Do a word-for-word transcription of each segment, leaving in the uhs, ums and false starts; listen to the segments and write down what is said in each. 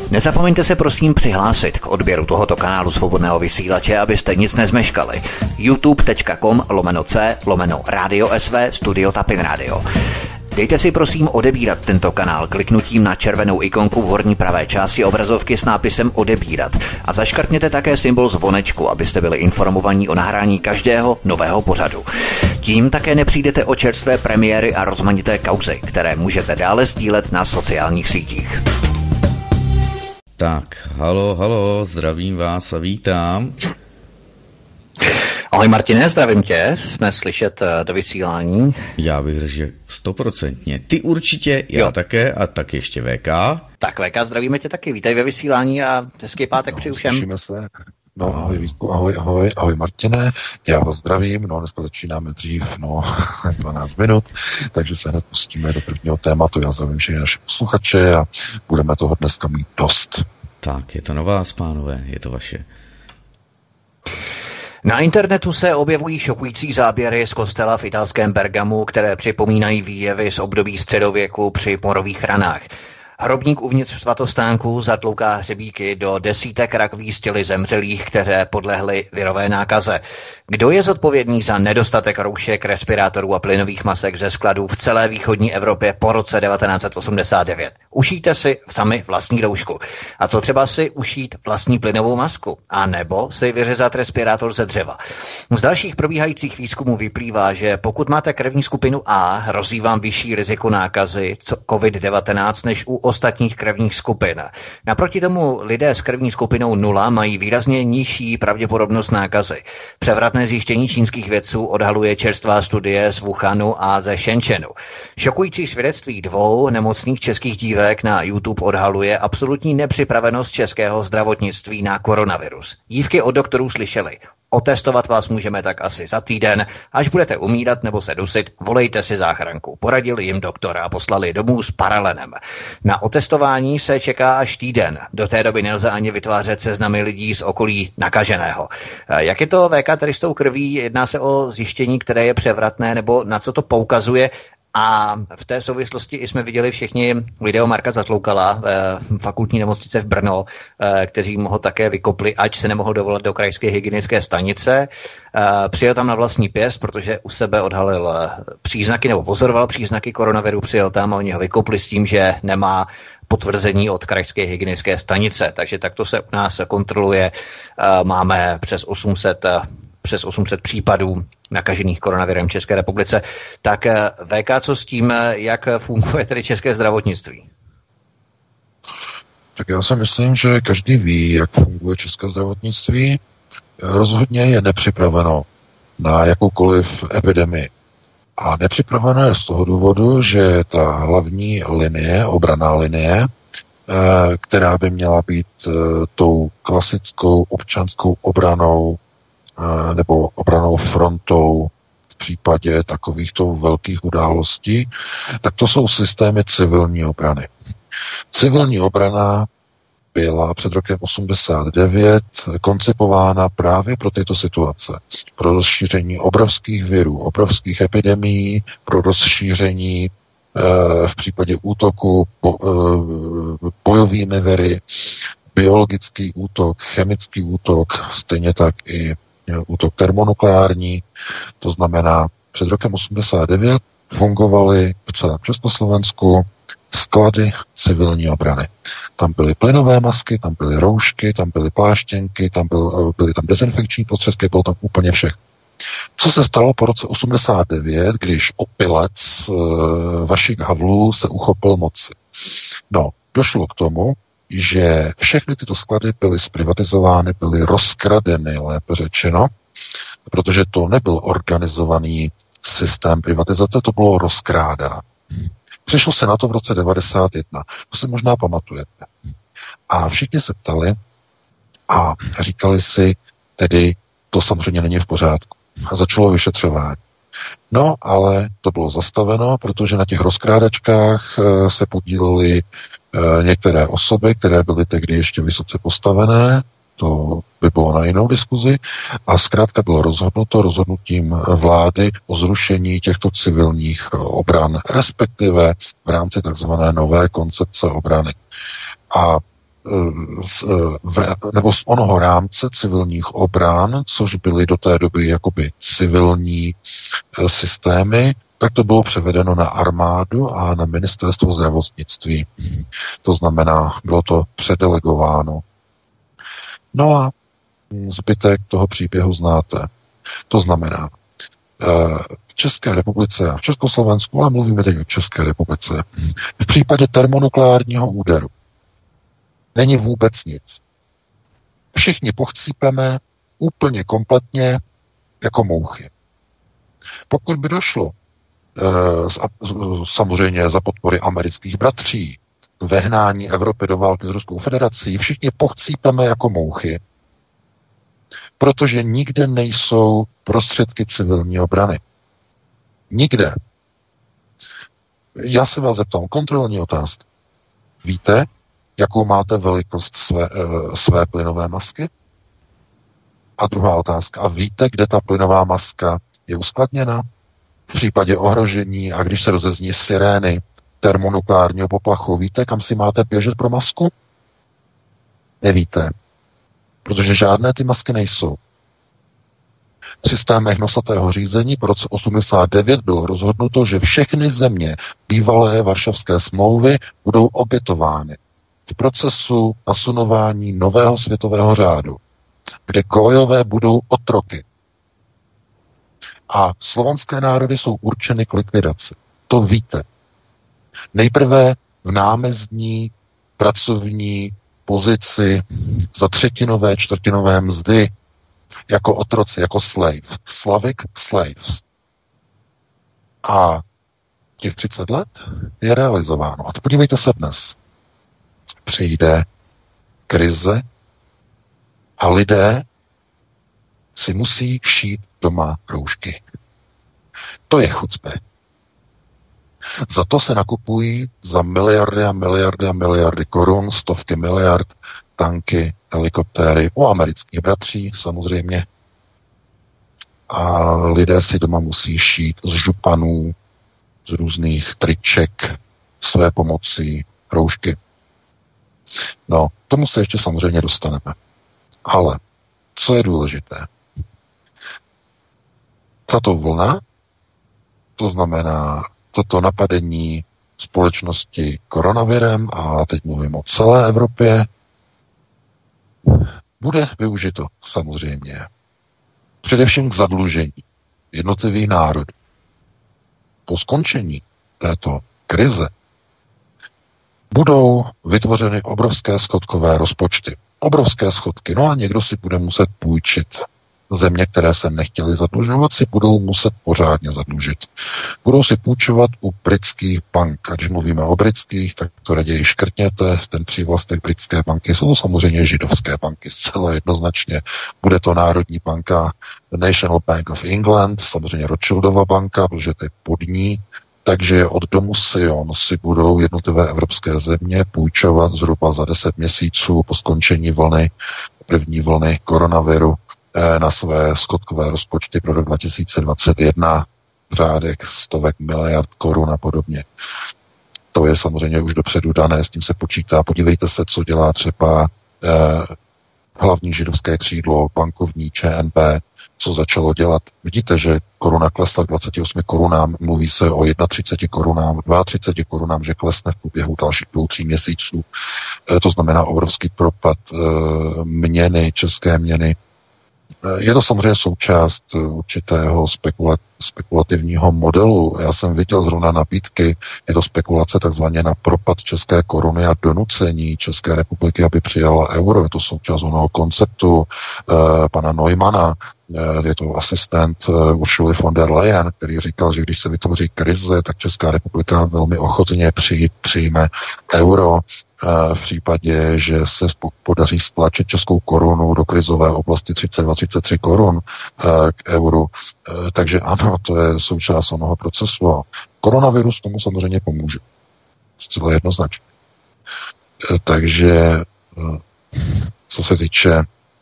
Nezapomeňte se prosím přihlásit k odběru tohoto kanálu Svobodného vysílače, abyste nic nezmeškali. youtube.com lomeno c lomeno Radio S V Studio Tapin Radio. Dejte si prosím odebírat tento kanál kliknutím na červenou ikonku v horní pravé části obrazovky s nápisem odebírat a zaškrtněte také symbol zvonečku, abyste byli informovaní o nahrání každého nového pořadu. Tím také nepřijdete o čerstvé premiéry a rozmanité kauzy, které můžete dále sdílet na sociálních sítích. Tak, halo, halo, zdravím vás a vítám. Ahoj Martine, zdravím tě, jsme slyšet do vysílání. Já bych řekl, že stoprocentně. Ty určitě, já jo. Také a tak ještě V K. Tak V K, zdravíme tě taky, vítej ve vysílání a hezký pátek no, přeji všem. Slyšíme se. No, ahoj Vítku, ahoj, ahoj, ahoj Martine, já vás zdravím, no dneska začínáme dřív, no dvanáct minut, takže se hned pustíme do prvního tématu, já zdravím všechny naše posluchače a budeme toho dneska mít dost. Tak, je to na vás, pánové, je to vaše. Na internetu se objevují šokující záběry z kostela v italském Bergamu, které připomínají výjevy z období středověku při morových ranách. Hrobník uvnitř svatostánku zatlouká hřebíky do desítek rakví z těly zemřelých, které podlehly virové nákaze. Kdo je zodpovědný za nedostatek roušek, respirátorů a plynových masek ze skladů v celé východní Evropě po roce devatenáct set osmdesát devět? Ušijte si sami vlastní roušku. A co třeba si ušít vlastní plynovou masku? A nebo si vyřezat respirátor ze dřeva? Z dalších probíhajících výzkumů vyplývá, že pokud máte krevní skupinu A, hrozí vám vyšší riziko nákazy covid devatenáct než u ostatních krevních skupin. Naproti tomu lidé s krevní skupinou nula mají výrazně nižší pravděpodobnost nákazy. Převratné zjištění čínských vědců odhaluje čerstvá studie z Wuhanu a ze Shenzhenu. Šokující svědectví dvou nemocných českých dívek na YouTube odhaluje absolutní nepřipravenost českého zdravotnictví na koronavirus. Dívky od doktorů slyšely: otestovat vás můžeme tak asi za týden, až budete umírat nebo se dusit, volejte si záchranku. Poradil jim doktor a poslali domů s paralenem. Na otestování se čeká až týden. Do té doby nelze ani vytvářet seznamy lidí z okolí nakaženého. Jak je to V K tedy s tou krví? Jedná se o zjištění, které je převratné, nebo na co to poukazuje? A v té souvislosti jsme viděli všichni video Marka Zatloukala v fakultní nemocnice v Brno, kteří mu ho také vykopli, ať se nemohl dovolat do krajské hygienické stanice. Přijel tam na vlastní pěst, protože u sebe odhalil příznaky nebo pozoroval příznaky koronaviru, přijel tam a oni ho vykopli s tím, že nemá potvrzení od krajské hygienické stanice. Takže takto se u nás kontroluje. Máme přes osm set přes osm set případů nakažených koronavirem v České republice. Tak V K, co s tím, jak funguje tedy české zdravotnictví? Tak já si myslím, že každý ví, jak funguje české zdravotnictví. Rozhodně je nepřipraveno na jakoukoliv epidemii. A nepřipraveno je z toho důvodu, že ta hlavní linie, obranná linie, která by měla být tou klasickou občanskou obranou nebo obranou frontou v případě takovýchto velkých událostí, tak to jsou systémy civilní obrany. Civilní obrana byla před rokem osmdesát devět koncipována právě pro tyto situace. Pro rozšíření obrovských virů, obrovských epidemií, pro rozšíření e, v případě útoku po, e, bojovými viry, biologický útok, chemický útok, stejně tak i útok termonukleární, to znamená, před rokem osmdesát devět fungovaly v celém Československu sklady civilní obrany. Tam byly plynové masky, tam byly roušky, tam byly pláštěnky, tam byl, byly tam dezinfekční prostředky, bylo tam úplně všechno. Co se stalo po roce osmdesát devět, když opilec e, Vašik Havlů se uchopil moci? No, došlo k tomu, že všechny tyto sklady byly zprivatizovány, byly rozkradeny, lépe řečeno, protože to nebyl organizovaný systém privatizace, to bylo rozkrádání. Přišlo se na to v roce devadesát jedna, to si možná pamatujete. A všichni se ptali a říkali si, tedy to samozřejmě není v pořádku. A začalo vyšetřování. No, ale to bylo zastaveno, protože na těch rozkrádačkách se podílely některé osoby, které byly tehdy ještě vysoce postavené, to by bylo na jinou diskuzi, a zkrátka bylo rozhodnuto rozhodnutím vlády o zrušení těchto civilních obran, respektive v rámci takzvané nové koncepce obrany. A z, v, nebo z onoho rámce civilních obran, což byly do té doby jakoby civilní systémy, tak to bylo převedeno na armádu a na ministerstvo zdravotnictví. To znamená, bylo to předelegováno. No a zbytek toho příběhu znáte. To znamená, v České republice a v Československu, ale mluvíme teď o České republice, v případě termonukleárního úderu není vůbec nic. Všichni pochcípeme úplně kompletně jako mouchy. Pokud by došlo samozřejmě za podpory amerických bratří k vehnání Evropy do války s Ruskou federací, všichni pochcípeme jako mouchy, protože nikde nejsou prostředky civilní obrany. Nikde. Já se vás zeptám, kontrolní otázka. Víte, jakou máte velikost své, své plynové masky? A druhá otázka. A víte, kde ta plynová maska je uskladněna? V případě ohrožení a když se rozezní sirény termonukleárního poplachu, víte, kam si máte běžet pro masku? Nevíte. Protože žádné ty masky nejsou. V systémech nosatého řízení po roce osmdesát devět bylo rozhodnuto, že všechny země bývalé Varšavské smlouvy budou obětovány v procesu nasunování nového světového řádu, kde kolejové budou otroky. A slovanské národy jsou určeny k likvidaci. To víte. Nejprve v námezdní pracovní pozici za třetinové, čtvrtinové mzdy jako otroci, jako slave. Slavic slaves. A těch třicet let je realizováno. A to podívejte se dnes. Přijde krize a lidé si musí šít doma roušky. To je chucpe. Za to se nakupují za miliardy a miliardy a miliardy korun, stovky miliard, tanky, helikoptéry, u amerických bratří samozřejmě. A lidé si doma musí šít z županů, z různých triček, své pomocí, roušky. No, tomu se ještě samozřejmě dostaneme. Ale co je důležité? Tato vlna, to znamená toto napadení společnosti koronavirem, a teď mluvím o celé Evropě, bude využito samozřejmě především k zadlužení jednotlivých národů. Po skončení této krize budou vytvořeny obrovské schodkové rozpočty. Obrovské schodky. No a někdo si bude muset půjčit. Země, které se nechtěly zadlužovat, si budou muset pořádně zadlužit. Budou si půjčovat u britských bank. A když mluvíme o britských, tak to raději škrtněte. Ten přívlastek britské banky jsou samozřejmě židovské banky. Zcela jednoznačně. Bude to Národní banka, National Bank of England, samozřejmě Rothschildova banka, protože to je pod ní. Takže od domu Sion si budou jednotlivé evropské země půjčovat zhruba za deset měsíců po skončení vlny, první vlny koronaviru na své schodkové rozpočty pro rok dva tisíce dvacet jedna v řádech stovek miliard korun a podobně. To je samozřejmě už dopředu dané, s tím se počítá. Podívejte se, co dělá třeba eh, hlavní židovské křídlo, bankovní Č N B, co začalo dělat. Vidíte, že koruna klesla k dvaceti osmi korunám, mluví se o třiceti jedna korunám, třiceti dvou korunám, že klesne v průběhu dalších dvou, tří měsíců. E, to znamená obrovský propad e, měny, české měny. E, je to samozřejmě součást určitého spekula- spekulativního modelu. Já jsem viděl zrovna nabídky, je to spekulace takzvaně na propad české koruny a donucení České republiky, aby přijala euro. Je to součást onoho konceptu e, pana Neumana, je to asistent Ursuly von der Leyen, který říkal, že když se vytvoří krize, tak Česká republika velmi ochotně přijme euro v případě, že se podaří stlačit českou korunu do krizové oblasti třicet dva třicet tři korun k euru. Takže ano, to je součást onoho procesu. Koronavirus tomu samozřejmě pomůže. Zcela jednoznačně. Takže co se týče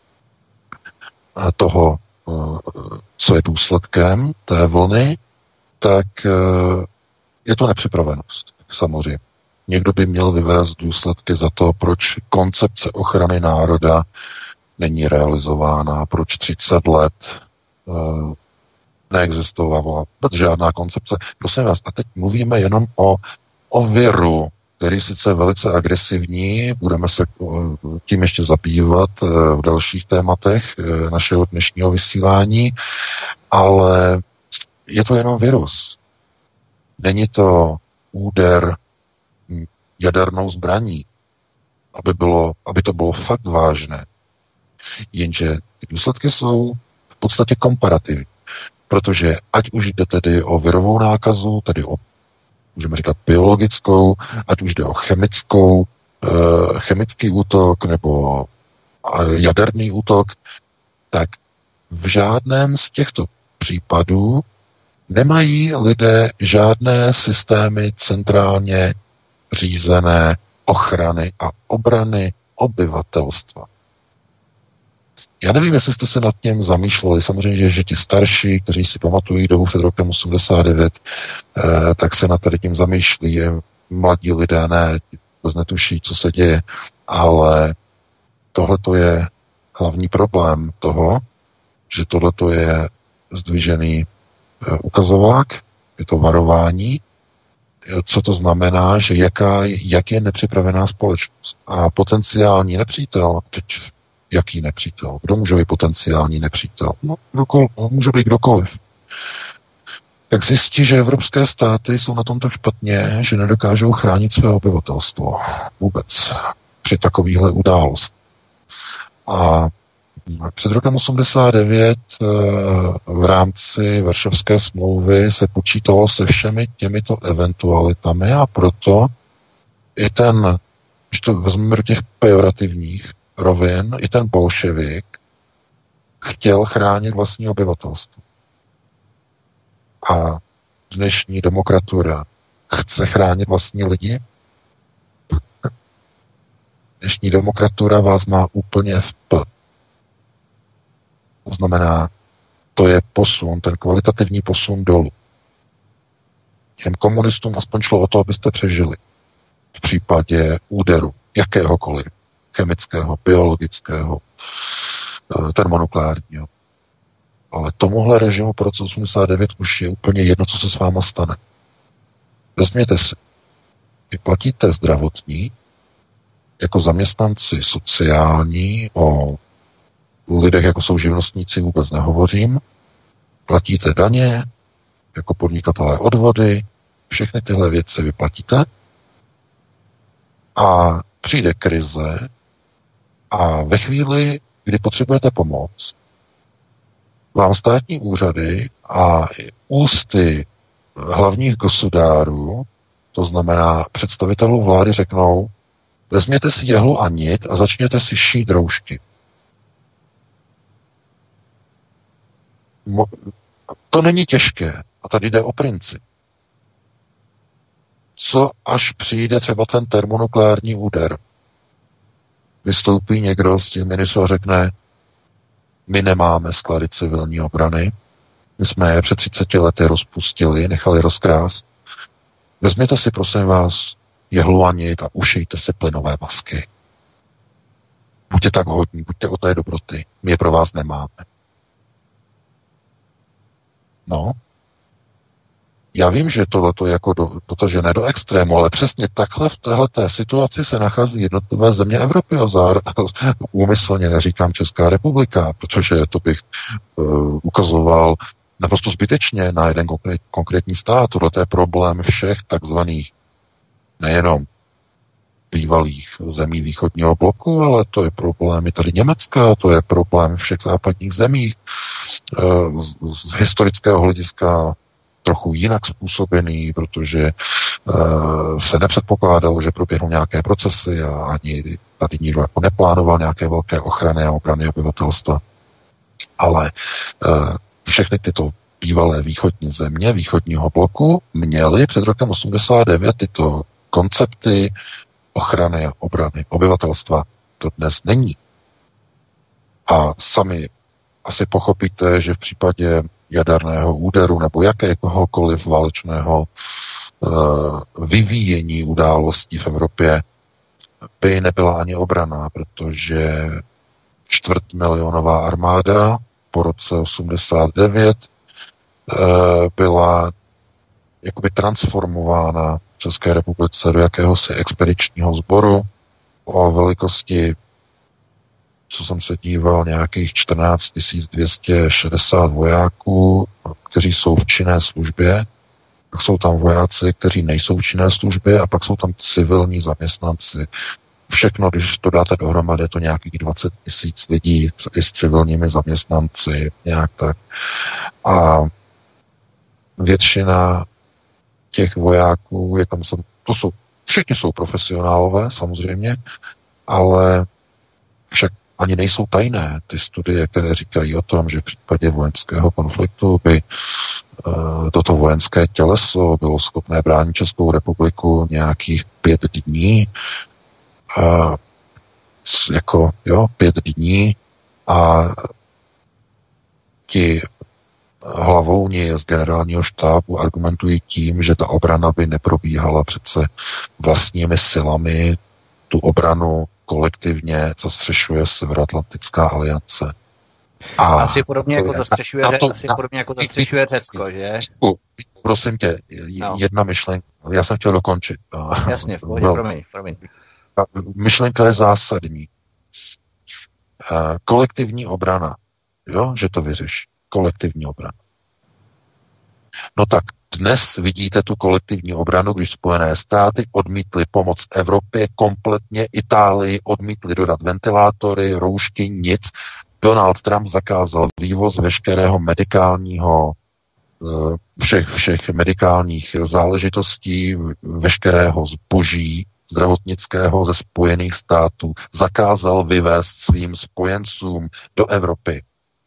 toho, co je důsledkem té vlny, tak je to nepřipravenost, samozřejmě. někdo by měl vyvést důsledky za to, proč koncepce ochrany národa není realizována, proč třicet let uh, neexistovala žádná koncepce. Prosím vás, a teď mluvíme jenom o, o viru, který sice je velice agresivní, budeme se tím ještě zabývat v dalších tématech našeho dnešního vysílání, ale je to jenom virus. Není to úder jadernou zbraní, aby, bylo, aby to bylo fakt vážné. Jenže ty důsledky jsou v podstatě komparativní, protože ať už jde tedy o virovou nákazu, tedy o, můžeme říkat, biologickou, ať už jde o chemickou, chemický útok nebo jaderný útok, tak v žádném z těchto případů nemají lidé žádné systémy centrálně řízené ochrany a obrany obyvatelstva. Já nevím, jestli jste se nad tím zamýšleli. Samozřejmě, že ti starší, kteří si pamatují dobu před rokem osmdesát devět, eh, tak se nad tady tím zamýšlí. Mladí lidé ne, vůbec netuší, co se děje, ale tohle je hlavní problém toho, že tohle je zdvižený eh, ukazovák, je to varování, co to znamená, že jaká, jak je nepřipravená společnost. A potenciální nepřítel, teď jaký nepřítel? Kdo může být potenciální nepřítel? No, kdokoliv, může být kdokoliv. Tak zjistí, že evropské státy jsou na tom tak špatně, že nedokážou chránit své obyvatelstvo. Vůbec. Při takovýchhle událost. A před rokem osmdesát devět v rámci Varšavské smlouvy se počítalo se všemi těmito eventualitami a proto i ten, když to vezmeme do těch pejorativních rovin, i ten bolševik chtěl chránit vlastní obyvatelstvo. A dnešní demokratura chce chránit vlastní lidi. Dnešní demokratura vás má úplně v p. To znamená, to je posun, ten kvalitativní posun dolů. Těm komunistům aspoň šlo o to, abyste přežili. V případě úderu jakéhokoliv, chemického, biologického, termonukleárního. Ale tomuhle režimu po roce osmdesát devět už je úplně jedno, co se s váma stane. Vezměte si, vy platíte zdravotní, jako zaměstnanci sociální, o lidech, jako jsou živnostníci, vůbec nehovořím, platíte daně, jako podnikatelé odvody, všechny tyhle věci vyplatíte a přijde krize a ve chvíli, kdy potřebujete pomoc, vám státní úřady a ústy hlavních gosudárů, to znamená představitelů vlády, řeknou, vezměte si jehlu a nit a začněte si šít roušky. To není těžké. A tady jde o princip. Co až přijde třeba ten termonukleární úder? Vystoupí někdo s tím ministrem a řekne, my nemáme sklady civilní obrany, my jsme je před třiceti lety rozpustili, nechali rozkrást. Vezměte si, prosím vás, jehlu a nit a ušijte si plynové masky. Buďte tak hodní, buďte o té dobroty. My je pro vás nemáme. No, já vím, že tohleto jako do, dotažené do extrému, ale přesně takhle v téhleté situaci se nachází jednotlivé země Evropy a zár, úmyslně neříkám Česká republika, protože to bych uh, ukazoval naprosto zbytečně na jeden konkrét, konkrétní stát. Tohle je problém všech takzvaných nejenom bývalých zemí východního bloku, ale to je problém i tady Německa, to je problém všech západních zemí. Z, z historického hlediska trochu jinak způsobený, protože uh, se nepředpokládalo, že proběhnou nějaké procesy a ani tady nikdo jako neplánoval nějaké velké ochrany a obrany obyvatelstva. Ale uh, všechny tyto bývalé východní země, východního bloku, měly před rokem osmdesát devět tyto koncepty ochrany a obrany obyvatelstva. To dnes není. A sami asi pochopíte, že v případě jaderného úderu nebo jakéhokoliv válečného vyvíjení událostí v Evropě by nebyla ani obrana, protože čtvrtmilionová armáda po roce osmdesát devět byla jakoby transformována v České republice do jakéhosi expedičního sboru o velikosti, co jsem se díval, nějakých čtrnáct tisíc dvě stě šedesát vojáků, kteří jsou v činné službě. Pak jsou tam vojáci, kteří nejsou v činné službě, a pak jsou tam civilní zaměstnanci. Všechno, když to dáte dohromady, je to nějakých dvacet tisíc lidí i s civilními zaměstnanci, nějak tak. A většina těch vojáků je tam, to jsou, všichni jsou profesionálové samozřejmě, ale však ani nejsou tajné ty studie, které říkají o tom, že v případě vojenského konfliktu by uh, toto vojenské těleso bylo schopné bránit Českou republiku nějakých pět dní, uh, jako jo, pět dní a ti hlavouni z generálního štábu argumentují tím, že ta obrana by neprobíhala přece vlastními silami, tu obranu kolektivně zastřešuje Severoatlantická aliance. A asi podobně jako zastřešuje, to, asi na, podobně jako zastřešuje Řecko, že? Prosím tě, jedna no. myšlenka. Já jsem chtěl dokončit. Jasně, pohodě, promiň, promiň. Myšlenka je zásadní. Kolektivní obrana, jo, že to vyřeší. Kolektivní obrana. No tak dnes vidíte tu kolektivní obranu, když Spojené státy odmítly pomoc Evropě kompletně, Itálii odmítly dodat ventilátory, roušky, nic. Donald Trump zakázal vývoz veškerého medikálního, všech, všech medikálních záležitostí, veškerého zboží zdravotnického ze Spojených států. Zakázal vyvést svým spojencům do Evropy.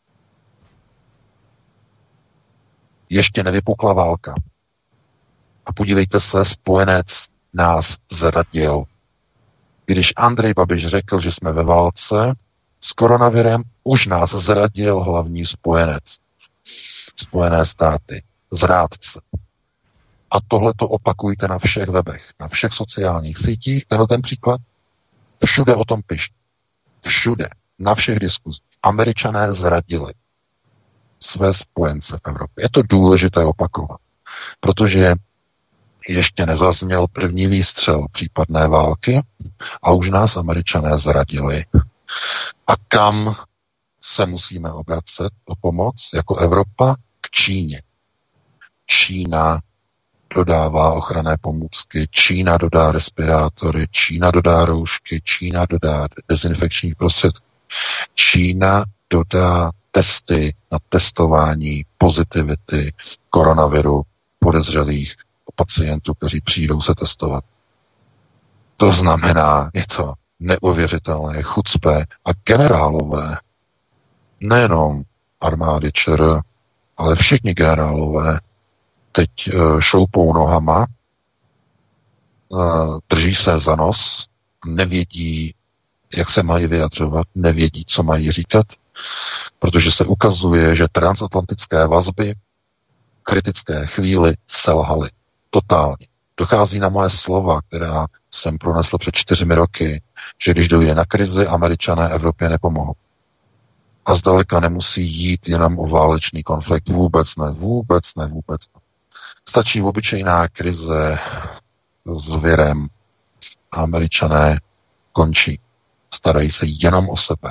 Ještě nevypukla válka. A podívejte se, spojenec nás zradil. Když Andrej Babiš řekl, že jsme ve válce s koronavirem, už nás zradil hlavní spojenec. Spojené státy. Zrádce. A tohle to opakujte na všech webech, na všech sociálních sítích. Tenhle ten příklad. Všude o tom pište. Všude. Na všech diskuzích. Američané zradili své spojence v Evropě. Je to důležité opakovat, protože ještě nezazněl první výstřel případné války a už nás Američané zradili. A kam se musíme obracet o pomoc jako Evropa? K Číně. Čína dodává ochranné pomůcky, Čína dodá respirátory, Čína dodá roušky, Čína dodá dezinfekční prostředky, Čína dodá testy na testování pozitivity koronaviru podezřelých pacientů, kteří přijdou se testovat. To znamená, je to neuvěřitelné, chucpe a generálové, nejenom armády ČR, ale všichni generálové teď šoupou nohama, drží se za nos, nevědí, jak se mají vyjadřovat, nevědí, co mají říkat, protože se ukazuje, že transatlantické vazby v kritické chvíli selhaly. Totálně. Dochází na moje slova, která jsem pronesl před čtyřmi roky, že když dojde na krizi, Američané Evropě nepomohou. A zdaleka nemusí jít jenom o válečný konflikt. Vůbec ne, vůbec ne, vůbec ne. Stačí obyčejná krize s virem a Američané končí. Starají se jenom o sebe.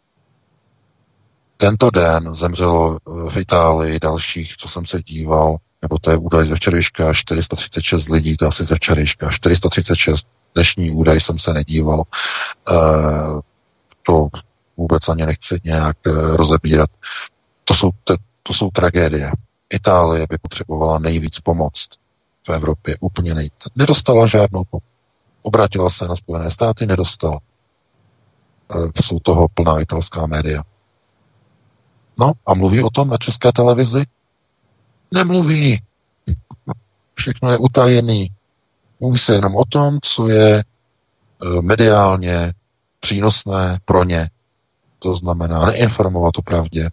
Tento den zemřelo v Itálii dalších, co jsem se díval, nebo to je údaj ze včerejška, čtyři sta třicet šest lidí, to je asi ze včerejška, čtyři sta třicet šest, dnešní údaj jsem se nedíval. E, to vůbec ani nechci nějak e, rozebírat. To jsou, te, to jsou tragédie. Itálie by potřebovala nejvíc pomoct v Evropě, úplně nejvíc. Nedostala žádnou pomoc. Obrátila se na Spojené státy, nedostala. E, jsou toho plná italská média. No a mluví o tom na České televizi? Nemluví. Všechno je utajený. Mluví se jenom o tom, co je mediálně přínosné pro ně. To znamená neinformovat o pravdě.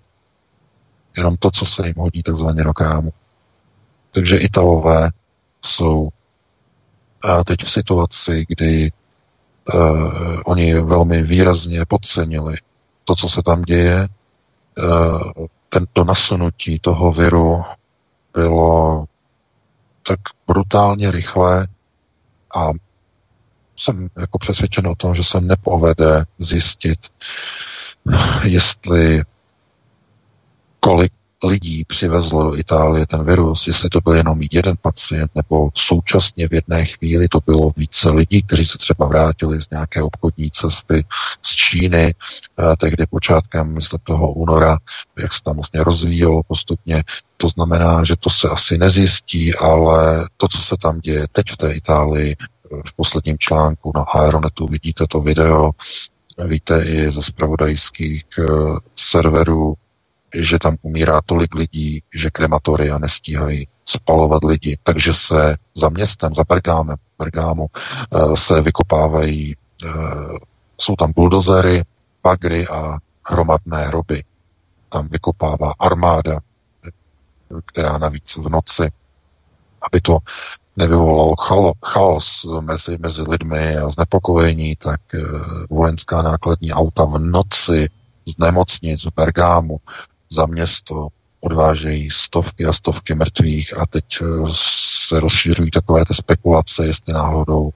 Jenom to, co se jim hodí takzvaně do krámu. Takže Italové jsou A teď v situaci, kdy uh, oni velmi výrazně podcenili to, co se tam děje, uh, tento nasunutí toho viru bylo tak brutálně rychlé a jsem jako přesvědčen o tom, že se nepovede zjistit, jestli kolik lidí přivezlo do Itálie ten virus, jestli to byl jenom jeden pacient, nebo současně v jedné chvíli to bylo více lidí, kteří se třeba vrátili z nějaké obchodní cesty z Číny, tehdy počátkem, myslím, toho února, jak se tam vlastně rozvíjelo postupně. To znamená, že to se asi nezjistí, ale to, co se tam děje teď v té Itálii, v posledním článku na Aeronetu vidíte to video, víte i ze zpravodajských uh, serverů, že tam umírá tolik lidí, že krematoria nestíhají spalovat lidi, takže se za městem, za Bergámem, Bergámu uh, se vykopávají, uh, jsou tam buldozery, bagry a hromadné hroby. Tam vykopává armáda, která navíc v noci, aby to nevyvolalo chaos mezi, mezi lidmi a znepokojení, tak vojenská nákladní auta v noci z nemocnic v Bergámu za město odvážejí stovky a stovky mrtvých a teď se rozšiřují takové ty spekulace, jestli náhodou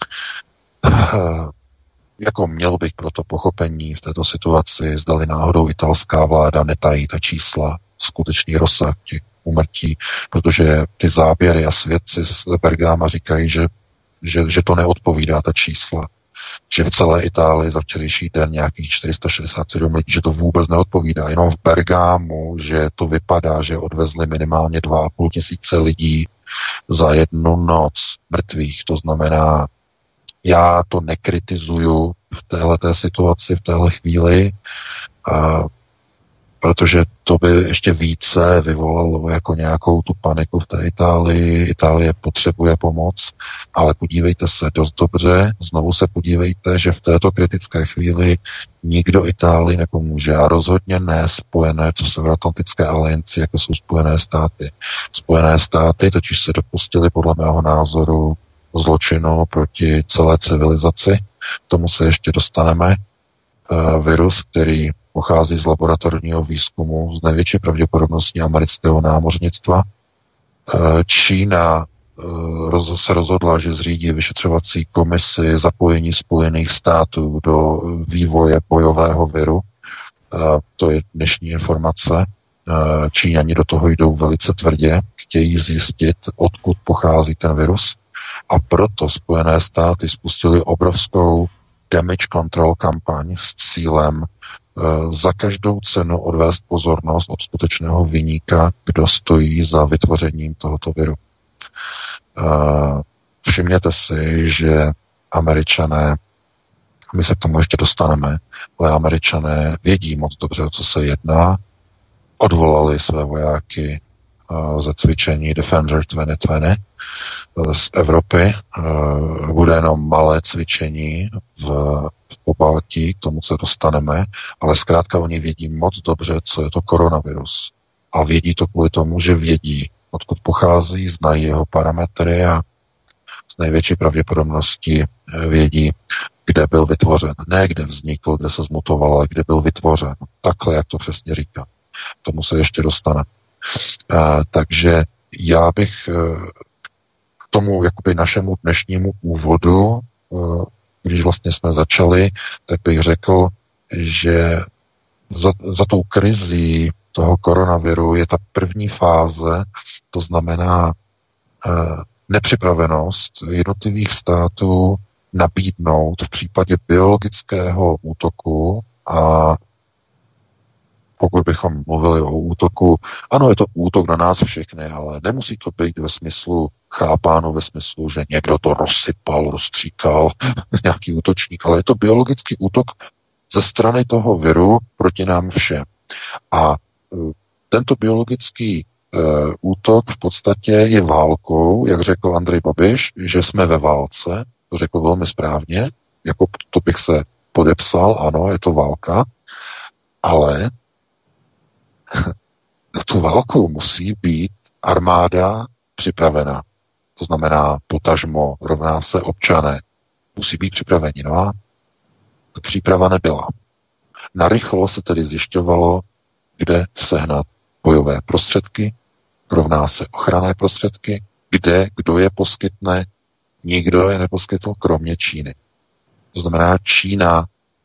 jako měl bych proto pochopení v této situaci, zdali náhodou italská vláda netají ta čísla, skutečný rozsah těch úmrtí, protože ty záběry a svědci z Bergáma říkají, že, že, že to neodpovídá ta čísla, že v celé Itálii za včerejší den nějakých čtyři sta šedesát sedm lidí, že to vůbec neodpovídá. Jenom v Bergámu, že to vypadá, že odvezli minimálně dva a půl tisíce lidí za jednu noc mrtvých. To znamená, já to nekritizuju v téhleté situaci, v téhle chvíli, a protože to by ještě více vyvolalo jako nějakou tu paniku v té Itálii. Itálie potřebuje pomoc, ale podívejte se dost dobře, znovu se podívejte, že v této kritické chvíli nikdo Itálii nepomůže a rozhodně ne spojené, co Severoatlantické alianci, jako jsou Spojené státy. Spojené státy totiž se dopustili podle mého názoru zločinu proti celé civilizaci. K tomu se ještě dostaneme. Uh, virus, který pochází z laboratorního výzkumu z největší pravděpodobností amerického námořnictva. Čína se rozhodla, že zřídí vyšetřovací komisi zapojení Spojených států do vývoje bojového viru. To je dnešní informace. Číňani do toho jdou velice tvrdě, chtějí zjistit, odkud pochází ten virus. A proto Spojené státy spustily obrovskou damage control kampaň s cílem za každou cenu odvést pozornost od skutečného viníka, kdo stojí za vytvořením tohoto viru. Všimněte si, že Američané, my se k tomu ještě dostaneme, ale Američané vědí moc dobře, o co se jedná, odvolali své vojáky ze cvičení Defender dvacet dvacet z Evropy. Bude jenom malé cvičení v, v Pobaltí, k tomu se dostaneme, ale zkrátka oni vědí moc dobře, co je to koronavirus. A vědí to kvůli tomu, že vědí, odkud pochází, znají jeho parametry a z největší pravděpodobností vědí, kde byl vytvořen. Ne kde vznikl, kde se zmutoval, ale kde byl vytvořen. Takhle, jak to přesně říká. K tomu se ještě dostane. Uh, takže já bych uh, k tomu jakoby našemu dnešnímu úvodu, uh, když vlastně jsme začali, tak bych řekl, že za, za tou krizí toho koronaviru je ta první fáze, to znamená uh, nepřipravenost jednotlivých států nabídnout v případě biologického útoku a pokud bychom mluvili o útoku, ano, je to útok na nás všechny, ale nemusí to být ve smyslu chápáno, ve smyslu, že někdo to rozsypal, rozstříkal, nějaký útočník, ale je to biologický útok ze strany toho viru proti nám všem. A tento biologický uh, útok v podstatě je válkou, jak řekl Andrej Babiš, že jsme ve válce, to řekl velmi správně, jako to bych se podepsal, ano, je to válka, ale na tu válku musí být armáda připravena. to znamená potažmo rovná se občané, musí být připraveni. No a příprava nebyla. Narychlo se tedy zjišťovalo, kde sehnat bojové prostředky, rovná se ochranné prostředky, kde, kdo je poskytne, nikdo je neposkytl, kromě Číny. To znamená, Čína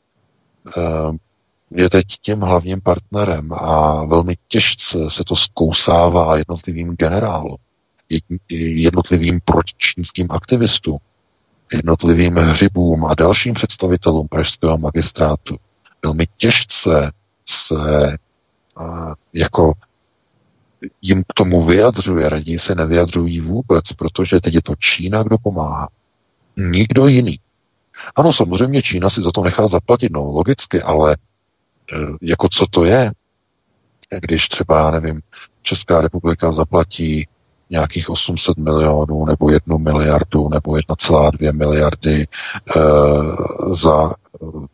je teď tím hlavním partnerem a velmi těžce se to zkousává jednotlivým generálům, jednotlivým protičínským aktivistům, jednotlivým hřibům a dalším představitelům pražského magistrátu. Velmi těžce se a, jako jim k tomu vyjadřuje, raději se nevyjadřují vůbec, protože teď je to Čína, kdo pomáhá. Nikdo jiný. Ano, samozřejmě Čína si za to nechá zaplatit, no logicky, ale jako co to je, když třeba, já nevím, Česká republika zaplatí nějakých osm set milionů nebo jednu miliardu nebo jedna celá dvě miliardy e, za e,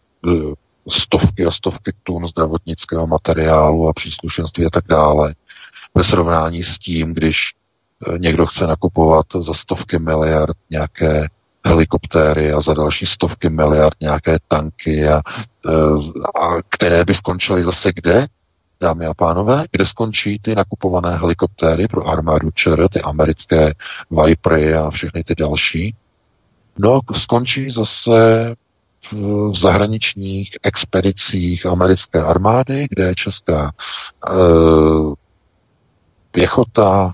stovky a stovky tun zdravotnického materiálu a příslušenství a tak dále. Ve srovnání s tím, když někdo chce nakupovat za stovky miliard nějaké helikoptéry a za další stovky miliard nějaké tanky, a, a které by skončily zase kde, dámy a pánové, kde skončí ty nakupované helikoptéry pro armádu ČR, ty americké Vipery a všechny ty další? No, skončí zase v zahraničních expedicích americké armády, kde je česká uh, pěchota,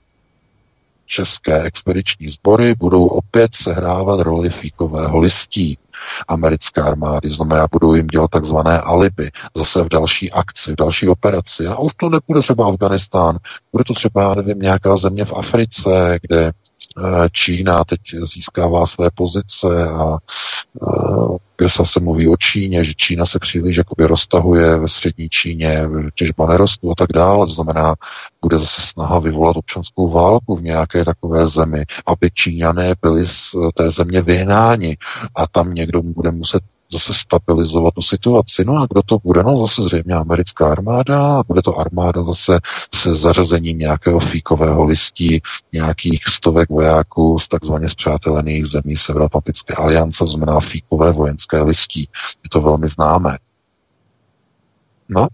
české expediční sbory budou opět sehrávat roli fíkového listí americké armády, znamená, budou jim dělat takzvané alibi, zase v další akci, v další operaci. A už to nebude třeba Afganistán, bude to třeba, já nevím, nějaká země v Africe, kde Čína teď získává své pozice a kde se mluví o Číně, že Čína se příliš jakoby roztahuje ve střední Číně, těžba nerostů a tak dále. To znamená, bude zase snaha vyvolat občanskou válku v nějaké takové zemi, aby Číňané byli z té země vyhnáni a tam někdo bude muset zase stabilizovat tu situaci. No a kdo to bude? No zase zřejmě americká armáda, a bude to armáda zase se zařazením nějakého fíkového listí, nějakých stovek vojáků z takzvaně spřátelených zemí Severoatlantické aliance, to znamená fíkové vojenské listí. Je to velmi známé. No,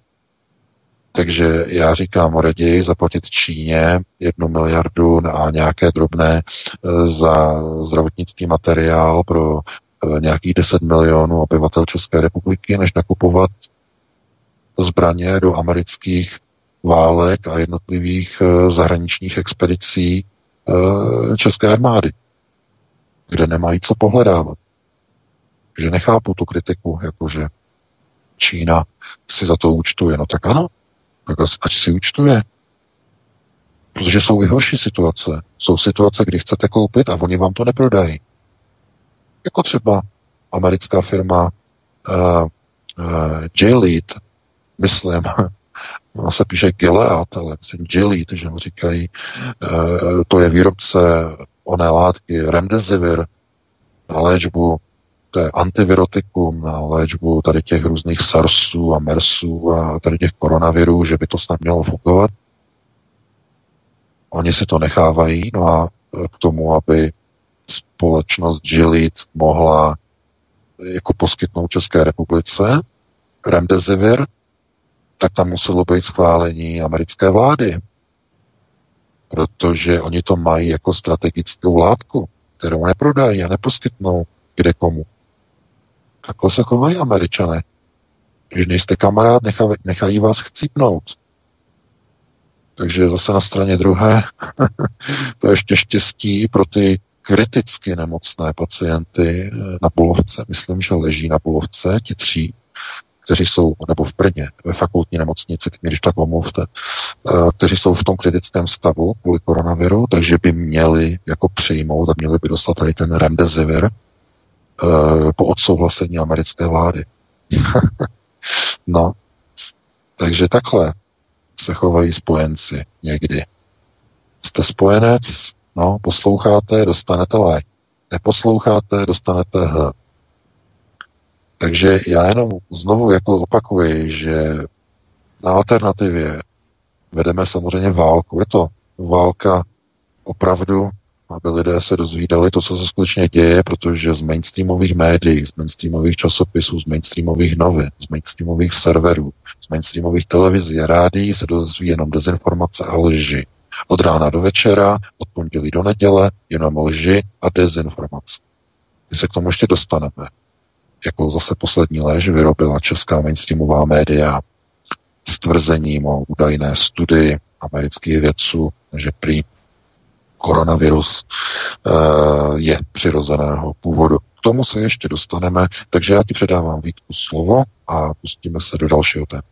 takže já říkám, raději zaplatit Číně jednu miliardu a nějaké drobné za zdravotnický materiál pro nějakých deset milionů obyvatel České republiky, než nakupovat zbraně do amerických válek a jednotlivých zahraničních expedicí české armády, kde nemají co pohledávat. Že nechápu tu kritiku, jakože Čína si za to účtuje. No tak ano, tak ať si účtuje. Protože jsou i horší situace. Jsou situace, kdy chcete koupit a oni vám to neprodají. Jako třeba americká firma uh, uh, Gilead, myslím, ona se píše Gilead, ale myslím Gilead, že mu říkají, uh, to je výrobce oné látky Remdesivir na léčbu, to je antivirotikum na léčbu tady těch různých SARSů a MERSů a tady těch koronavirů, že by to snad mělo fungovat. Oni si to nechávají, no a k tomu, aby společnost Gilead mohla jako poskytnout České republice Remdesivir, tak tam muselo být schválení americké vlády. Protože oni to mají jako strategickou látku, kterou neprodají a neposkytnou kde komu. Takhle se chovají Američané. Když nejste kamarád, nechají, nechají vás chcípnout. Takže zase na straně druhé to je ještě štěstí pro ty kriticky nemocné pacienty na Bulovce. Myslím, že leží na Bulovce ti tří, kteří jsou, nebo v Brně, ve fakultní nemocnici, když tak omluvte, kteří jsou v tom kritickém stavu kvůli koronaviru, takže by měli jako přijmout a měli by dostat tady ten Remdesivir po odsouhlasení americké vlády. No, takže takhle se chovají spojenci někdy. Jste spojenec, no, posloucháte, dostanete like. Neposloucháte, dostanete H. Takže já jenom znovu jako opakuji, že na alternativě vedeme samozřejmě válku. Je to válka opravdu aby lidé se dozvídali to, co se skutečně děje, protože z mainstreamových médií, z mainstreamových časopisů, z mainstreamových novin, z mainstreamových serverů, z mainstreamových televizí a rádií se dozví jenom dezinformace a lži. Od rána do večera, od pondělí do neděle, jenom lži a dezinformace. My se k tomu ještě dostaneme. Jako zase poslední lež vyrobila česká mainstreamová média s tvrzením o údajné studii amerických vědců, že prý koronavirus uh, je přirozeného původu. K tomu se ještě dostaneme, takže já ti předávám, Vítku, slovo a pustíme se do dalšího tématu.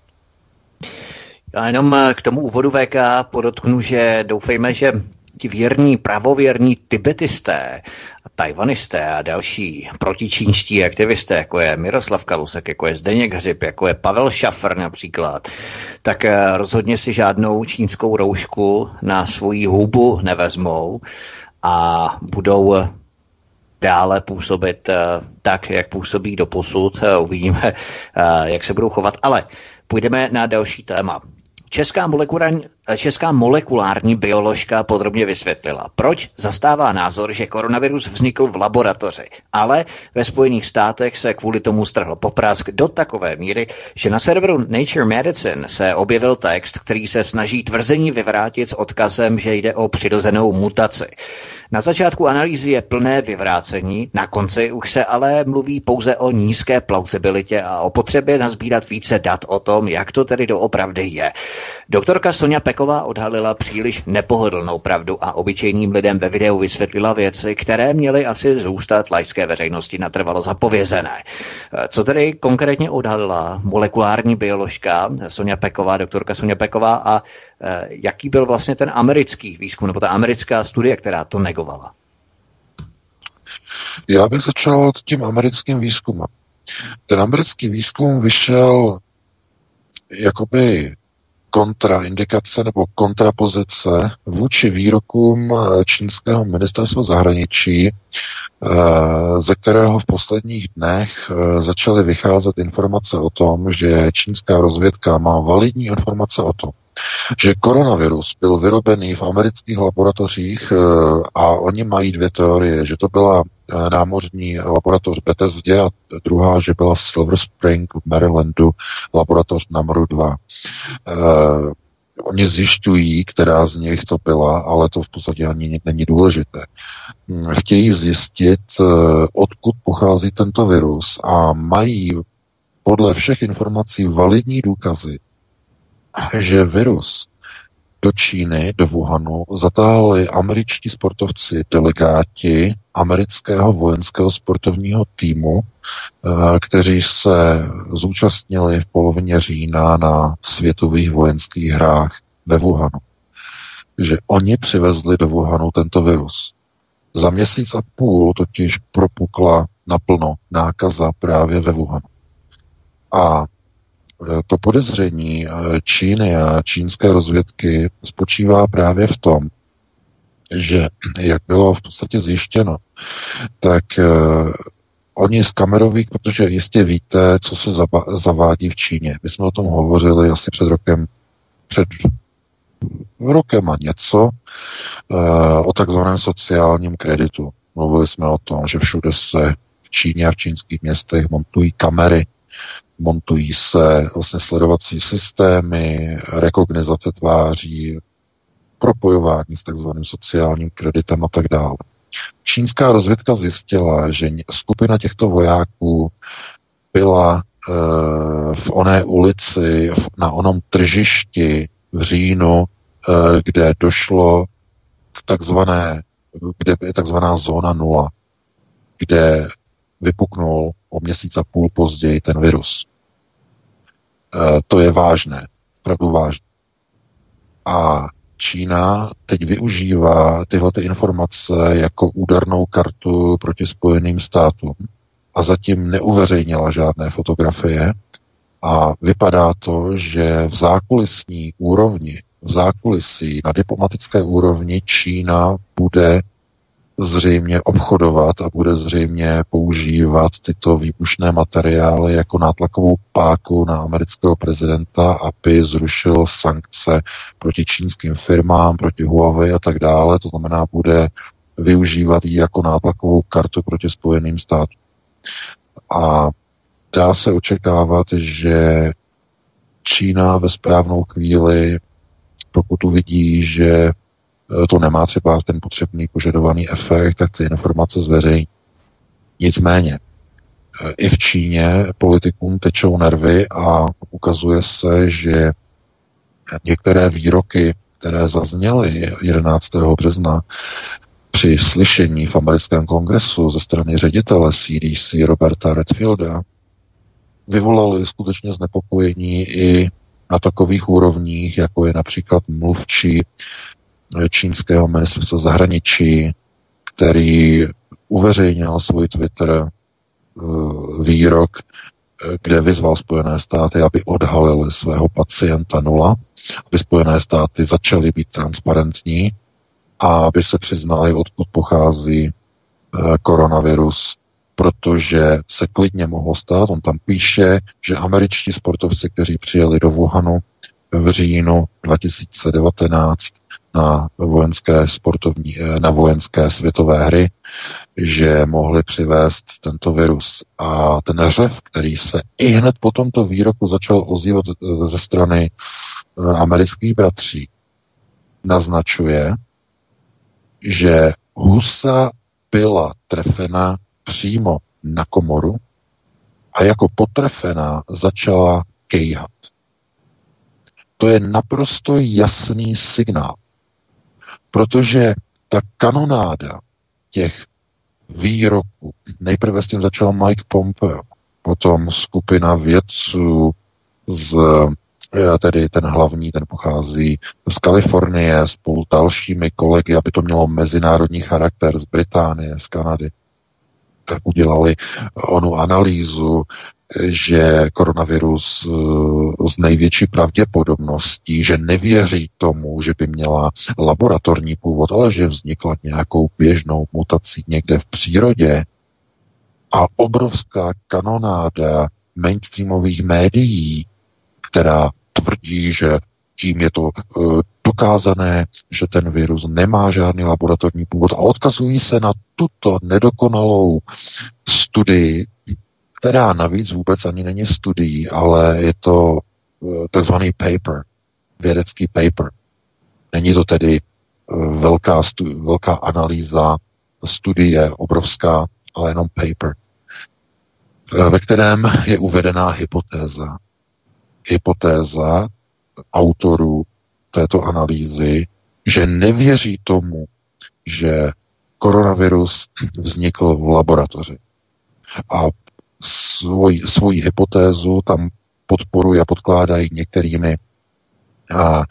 Já jenom k tomu úvodu V K podotknu, že doufejme, že ti věrní, pravověrní tibetisté, tajvanisté a další protičínští aktivisté, jako je Miroslav Kalousek, jako je Zdeněk Hřib, jako je Pavel Šafr například, tak rozhodně si žádnou čínskou roušku na svoji hubu nevezmou a budou dále působit tak, jak působí doposud. Uvidíme, jak se budou chovat, ale půjdeme na další téma. Česká molekulární, česká molekulární bioložka podrobně vysvětlila, proč zastává názor, že koronavirus vznikl v laboratoři, ale ve Spojených státech se kvůli tomu strhl poprask do takové míry, že na serveru Nature Medicine se objevil text, který se snaží tvrzení vyvrátit s odkazem, že jde o přirozenou mutaci. Na začátku analýzy je plné vyvrácení, na konci už se ale mluví pouze o nízké plauzibilitě a o potřebě nazbírat více dat o tom, jak to tedy doopravdy je. Doktorka Sonja Peková odhalila příliš nepohodlnou pravdu a obyčejným lidem ve videu vysvětlila věci, které měly asi zůstat laické veřejnosti natrvalo zapovězené. Co tedy konkrétně odhalila molekulární bioložka Sonja Peková, doktorka Sonja Peková, a jaký byl vlastně ten americký výzkum, nebo ta americká studie, která to negovala? Já bych začal tím americkým výzkumem. Ten americký výzkum vyšel jakoby kontraindikace nebo kontrapozice vůči výrokům čínského ministerstva zahraničí, ze kterého v posledních dnech začaly vycházet informace o tom, že čínská rozvědka má validní informace o tom, že koronavirus byl vyrobený v amerických laboratořích a oni mají dvě teorie, že to byla námořní laboratoř v Bethesdě a druhá, že byla Silver Spring v Marylandu, laboratoř Namru dva. Uh, oni zjišťují, která z nich to byla, ale to v podstatě ani není důležité. Chtějí zjistit, odkud pochází tento virus a mají podle všech informací validní důkazy, že virus do Číny, do Wuhanu, zatáhli američtí sportovci, delegáti amerického vojenského sportovního týmu, kteří se zúčastnili v polovině října na světových vojenských hrách ve Wuhanu. Že oni přivezli do Wuhanu tento virus. Za měsíc a půl totiž propukla naplno nákaza právě ve Wuhanu. A to podezření Číny a čínské rozvědky spočívá právě v tom, že, jak bylo v podstatě zjištěno, tak uh, oni z kamerových, protože jistě víte, co se zaba- zavádí v Číně. My jsme o tom hovořili asi před rokem, před rokem a něco, uh, o takzvaném sociálním kreditu. Mluvili jsme o tom, že všude se v Číně a v čínských městech montují kamery, montují se vlastně sledovací systémy, rekognizace tváří, propojování s takzvaným sociálním kreditem a tak dále. Čínská rozvědka zjistila, že skupina těchto vojáků byla e, v oné ulici, na onom tržišti v říjnu, e, kde došlo k takzvané, kde je takzvaná zóna nula, kde vypuknul o měsíc a půl později ten virus. E, to je vážné, opravdu vážné. A Čína teď využívá tyhle informace jako údernou kartu proti Spojeným státům a zatím neuveřejnila žádné fotografie a vypadá to, že v zákulisní úrovni, v zákulisí na diplomatické úrovni Čína bude zřejmě obchodovat a bude zřejmě používat tyto výbušné materiály jako nátlakovou páku na amerického prezidenta, aby zrušil sankce proti čínským firmám, proti Huawei a tak dále. To znamená, bude využívat ji jako nátlakovou kartu proti Spojeným státům. A dá se očekávat, že Čína ve správnou chvíli, pokud uvidí, že to nemá třeba ten potřebný požadovaný efekt, tak ty informace zveřejní. Nicméně, i v Číně politikům tečou nervy a ukazuje se, že některé výroky, které zazněly jedenáctého března při slyšení v americkém kongresu ze strany ředitele C D C Roberta Redfielda, vyvolaly skutečně znepokojení i na takových úrovních, jako je například mluvčí čínského ministerstva zahraničí, který uveřejnil svůj Twitter výrok, kde vyzval Spojené státy, aby odhalili svého pacienta nula, aby Spojené státy začaly být transparentní a aby se přiznali, odkud pochází koronavirus, protože se klidně mohlo stát, on tam píše, že američtí sportovci, kteří přijeli do Wuhanu v říjnu dva tisíce devatenáct na vojenské sportovní, na vojenské světové hry, že mohli přivést tento virus. A ten řev, který se i hned po tomto výroku začal ozývat ze strany amerických bratří, naznačuje, že husa byla trefena přímo na komoru a jako potrefená začala kejhat. To je naprosto jasný signál, protože ta kanonáda těch výroků, nejprve s tím začal Mike Pompeo, potom skupina vědců z, tedy ten hlavní, ten pochází z Kalifornie, spolu s dalšími kolegy, aby to mělo mezinárodní charakter z Británie, z Kanady, tak udělali onu analýzu, že koronavirus z největší pravděpodobností, že nevěří tomu, že by měla laboratorní původ, ale že vznikla nějakou běžnou mutací někde v přírodě. A obrovská kanonáda mainstreamových médií, která tvrdí, že tím je to uh, dokázané, že ten virus nemá žádný laboratorní původ a odkazují se na tuto nedokonalou studii, která navíc vůbec ani není studií, ale je to takzvaný paper, vědecký paper. Není to tedy velká, stu, velká analýza, studie obrovská, ale jenom paper, ve kterém je uvedená hypotéza. Hypotéza autorů této analýzy, že nevěří tomu, že koronavirus vznikl v laboratoři. A Svoji, svoji hypotézu tam podporují a podkládají některými a, a,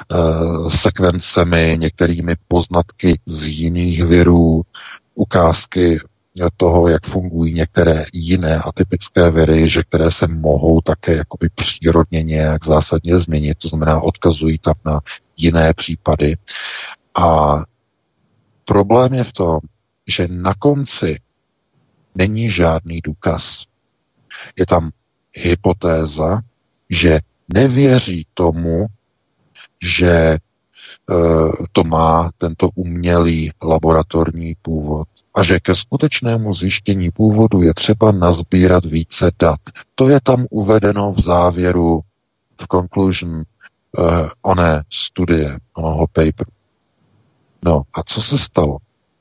sekvencemi, některými poznatky z jiných virů, ukázky toho, jak fungují některé jiné atypické viry, že které se mohou také jakoby přírodně nějak zásadně změnit, to znamená odkazují tam na jiné případy. A problém je v tom, že na konci není žádný důkaz. Je tam hypotéza, že nevěří tomu, že e, to má tento umělý laboratorní původ a že ke skutečnému zjištění původu je třeba nazbírat více dat. To je tam uvedeno v závěru, v conclusion e, oné studie, onoho paper. No a co se stalo?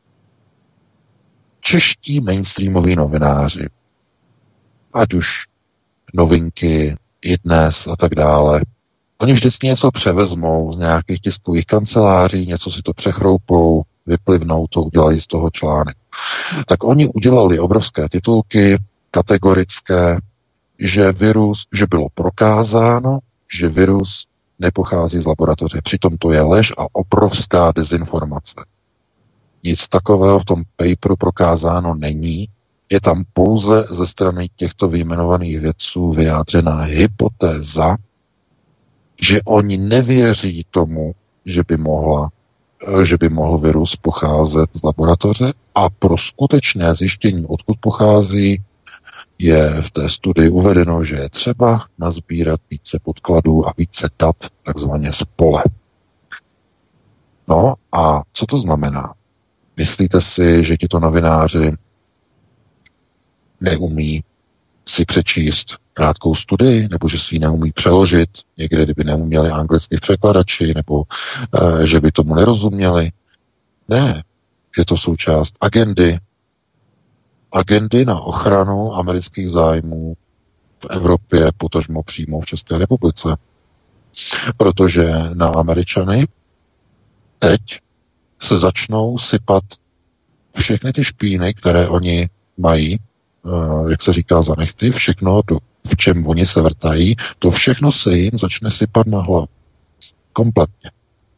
Čeští mainstreamoví novináři, ať už Novinky, iDnes a tak dále, oni vždycky něco převezmou z nějakých tiskových kanceláří, něco si to přechroupou, vyplivnou to, udělají z toho článek. Tak oni udělali obrovské titulky, kategorické, že virus, že bylo prokázáno, že virus nepochází z laboratoře. Přitom to je lež a obrovská dezinformace. Nic takového v tom paperu prokázáno není. Je tam pouze ze strany těchto vyjmenovaných vědců vyjádřená hypotéza, že oni nevěří tomu, že by, mohla, že by mohl virus pocházet z laboratoře a pro skutečné zjištění, odkud pochází, je v té studii uvedeno, že je třeba nazbírat více podkladů a více dat, takzvaně z pole. No a co to znamená? Myslíte si, že tito novináři neumí si přečíst krátkou studii, nebo že si ji neumí přeložit, někde kdyby neuměli anglicky překladači, nebo e, že by tomu nerozuměli? Ne, je to součást agendy, agendy na ochranu amerických zájmů v Evropě, potažmo přímo v České republice. Protože na Američany teď se začnou sypat všechny ty špíny, které oni mají, jak se říká, za nechty, všechno, v čem oni se vrtají, to všechno se jim začne sypat na hlavu. Kompletně.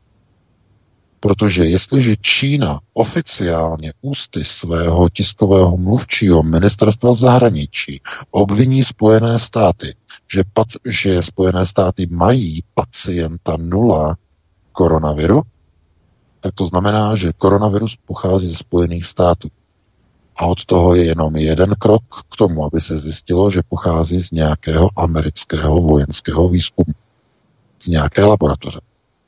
Protože jestliže Čína oficiálně ústy svého tiskového mluvčího ministerstva zahraničí obviní Spojené státy, že, pac, že Spojené státy mají pacienta nula koronaviru, tak to znamená, že koronavirus pochází ze Spojených států. A od toho je jenom jeden krok k tomu, aby se zjistilo, že pochází z nějakého amerického vojenského výzkumu. Z nějaké laboratoře.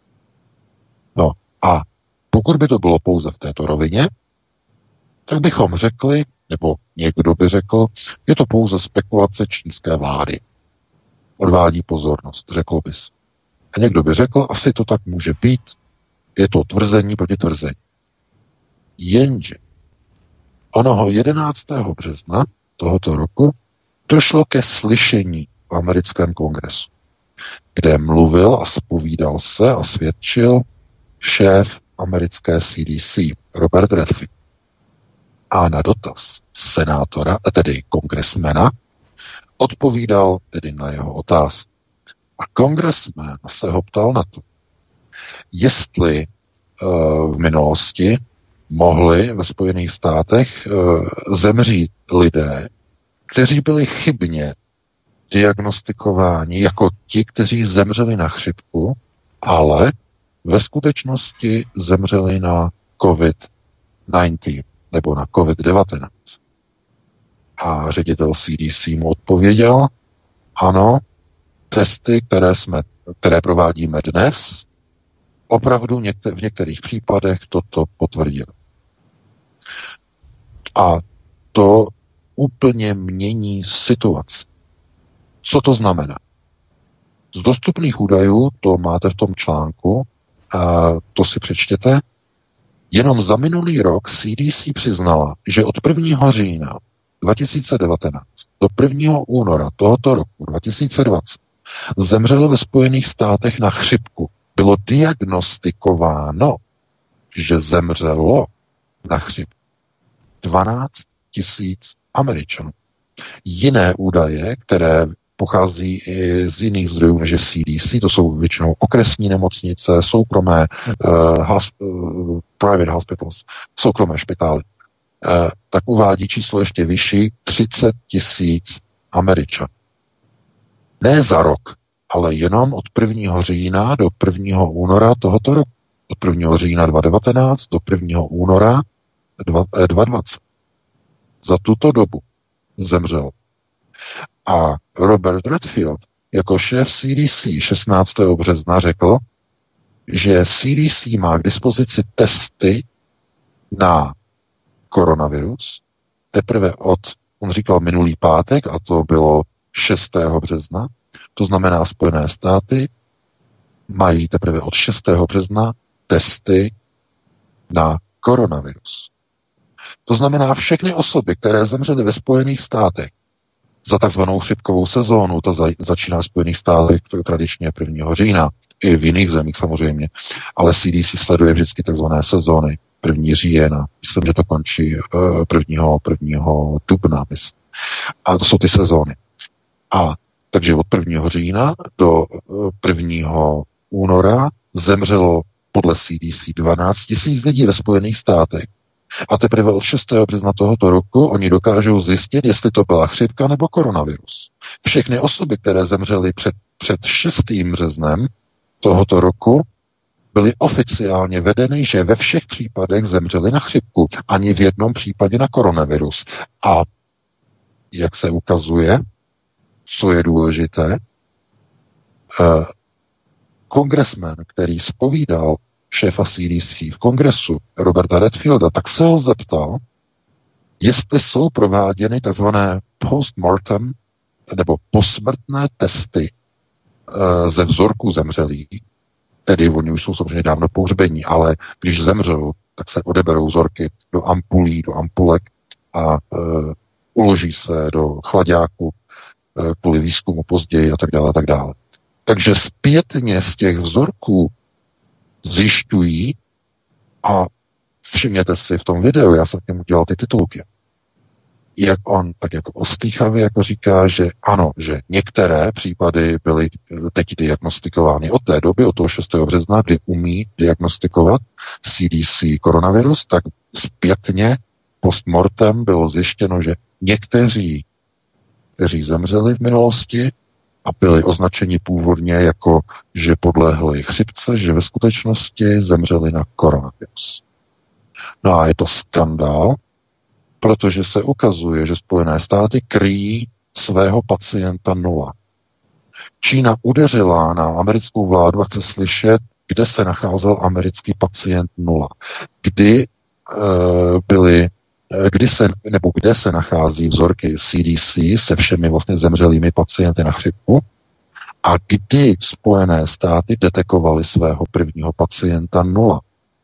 No a pokud by to bylo pouze v této rovině, tak bychom řekli, nebo někdo by řekl, je to pouze spekulace čínské vlády. Odvádí pozornost, řeklo by se. A někdo by řekl, asi to tak může být, je to tvrzení proti tvrzení. Jenže onoho jedenáctého března tohoto roku došlo ke slyšení v americkém kongresu, kde mluvil a zpovídal se a svědčil šéf americké C D C Robert Redfield. A na dotaz senátora, tedy kongresmena, odpovídal tedy na jeho otázku. A kongresmen se ho ptal na to, jestli uh, v minulosti mohli ve Spojených státech uh, zemřít lidé, kteří byli chybně diagnostikováni jako ti, kteří zemřeli na chřipku, ale ve skutečnosti zemřeli na covid devatenáct nebo na covid devatenáct. A ředitel C D C mu odpověděl, ano, testy, které, jsme, které provádíme dnes, opravdu některý, v některých případech toto potvrdili. A to úplně mění situaci. Co to znamená? Z dostupných údajů, to máte v tom článku, a to si přečtěte, jenom za minulý rok C D C přiznala, že od prvního října dva tisíce devatenáct do prvního února tohoto roku dva tisíce dvacet zemřelo ve Spojených státech na chřipku. Bylo diagnostikováno, že zemřelo na chřipku dvanáct tisíc Američanů. Jiné údaje, které pochází i z jiných zdrojů než C D C, to jsou většinou okresní nemocnice, soukromé uh, hosp- uh, private hospitals, soukromé špitály, uh, tak uvádí číslo ještě vyšší, třicet tisíc Američanů. Ne za rok, ale jenom od prvního října do prvního února tohoto roku. Od prvního října dva tisíce devatenáct do prvního února dva tisíce dvacet. Za tuto dobu zemřel. A Robert Redfield jako šéf C D C šestnáctého března řekl, že C D C má k dispozici testy na koronavirus teprve od, on říkal minulý pátek, a to bylo šestého března, to znamená Spojené státy mají teprve od šestého března testy na koronavirus. To znamená všechny osoby, které zemřely ve Spojených státech za takzvanou chřipkovou sezónu, ta za, začíná v Spojených státech tradičně prvního října, i v jiných zemích samozřejmě, ale C D C sleduje vždycky takzvané sezóny, první říjen a myslím, že to končí prvního, prvního dubna, myslím. A to jsou ty sezóny. A takže od prvního října do prvního února zemřelo podle C D C dvanáct tisíc lidí ve Spojených státech. A teprve od šestého března tohoto roku oni dokážou zjistit, jestli to byla chřipka nebo koronavirus. Všechny osoby, které zemřely před, před šestým březnem tohoto roku, byly oficiálně vedeny, že ve všech případech zemřely na chřipku, ani v jednom případě na koronavirus. A jak se ukazuje, co je důležité, eh, kongresmen, který zpovídal šéfa C D C v kongresu Roberta Redfielda, tak se ho zeptal, jestli jsou prováděny takzvané postmortem nebo posmrtné testy e, ze vzorků zemřelých, tedy oni už jsou samozřejmě dávno pohřbení, ale když zemřou, tak se odeberou vzorky do ampulí, do ampulek a e, uloží se do chladáku e, kvůli výzkumu později a tak dále, a tak dále. Takže zpětně z těch vzorků zjišťují a všimněte si v tom videu, já jsem k němu dělal ty titulky, jak on tak jako ostýchavě jako říká, že ano, že některé případy byly teď diagnostikovány od té doby, od toho šestého března, kdy umí diagnostikovat C D C koronavirus, tak zpětně postmortem bylo zjištěno, že někteří, kteří zemřeli v minulosti a byli označeni původně jako, že podlehli chřipce, že ve skutečnosti zemřeli na koronavirus. No a je to skandál, protože se ukazuje, že Spojené státy kryjí svého pacienta nula. Čína udeřila na americkou vládu a chce slyšet, kde se nacházel americký pacient nula. Kdy uh, byly, kdy se, nebo kde se nachází vzorky C D C se všemi vlastně zemřelými pacienty na chřipku a kdy Spojené státy detekovaly svého prvního pacienta nula.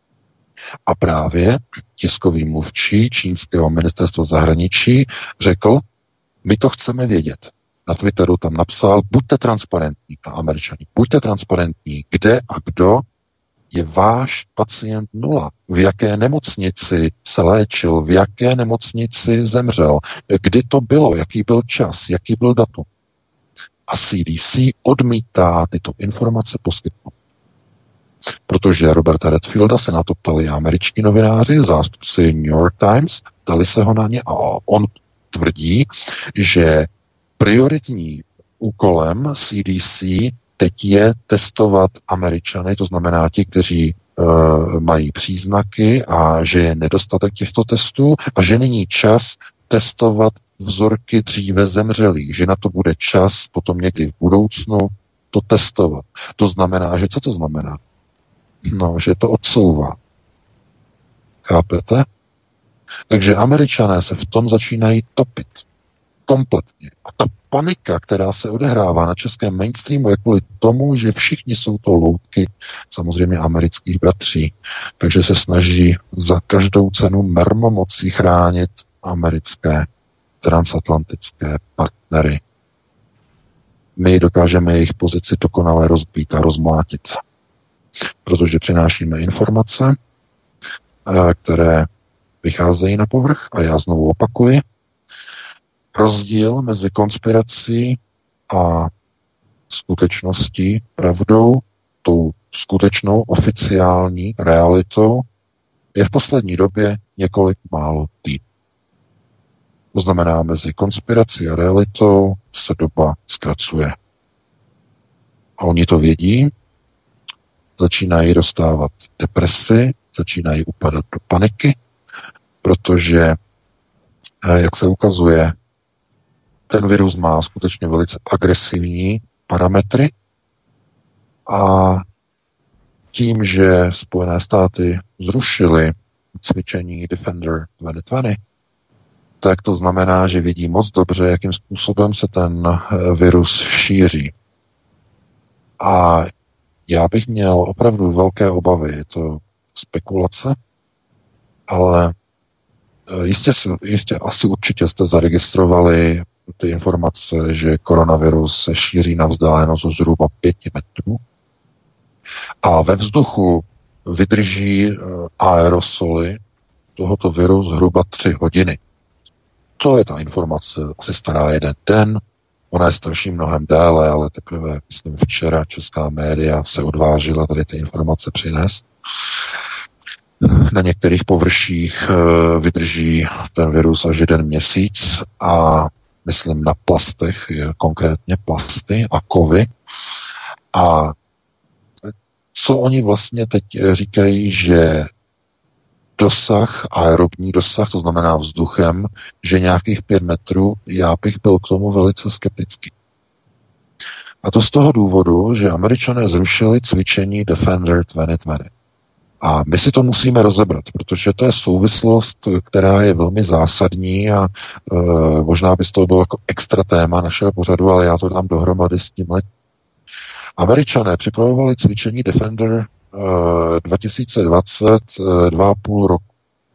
A právě tiskový mluvčí čínského ministerstva zahraničí řekl, my to chceme vědět. Na Twitteru tam napsal, buďte transparentní, a Američani, buďte transparentní, kde a kdo je váš pacient nula, v jaké nemocnici se léčil, v jaké nemocnici zemřel, kdy to bylo, jaký byl čas, jaký byl datum. A C D C odmítá tyto informace poskytnout. Protože Roberta Redfielda se na to ptali američtí novináři, zástupci New York Times, ptali se ho na ně a on tvrdí, že prioritní úkolem C D C teď je testovat Američany, to znamená ti, kteří uh, mají příznaky a že je nedostatek těchto testů a že není čas testovat vzorky dříve zemřelých, že na to bude čas potom někdy v budoucnu to testovat. To znamená, že co to znamená? No, že to odsouvá. Chápete? Takže Američané se v tom začínají topit. Kompletně. A ta panika, která se odehrává na českém mainstreamu, je kvůli tomu, že všichni jsou to loutky samozřejmě amerických bratří. Takže se snaží za každou cenu mermomocí chránit americké transatlantické partnery. My dokážeme jejich pozici dokonale rozbít a rozmlátit. Protože přinášíme informace, které vycházejí na povrch a já znovu opakuji, rozdíl mezi konspirací a skutečností, pravdou, tou skutečnou oficiální realitou je v poslední době několik málo týdnů. To znamená, mezi konspirací a realitou se doba zkracuje. A oni to vědí, začínají dostávat depresi, začínají upadat do paniky, protože, jak se ukazuje, ten virus má skutečně velice agresivní parametry a tím, že Spojené státy zrušily cvičení Defender dvacet dvacet, tak to znamená, že vidí moc dobře, jakým způsobem se ten virus šíří. A já bych měl opravdu velké obavy, je to spekulace, ale jistě, jistě asi určitě jste zaregistrovali ty informace, že koronavirus se šíří na vzdálenost zhruba pěti metrů a ve vzduchu vydrží aerosoly tohoto viru zhruba tři hodiny. To je ta informace asi stará jeden den, ona je starší mnohem déle, ale teprve, myslím, včera česká média se odvážila tady ty informace přinést. Na některých površích vydrží ten virus až jeden měsíc a myslím na plastech, konkrétně plasty a kovy. A co oni vlastně teď říkají, že dosah, aerobní dosah, to znamená vzduchem, že nějakých pět metrů, já bych byl k tomu velice skeptický. A to z toho důvodu, že Američané zrušili cvičení Defender dvacet dvacet. A my si to musíme rozebrat, protože to je souvislost, která je velmi zásadní a e, možná by z toho bylo jako extra téma našeho pořadu, ale já to dám dohromady s tímhle. Američané připravovali cvičení Defender e, dva tisíce dvacet e, dva a půl roku.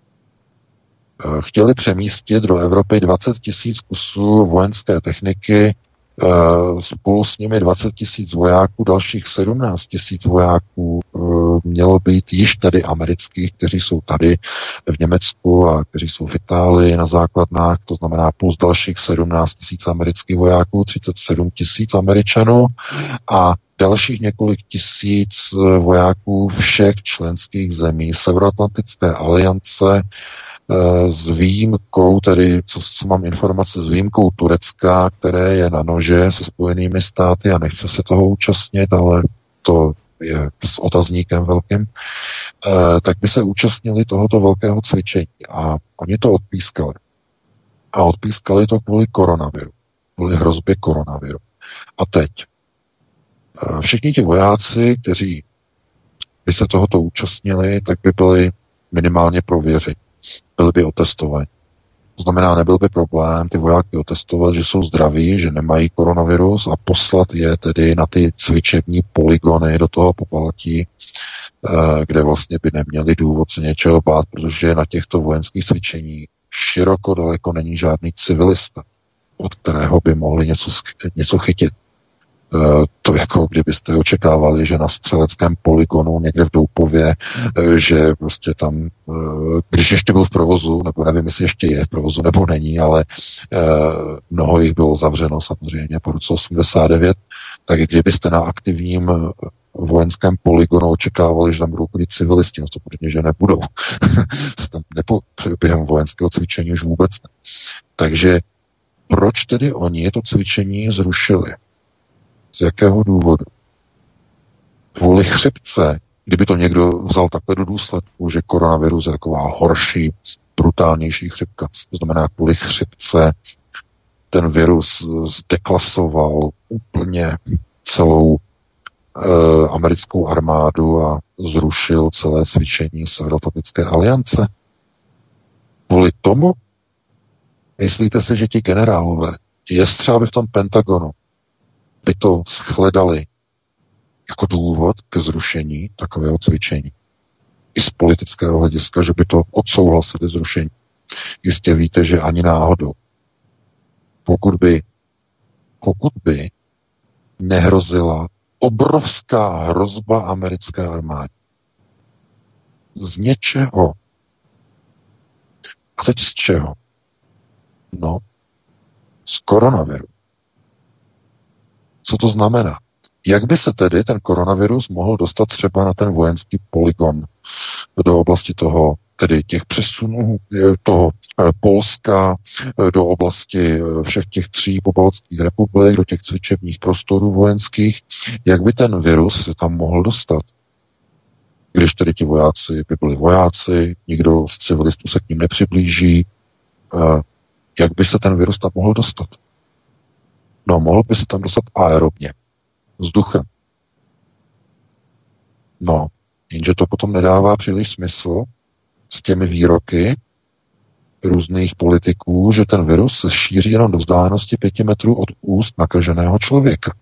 E, chtěli přemístit do Evropy dvacet tisíc kusů vojenské techniky, spolu s nimi dvacet tisíc vojáků, dalších sedmnáct tisíc vojáků mělo být již tady amerických, kteří jsou tady v Německu a kteří jsou v Itálii na základnách, to znamená plus dalších sedmnáct tisíc amerických vojáků, třicet sedm tisíc Američanů a dalších několik tisíc vojáků všech členských zemí Severoatlantické aliance, s výjimkou, tedy co, co mám informace, s výjimkou Turecka, které je na nože se Spojenými státy a nechce se toho účastnit, ale to je s otazníkem velkým, eh, tak by se účastnili tohoto velkého cvičení. A oni to odpískali. A odpískali to kvůli koronaviru. Kvůli hrozbě koronaviru. A teď. Eh, všichni ti vojáci, kteří by se tohoto účastnili, tak by byli minimálně prověřeni. Byli by otestovaní. To znamená, nebyl by problém ty vojáky otestovat, že jsou zdraví, že nemají koronavirus a poslat je tedy na ty cvičební polygony do toho Pobaltí, kde vlastně by neměli důvod se něčeho bát, protože na těchto vojenských cvičeních široko daleko není žádný civilista, od kterého by mohli něco, něco chytit. To jako kdybyste očekávali, že na střeleckém polygonu někde v Doupově, že prostě tam, když ještě byl v provozu, nebo nevím, jestli ještě je v provozu, nebo není, ale mnoho jich bylo zavřeno samozřejmě po roce osmdesát devět, tak kdybyste na aktivním vojenském polygonu očekávali, že tam budou chodit civilisti, no to protože že nebudou. Tam nepo, během vojenského cvičení už vůbec ne. Takže proč tedy oni to cvičení zrušili? Z jakého důvodu? Kvůli chřipce, kdyby to někdo vzal takhle do důsledku, že koronavirus je taková horší, brutálnější chřipka, to znamená kvůli chřipce ten virus zdeklasoval úplně celou e, americkou armádu a zrušil celé cvičení Severoatlantické aliance. Kvůli tomu? Myslíte si, že ti generálové, ti jestřáby v tom Pentagonu, by to shledali jako důvod ke zrušení takového cvičení. I z politického hlediska, že by to odsouhlasili zrušení. Jistě víte, že ani náhodou. Pokud by, pokud by nehrozila obrovská hrozba americké armádě z něčeho. A teď z čeho? No, z koronaviru. Co to znamená? Jak by se tedy ten koronavirus mohl dostat třeba na ten vojenský polygon do oblasti toho, tedy těch přesunů toho Polska, do oblasti všech těch tří pobaltských republik, do těch cvičebních prostorů vojenských, jak by ten virus se tam mohl dostat? Když tedy ti vojáci by byli vojáci, nikdo z civilistů se k ním nepřiblíží, jak by se ten virus tam mohl dostat? No, mohl by se tam dostat aerobně, vzduchem. No, jenže to potom nedává příliš smysl s těmi výroky různých politiků, že ten virus se šíří jenom do vzdálenosti pěti metrů od úst nakaženého člověka.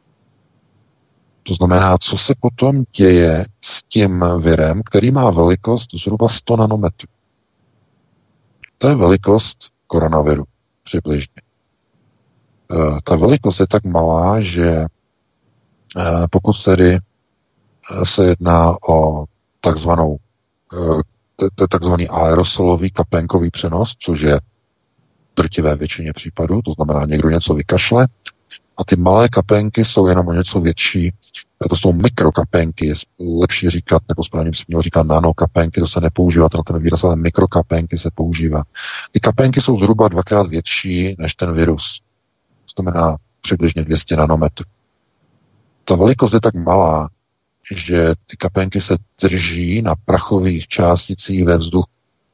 To znamená, co se potom děje s tím virem, který má velikost zhruba sto nanometrů. To je velikost koronaviru přibližně. Ta velikost je tak malá, že pokud tedy se jedná o takzvanou takzvaný aerosolový kapenkový přenos, což je v drtivé většině případů, to znamená někdo něco vykašle, a ty malé kapenky jsou jenom o něco větší, to jsou mikrokapenky, je lepší říkat, nebo správně by se mělo říkat nanokapenky, to se nepoužívá, ten, ten výraz, ale mikrokapenky se používá. Ty kapenky jsou zhruba dvakrát větší než ten virus. To znamená přibližně dvě stě nanometrů. Ta velikost je tak malá, že ty kapenky se drží na prachových částicích ve vzduchu.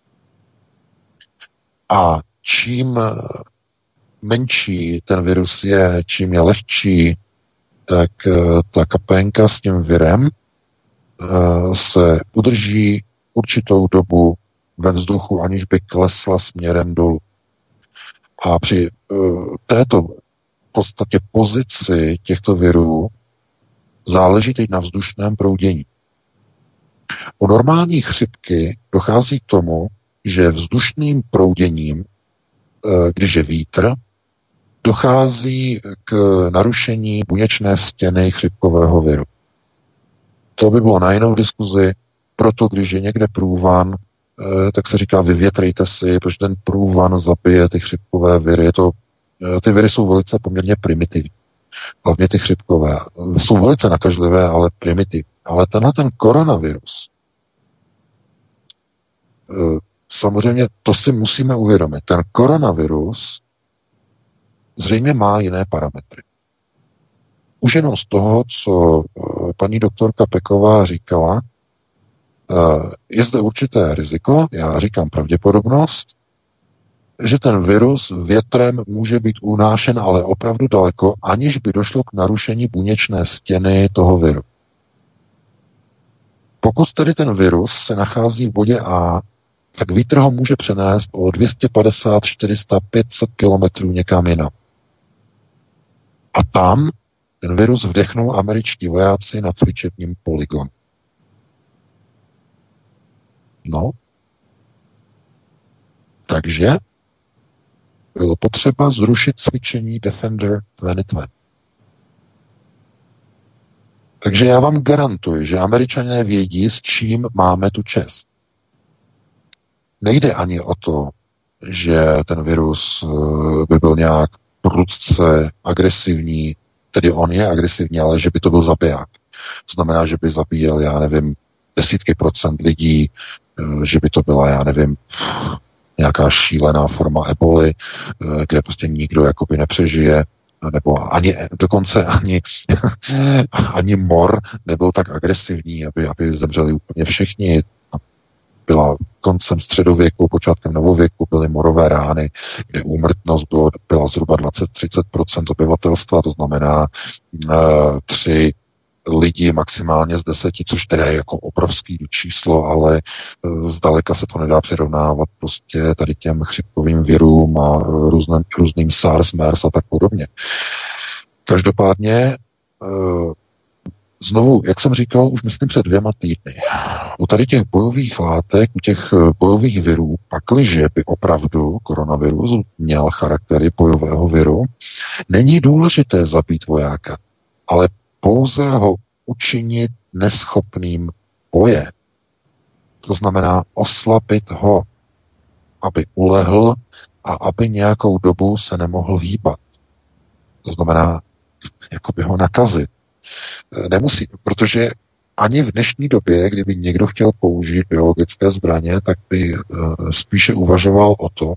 A čím menší ten virus je, čím je lehčí, tak ta kapenka s tím virem se udrží určitou dobu ve vzduchu, aniž by klesla směrem dolů. A při této v podstatě pozici těchto virů záleží teď na vzdušném proudění. U normální chřipky dochází k tomu, že vzdušným prouděním, když je vítr, dochází k narušení buněčné stěny chřipkového viru. To by bylo na jinou diskuzi, proto když je někde průvan, tak se říká vyvětrejte si, protože ten průvan zabije ty chřipkové viry. Je to, ty viry jsou velice poměrně primitivní. Hlavně ty chřipkové. Jsou velice nakažlivé, ale primitivní. Ale tenhle ten koronavirus, samozřejmě to si musíme uvědomit. Ten koronavirus zřejmě má jiné parametry. Už jenom z toho, co paní doktorka Peková říkala, je zde určité riziko, já říkám pravděpodobnost, že ten virus větrem může být unášen, ale opravdu daleko, aniž by došlo k narušení buněčné stěny toho viru. Pokud tedy ten virus se nachází v bodě A, tak vítr ho může přenést o dvě stě padesát, čtyři sta, pět set kilometrů někam jinam. A tam ten virus vdechnou američtí vojáci na cvičebním polygonu. No. Takže bylo potřeba zrušit cvičení Defender dvacet dvacet. Takže já vám garantuji, že Američané vědí, s čím máme tu čest. Nejde ani o to, že ten virus by byl nějak prudce agresivní, tedy on je agresivní, ale že by to byl zabiják. To znamená, že by zabíjel, já nevím, desítky procent lidí, že by to byla, já nevím, nějaká šílená forma eboli, kde prostě nikdo jakoby nepřežije, nebo ani, dokonce ani, ani mor nebyl tak agresivní, aby, aby zemřeli úplně všichni. Byla koncem středověku, počátkem novověku byly morové rány, kde úmrtnost bylo, byla zhruba dvacet až třicet procent obyvatelstva, to znamená e, tři lidi maximálně z deseti, což teda je jako obrovský číslo, ale zdaleka se to nedá přirovnávat prostě tady těm chřipkovým virům a různým, různým SARS, MERS a tak podobně. Každopádně znovu, jak jsem říkal, už myslím před dvěma týdny, u tady těch bojových látek, u těch bojových virů, pakliže by opravdu koronavirus měl charaktery bojového viru, není důležité zabít vojáka, ale pouze ho učinit neschopným boje. To znamená oslabit ho, aby ulehl a aby nějakou dobu se nemohl hýbat. To znamená, jako by ho nakazit. Nemusí, protože ani v dnešní době, kdyby někdo chtěl použít biologické zbraně, tak by spíše uvažoval o to,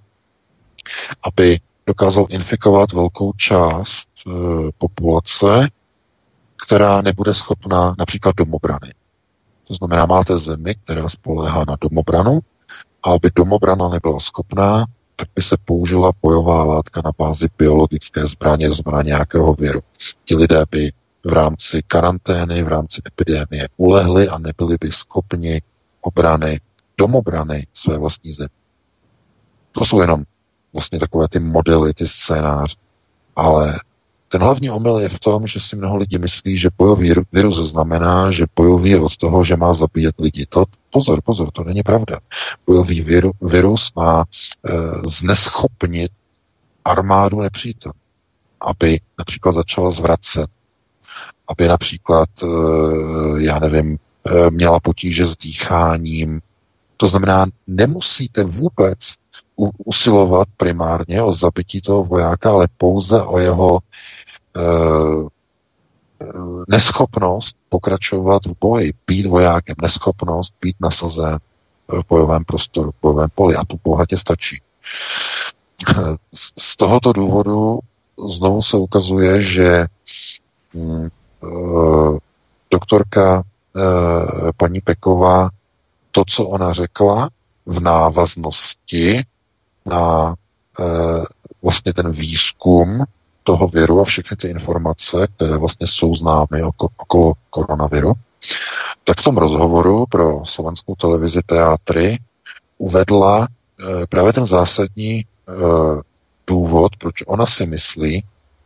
aby dokázal infikovat velkou část populace, která nebude schopná například domobrany. To znamená, máte zemi, která spoléhá na domobranu, a aby domobrana nebyla schopná, tak by se použila bojová látka na bázi biologické zbraně, to znamená nějakého viru. Ti lidé by v rámci karantény, v rámci epidemie ulehli a nebyli by schopni obrany, domobrany své vlastní země. To jsou jenom vlastně takové ty modely, ty scénáře. Ale ten hlavní omyl je v tom, že si mnoho lidí myslí, že bojový virus znamená, že bojový je od toho, že má zabíjet lidi. To, pozor, pozor, to není pravda. Bojový viru, virus má e, zneschopnit armádu nepřítele, aby například začala zvracet, aby například, e, já nevím, e, měla potíže s dýcháním. To znamená, nemusíte vůbec usilovat primárně o zabití toho vojáka, ale pouze o jeho e, neschopnost pokračovat v boji, být vojákem, neschopnost být nasazen v bojovém prostoru, v bojovém poli a tu bohatě stačí. Z tohoto důvodu znovu se ukazuje, že hm, e, doktorka e, paní Peková to, co ona řekla v návaznosti na e, vlastně ten výzkum toho viru a všechny ty informace, které vlastně jsou známy okolo koronaviru, tak v tom rozhovoru pro slovenskou televizi Teatry uvedla e, právě ten zásadní e, důvod, proč ona si myslí,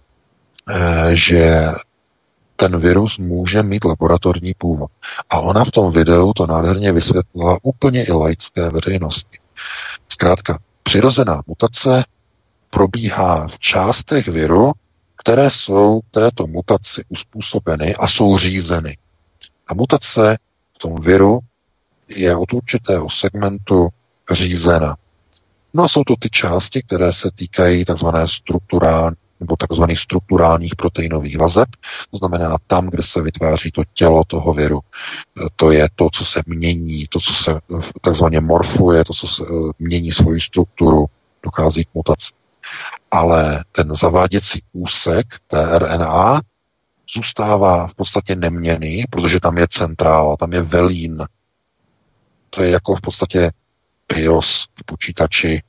e, že ten virus může mít laboratorní původ. A ona v tom videu to nádherně vysvětlila úplně i laické veřejnosti. Zkrátka, přirozená mutace probíhá v částech viru, které jsou této mutaci uspůsobeny a jsou řízeny. A mutace v tom viru je od určitého segmentu řízena. No a jsou to ty části, které se týkají tzv. strukturální nebo tzv. strukturálních proteinových vazeb, to znamená tam, kde se vytváří to tělo toho viru. To je to, co se mění, to, co se takzvaně morfuje, to, co se mění svoji strukturu, dochází k mutaci. Ale ten zaváděcí úsek té R N A zůstává v podstatě neměnný, protože tam je centrála, tam je velín. To je jako v podstatě BIOS v počítači,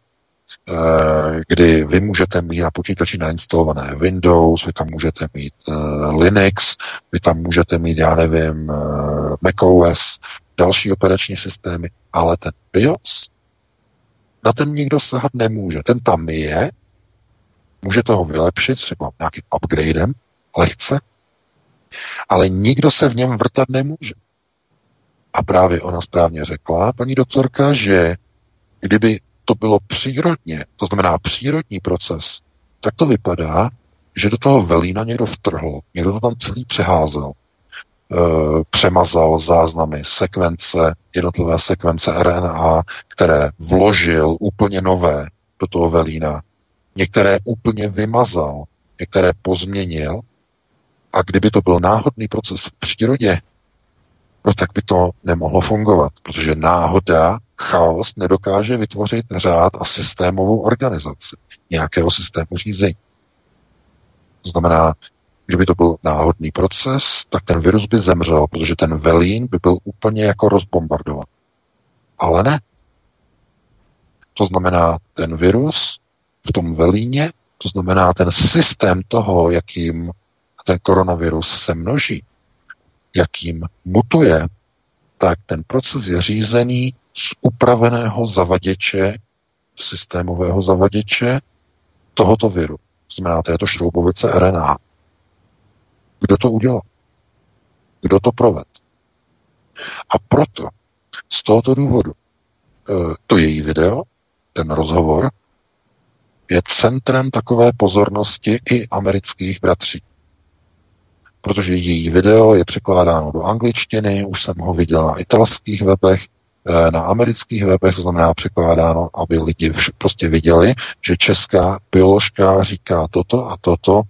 kdy vy můžete mít na počítači nainstalované Windows, vy tam můžete mít Linux, vy tam můžete mít, já nevím, macOS, další operační systémy, ale ten BIOS, na ten nikdo sahat nemůže. Ten tam je, můžete ho vylepšit třeba nějakým upgradem, lehce, ale nikdo se v něm vrtat nemůže. A právě ona správně řekla, paní doktorka, že kdyby to bylo přírodně, to znamená přírodní proces, tak to vypadá, že do toho velína někdo vtrhl, někdo to tam celý přeházel, e, přemazal záznamy, sekvence, jednotlivé sekvence R N A, které vložil úplně nové do toho velína, některé úplně vymazal, některé pozměnil, a kdyby to byl náhodný proces v přírodě, no tak by to nemohlo fungovat, protože náhoda, chaos nedokáže vytvořit řád a systémovou organizaci nějakého systému řízení. To znamená, kdyby to byl náhodný proces, tak ten virus by zemřel, protože ten velín by byl úplně jako rozbombardovaný. Ale ne. To znamená, ten virus v tom velíně, to znamená ten systém toho, jakým ten koronavirus se množí, jakým mutuje, tak ten proces je řízený z upraveného zavaděče, systémového zavaděče tohoto viru. To znamená této šroubovice R N A. Kdo to udělal? Kdo to provedl? A proto z tohoto důvodu to její video, ten rozhovor, je centrem takové pozornosti i amerických bratří. Protože její video je překládáno do angličtiny, už jsem ho viděl na italských webech, na amerických webech, to znamená překládáno, aby lidi prostě viděli, že česká bioložka říká toto a toto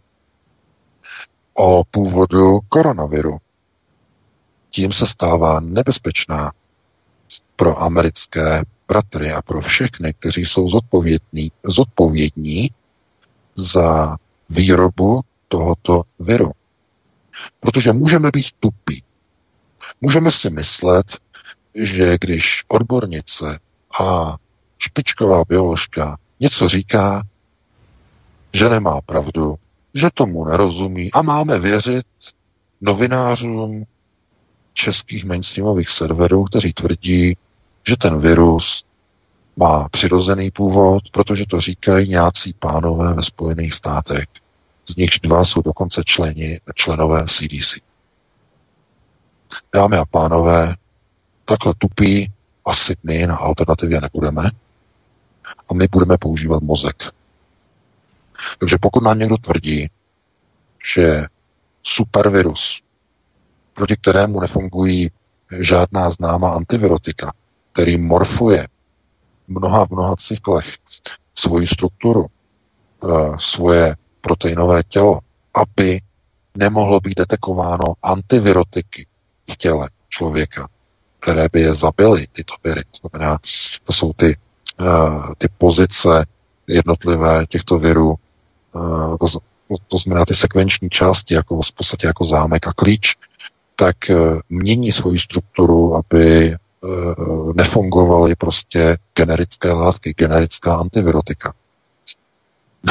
o původu koronaviru. Tím se stává nebezpečná pro americké bratry a pro všechny, kteří jsou zodpovědní, zodpovědní za výrobu tohoto viru. Protože můžeme být tupí. Můžeme si myslet, že když odbornice a špičková bioložka něco říká, že nemá pravdu, že tomu nerozumí a máme věřit novinářům českých mainstreamových serverů, kteří tvrdí, že ten virus má přirozený původ, protože to říkají nějací pánové ve Spojených státech. Z nichž dva jsou dokonce členi, členové C D C. Dámy a pánové, takhle tupí asi my na alternativě nebudeme a my budeme používat mozek. Takže pokud nám někdo tvrdí, že supervirus, proti kterému nefungují žádná známá antivirotika, který morfuje mnoha v mnoha cyklech svoji strukturu, svoje proteinové tělo, aby nemohlo být detekováno antivirotiky v těle člověka, které by je zabily, tyto viry. To znamená, to jsou ty, uh, ty pozice jednotlivé těchto virů, uh, to, to znamená ty sekvenční části, jako v podstatě jako zámek a klíč, tak uh, mění svoji strukturu, aby uh, nefungovaly prostě generické látky, generická antivirotika. No,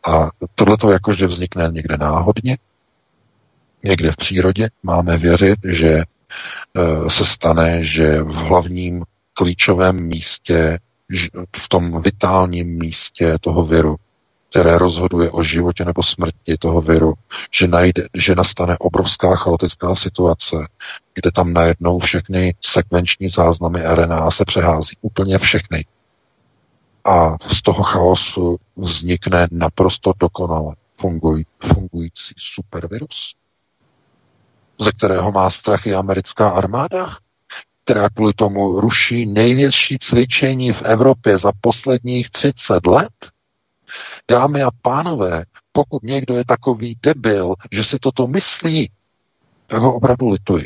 A tohleto jakože vznikne někde náhodně, někde v přírodě. Máme věřit, že se stane, že v hlavním klíčovém místě, v tom vitálním místě toho viru, které rozhoduje o životě nebo smrti toho viru, že, najde, že nastane obrovská chaotická situace, kde tam najednou všechny sekvenční záznamy R N A se přehází. Úplně všechny. A z toho chaosu vznikne naprosto dokonale funguj, fungující supervirus, ze kterého má strach i americká armáda, která kvůli tomu ruší největší cvičení v Evropě za posledních třicet let. Dámy a pánové, pokud někdo je takový debil, že si toto myslí, tak ho opravdu lituji.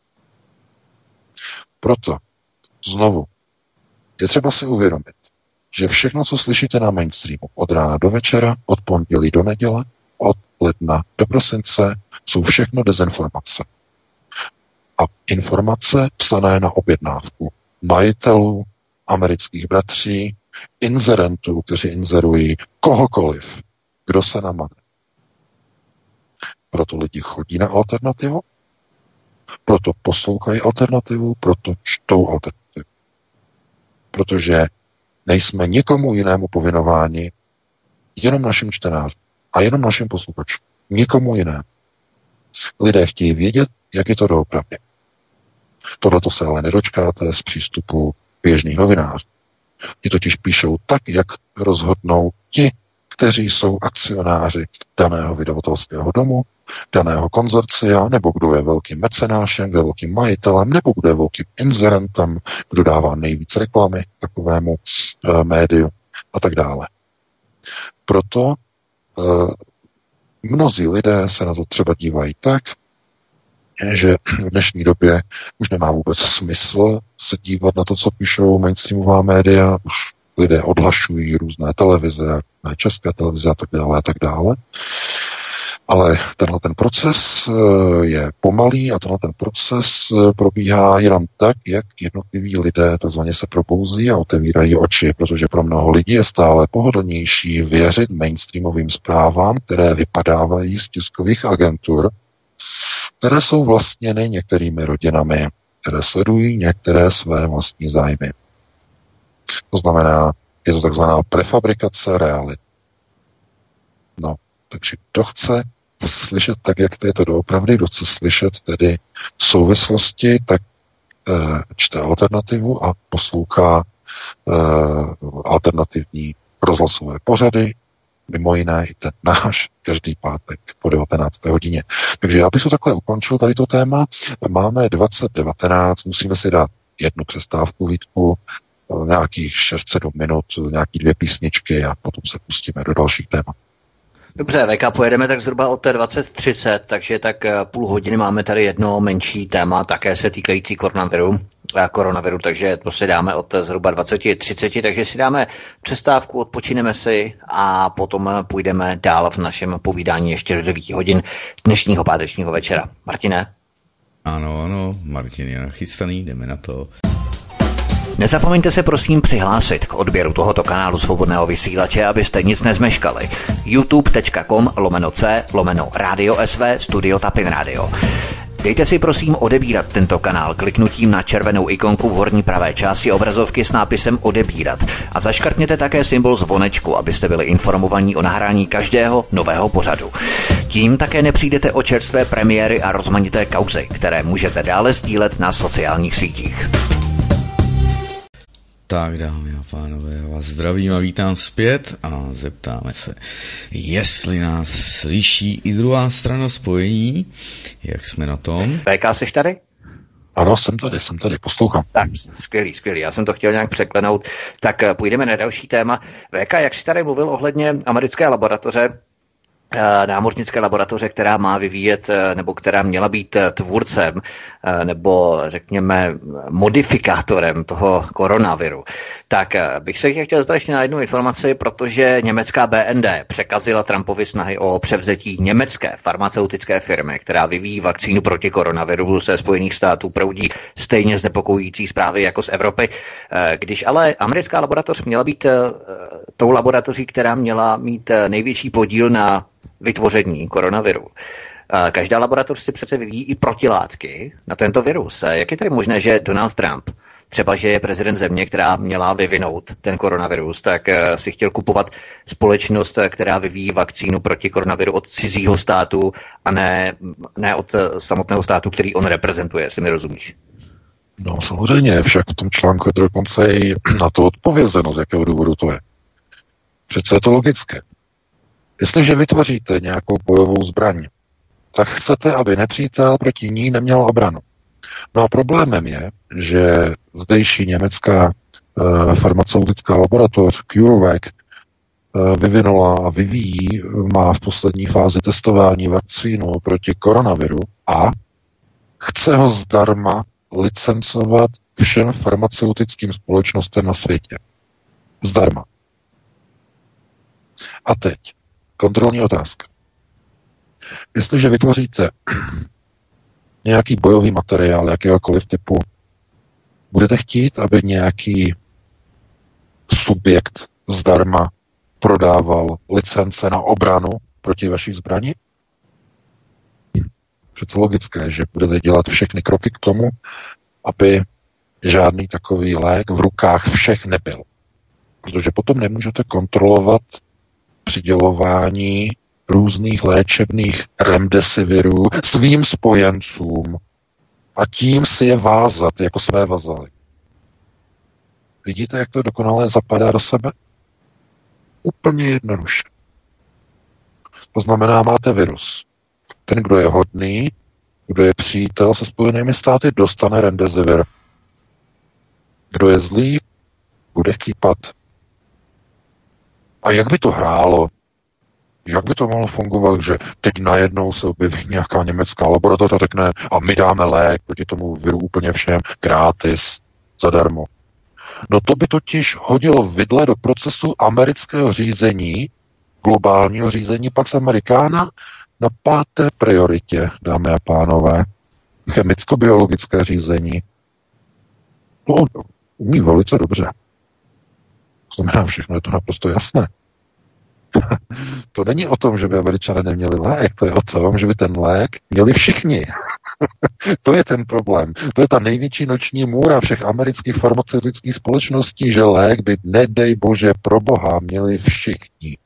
Proto znovu je třeba si uvědomit, že všechno, co slyšíte na mainstreamu od rána do večera, od pondělí do neděle, od ledna do prosince, jsou všechno dezinformace. A informace psané na objednávku majitelů, amerických bratří, inzerentů, kteří inzerují kohokoliv, kdo se namane. Proto lidi chodí na alternativu, proto poslouchají alternativu, proto čtou alternativu. Protože nejsme nikomu jinému povinováni, jenom našim čtenářům a jenom našim posluchačům. Nikomu jinému. Lidé chtějí vědět, jak je to doopravdy. Tohle to se ale nedočkáte z přístupu běžných novinářů. Ti totiž píšou tak, jak rozhodnou ti, kteří jsou akcionáři daného vydavatelského domu, daného konzorcia, nebo kdo je velkým mecenášem, kdo je velkým majitelem, nebo kdo je velkým inzerentem, kdo dává nejvíc reklamy takovému e, médiu a tak dále. Proto e, mnozí lidé se na to třeba dívají tak, že v dnešní době už nemá vůbec smysl se dívat na to, co píšou mainstreamová média, už lidé odhlašují různé televize, české televize a tak dále a tak dále. Ale tenhle ten proces je pomalý a tenhle ten proces probíhá jenom tak, jak jednotliví lidé takzvaně se probouzí a otevírají oči, protože pro mnoho lidí je stále pohodlnější věřit mainstreamovým zprávám, které vypadávají z tiskových agentur, které jsou vlastněny některými rodinami, které sledují některé své vlastní zájmy. To znamená, je to takzvaná prefabrikace reality. No, takže kdo chce slyšet tak, jak to je to doopravdy, kdo chce slyšet tedy souvislosti, tak e, čte alternativu a poslouchá e, alternativní rozhlasové pořady, mimo jiné i ten náš, každý pátek po devatenácté hodině. Takže já bych to takhle ukončil, tady to téma. Máme dvacet devatenáct, musíme si dát jednu přestávku, Vítku, nějakých šest sedm minut, nějaký dvě písničky a potom se pustíme do dalších témat. Dobře, V K, pojedeme tak zhruba od dvacet třicet, takže tak půl hodiny máme tady jedno menší téma, také se týkající koronaviru, koronaviru, takže to si dáme od zhruba dvacet třicet, takže si dáme přestávku, odpočineme si a potom půjdeme dál v našem povídání ještě do devět hodin dnešního pátečního večera. Martine? Ano, ano, Martin je nachystaný, jdeme na to. Nezapomeňte se prosím přihlásit k odběru tohoto kanálu Svobodného vysílače, abyste nic nezmeškali. youtube.com lomeno c lomeno Radio S V Studio Tapin Radio. Dejte si prosím odebírat tento kanál kliknutím na červenou ikonku v horní pravé části obrazovky s nápisem odebírat a zaškrtněte také symbol zvonečku, abyste byli informovaní o nahrání každého nového pořadu. Tím také nepřijdete o čerstvé premiéry a rozmanité kauzy, které můžete dále sdílet na sociálních sítích. Tak, dámy a pánové, já vás zdravím a vítám zpět a zeptáme se, jestli nás slyší i druhá strana spojení, jak jsme na tom. V K, jsi tady? Ano, jsem tady, jsem tady, poslouchám. Tak, skvělý, skvělý, já jsem to chtěl nějak překlenout. Tak půjdeme na další téma. V K, jak jsi tady mluvil ohledně americké laboratoře, námořnické laboratoře, která má vyvíjet, nebo která měla být tvůrcem, nebo řekněme modifikátorem toho koronaviru. Tak bych se chtěl zeptat ještě na jednu informaci, protože německá B N D překazila Trumpovi snahy o převzetí německé farmaceutické firmy, která vyvíjí vakcínu proti koronaviru ze Spojených států. Proudí stejně znepokojující zprávy jako z Evropy. Když ale americká laboratoř měla být tou laboratoří, která měla mít největší podíl na vytvoření koronaviru. Každá laboratoř si přece vyvíjí i protilátky na tento virus. Jak je tedy možné, že Donald Trump, třeba že je prezident země, která měla vyvinout ten koronavirus, tak si chtěl kupovat společnost, která vyvíjí vakcínu proti koronaviru od cizího státu a ne, ne od samotného státu, který on reprezentuje, jestli mi rozumíš? No samozřejmě, však v tom článku je dokonce i na to odpovězeno, z jakého důvodu to je. Přece je to logické. Jestliže vytvoříte nějakou bojovou zbraň, tak chcete, aby nepřítel proti ní neměl obranu. No a problémem je, že zdejší německá e, farmaceutická laboratoř CureVac e, vyvinula a vyvíjí, má v poslední fázi testování vakcínu proti koronaviru a chce ho zdarma licencovat všem farmaceutickým společnostem na světě. Zdarma. A teď kontrolní otázka. Jestliže vytvoříte nějaký bojový materiál jakéhokoliv typu, budete chtít, aby nějaký subjekt zdarma prodával licence na obranu proti vaší zbrani? Přece logické, že budete dělat všechny kroky k tomu, aby žádný takový lék v rukách všech nebyl. Protože potom nemůžete kontrolovat přidělování různých léčebných remdesivirů svým spojencům a tím si je vázat jako své vazaly. Vidíte, jak to dokonale zapadá do sebe? Úplně jednoduše. To znamená, máte virus. Ten, kdo je hodný, kdo je přítel se Spojenými státy, dostane remdesivir. Kdo je zlý, bude chcípat. A jak by to hrálo? Jak by to mohlo fungovat, že teď najednou se objeví nějaká německá laboratoř a řekne a my dáme lék proti tomu viru úplně všem gratis, zadarmo. No to by totiž hodilo vidle do procesu amerického řízení, globálního řízení Pax Americana na páté prioritě, dámy a pánové, chemicko-biologické řízení. To on umí velice dobře. To znamená, všechno je to naprosto jasné. To není o tom, že by Američané neměli lék, to je o tom, že by ten lék měli všichni. To je ten problém. To je ta největší noční můra všech amerických farmaceutických společností, že lék by, nedej bože, pro boha, měli všichni.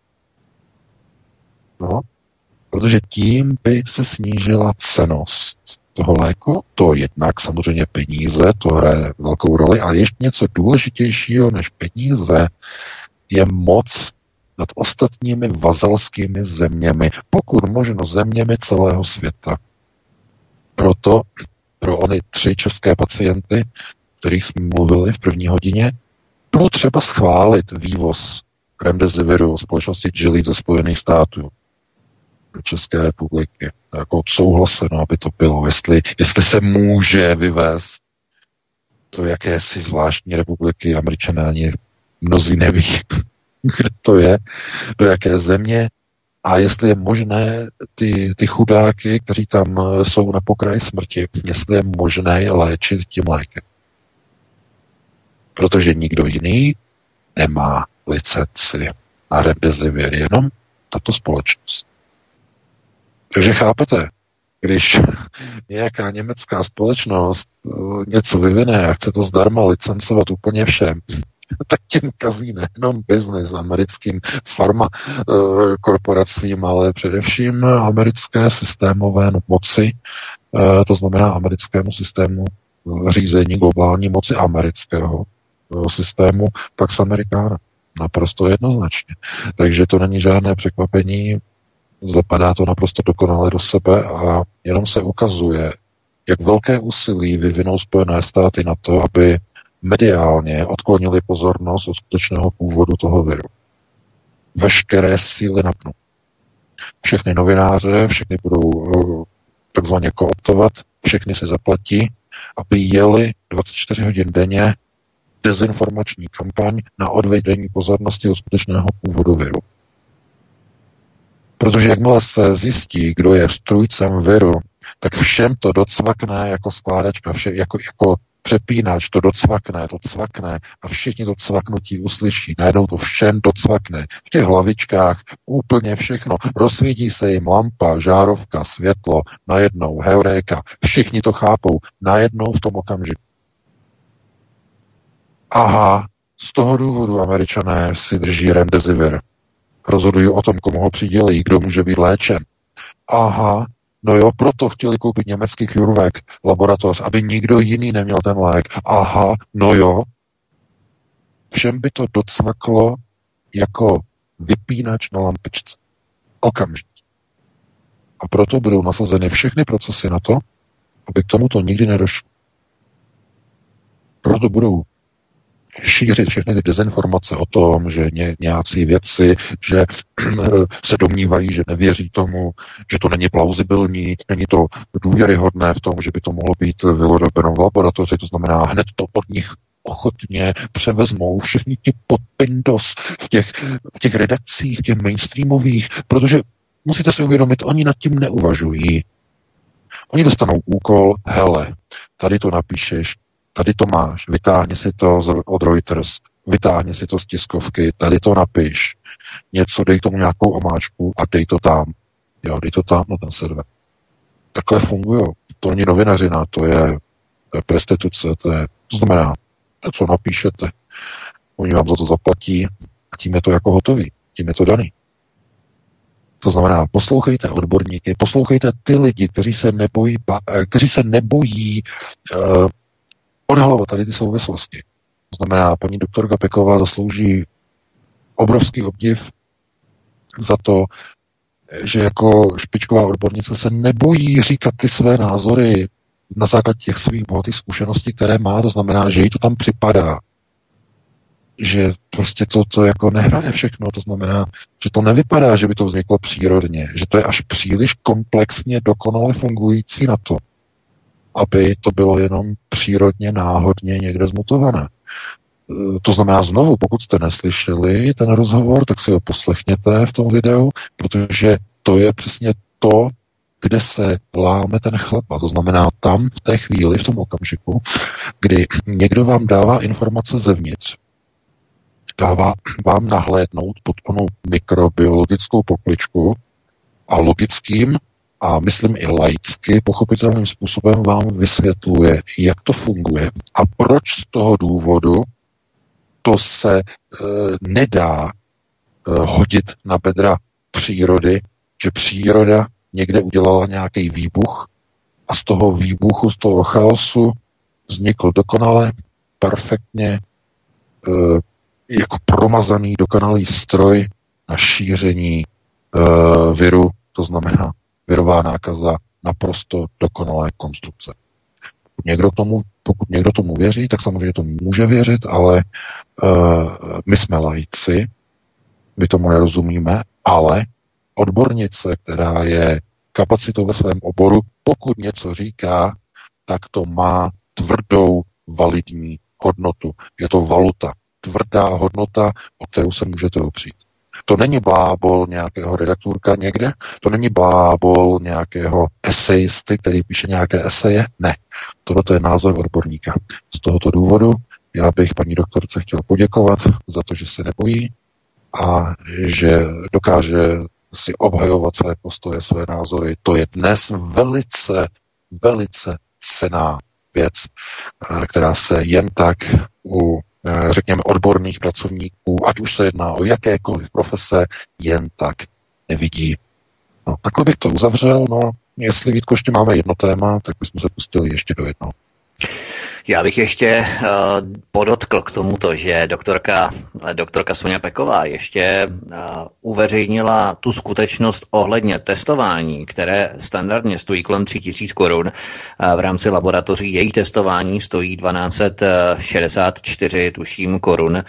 No, protože tím by se snížila cenost toho léku, to jednak samozřejmě peníze, to hraje velkou roli, a ještě něco důležitějšího než peníze je moc nad ostatními vazalskými zeměmi, pokud možno zeměmi celého světa. Proto pro ony tři české pacienty, kterých jsme mluvili v první hodině, bylo třeba schválit vývoz remdesiviru společnosti Gilead ze Spojených států do České republiky. Jako odsouhlaseno, aby to bylo. Jestli, jestli se může vyvést do jakési zvláštní republiky, Američané ani mnozí neví, kde to je, do jaké země, a jestli je možné ty, ty chudáky, kteří tam jsou na pokraji smrti, jestli je možné je léčit tím lékem. Protože nikdo jiný nemá licenci na remdesivir, jenom tato společnost. Takže chápete, když nějaká německá společnost něco vyvine a chce to zdarma licencovat úplně všem, tak tím kazí nejenom biznis americkým farma uh, korporacím, ale především americké systémové moci, uh, to znamená americkému systému řízení globální moci amerického uh, systému Pax Americana. Naprosto jednoznačně. Takže to není žádné překvapení, zapadá to naprosto dokonale do sebe a jenom se ukazuje, jak velké úsilí vyvinou Spojené státy na to, aby mediálně odklonili pozornost od skutečného původu toho viru. Veškeré síly napnou. všechny novináře, všechny budou takzvaně kooptovat, všechny se zaplatí, aby jeli dvacet čtyři hodin denně dezinformační kampaň na odvedení pozornosti od skutečného původu viru. Protože jakmile se zjistí, kdo je strůjcem viru, tak všem to docvakne jako skládačka, vše, jako, jako přepínač to docvakne, to cvakne a všichni to cvaknutí uslyší. Najednou to všem docvakne. V těch hlavičkách úplně všechno. Rozsvítí se jim lampa, žárovka, světlo, najednou, heuréka. Všichni to chápou. Najednou v tom okamžiku. Aha, z toho důvodu Američané si drží remdesivir. Rozhodují o tom, komu ho přidělí, kdo může být léčen. Aha, no jo, proto chtěli koupit německý CureVac laboratoř, aby nikdo jiný neměl ten lék. Aha, no jo. Všem by to docvaklo jako vypínač na lampičce. Okamžitě. A proto budou nasazeny všechny procesy na to, aby k tomuto nikdy nedošlo. Proto budou šířit všechny ty dezinformace o tom, že ně, nějací vědci, že se domnívají, že nevěří tomu, že to není plauzibilní, není to důvěryhodné v tom, že by to mohlo být vyrobeno v laboratoři, to znamená hned to od nich ochotně převezmou všichni ti podpindos v těch, v těch redakcích, v těch mainstreamových, protože musíte si uvědomit, oni nad tím neuvažují. Oni dostanou úkol, hele, tady to napíšeš, tady to máš, vytáhni si to od Reuters, vytáhni si to z tiskovky, tady to napiš, něco, dej tomu nějakou omáčku a dej to tam. Jo, dej to tam na ten server. Takhle fungují. To není novinařina, to je, to je prostituce, to je, to znamená, co napíšete, oni vám za to zaplatí a tím je to jako hotový, tím je to daný. To znamená, poslouchejte odborníky, poslouchejte ty lidi, kteří se nebojí, kteří se nebojí uh, odhalovat tady ty souvislosti. To znamená, paní doktorka Peková zaslouží obrovský obdiv za to, že jako špičková odbornice se nebojí říkat ty své názory na základě těch svých bohatých zkušeností, které má, to znamená, že jí to tam připadá. Že prostě to, to jako nehraje všechno, to znamená, že to nevypadá, že by to vzniklo přírodně, že to je až příliš komplexně dokonale fungující na to, aby to bylo jenom přírodně, náhodně někde zmutované. To znamená znovu, pokud jste neslyšeli ten rozhovor, tak si ho poslechněte v tom videu, protože to je přesně to, kde se láme ten chleba. To znamená tam v té chvíli, v tom okamžiku, kdy někdo vám dává informace zevnitř, dává vám nahlédnout pod onou mikrobiologickou pokličku a logickým a myslím i laicky pochopitelným způsobem vám vysvětluje, jak to funguje a proč z toho důvodu to se e, nedá e, hodit na bedra přírody, že příroda někde udělala nějaký výbuch a z toho výbuchu, z toho chaosu vznikl dokonale, perfektně e, jako promazaný, dokonalý stroj na šíření e, viru, to znamená virová nákaza, naprosto dokonalé konstrukce. Někdo k tomu, pokud někdo tomu věří, tak samozřejmě to může věřit, ale uh, my jsme laici, my tomu nerozumíme, ale odbornice, která je kapacitou ve svém oboru, pokud něco říká, tak to má tvrdou validní hodnotu. Je to valuta, tvrdá hodnota, o kterou se můžete opřít. To není blábol nějakého redaktorka někde, to není blábol nějakého esejisty, který píše nějaké eseje, ne. Tohle je názor odborníka. Z tohoto důvodu já bych paní doktorce chtěl poděkovat za to, že se nebojí a že dokáže si obhajovat své postoje, své názory. To je dnes velice, velice cenná věc, která se jen tak u řekněme odborných pracovníků, ať už se jedná o jakékoliv profese, jen tak nevidí. No, takhle bych to uzavřel, no, jestli, Vítko, ještě máme jedno téma, tak bychom se pustili ještě do jednoho. Já bych ještě uh, podotkl k tomuto, že doktorka, doktorka Soňa Peková ještě uh, uveřejnila tu skutečnost ohledně testování, které standardně stojí kolem tři tisíce korun. Uh, v rámci laboratoří její testování stojí dvanáct set šedesát čtyři, tuším, korun.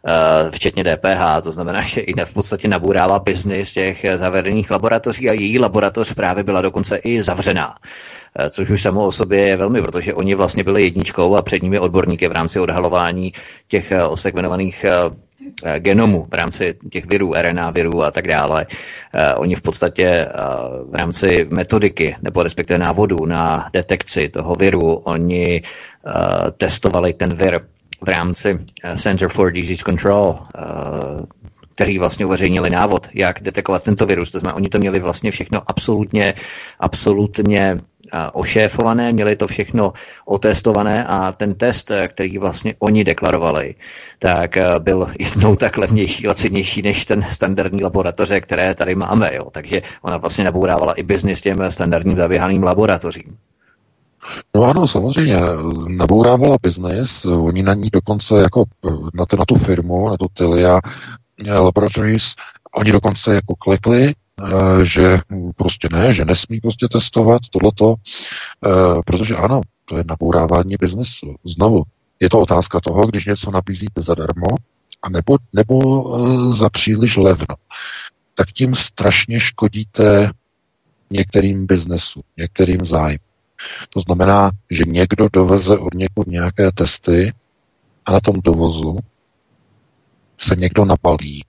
včetně D P H, to znamená, že i v podstatě nabourává biznis těch zavedených laboratoří a její laboratoř právě byla dokonce i zavřená. Což už samo o sobě je velmi, protože oni vlastně byli jedničkou a před nimi odborníky v rámci odhalování těch osekvenovaných genomů v rámci těch virů, R N A virů a tak dále. Oni v podstatě v rámci metodiky nebo respektive návodu na detekci toho viru, oni testovali ten vir v rámci Center for Disease Control, kteří vlastně uveřejnili návod, jak detekovat tento virus. To znamená, oni to měli vlastně všechno absolutně, absolutně ošéfované, měli to všechno otestované a ten test, který vlastně oni deklarovali, tak byl jednou tak levnější, lacinější než ten standardní laboratoře, které tady máme. Jo. Takže ona vlastně nabourávala i biznis těm standardním zaběhaným laboratořím. No ano, samozřejmě, nabourávala biznis, oni na ní dokonce jako na, to, na tu firmu, na tu Tilia Laboratories, oni dokonce jako klikli, že prostě ne, že nesmí prostě testovat tohleto, protože ano, to je nabourávání biznesu. Znovu, je to otázka toho, když něco nabízíte zadarmo, a nebo, nebo za příliš levno, tak tím strašně škodíte některým biznesům, některým zájmům. To znamená, že někdo doveze od někud nějaké testy a na tom dovozu se někdo napalí.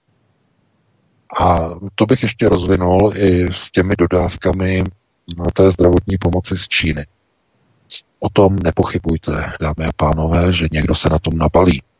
A to bych ještě rozvinul i s těmi dodávkami na té zdravotní pomoci z Číny. O tom nepochybujte, dámy a pánové, že někdo se na tom napalí. E,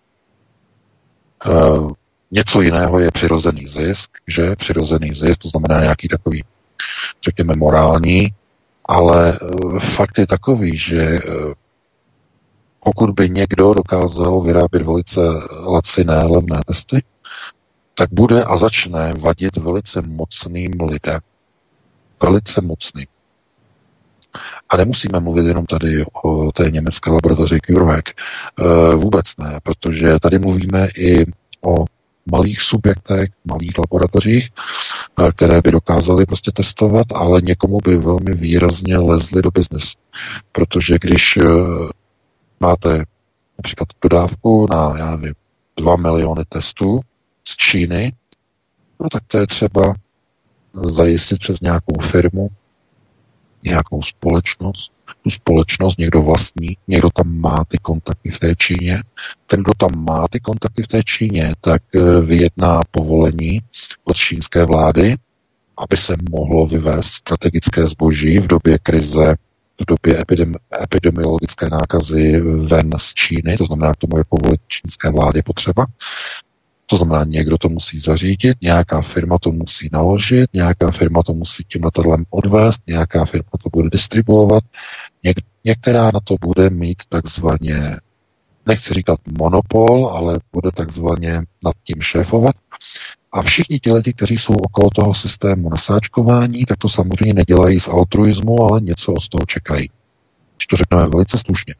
něco jiného je přirozený zisk, že? Přirozený zisk, to znamená nějaký takový, řekněme, morální, ale e, fakt je takový, že e, pokud by někdo dokázal vyrábět velice laciné, levné testy, tak bude a začne vadit velice mocným lidem. Velice mocným. A nemusíme mluvit jenom tady o té německé laboratoři CureVac. E, vůbec ne, protože tady mluvíme i o malých subjektech, malých laboratořích, které by dokázaly prostě testovat, ale někomu by velmi výrazně lezly do biznesu. Protože když máte například dodávku na, já nevím, dva miliony testů z Číny, no tak to je třeba zajistit přes nějakou firmu, nějakou společnost. Tu společnost někdo vlastní, někdo tam má ty kontakty v té Číně. Ten, kdo tam má ty kontakty v té Číně, tak vyjedná povolení od čínské vlády, aby se mohlo vyvést strategické zboží v době krize, v době epidemi- epidemiologické nákazy ven z Číny, to znamená, k tomu je povolit čínské vládě potřeba. To znamená, někdo to musí zařídit, nějaká firma to musí naložit, nějaká firma to musí tím letadlem odvést, nějaká firma to bude distribuovat, něk- některá na to bude mít takzvaně, nechci říkat monopol, ale bude takzvaně nad tím šéfovat. A všichni ti lidi, kteří jsou okolo toho systému nasáčkování, tak to samozřejmě nedělají z altruismu, ale něco od toho čekají. Když to řekneme velice slušně.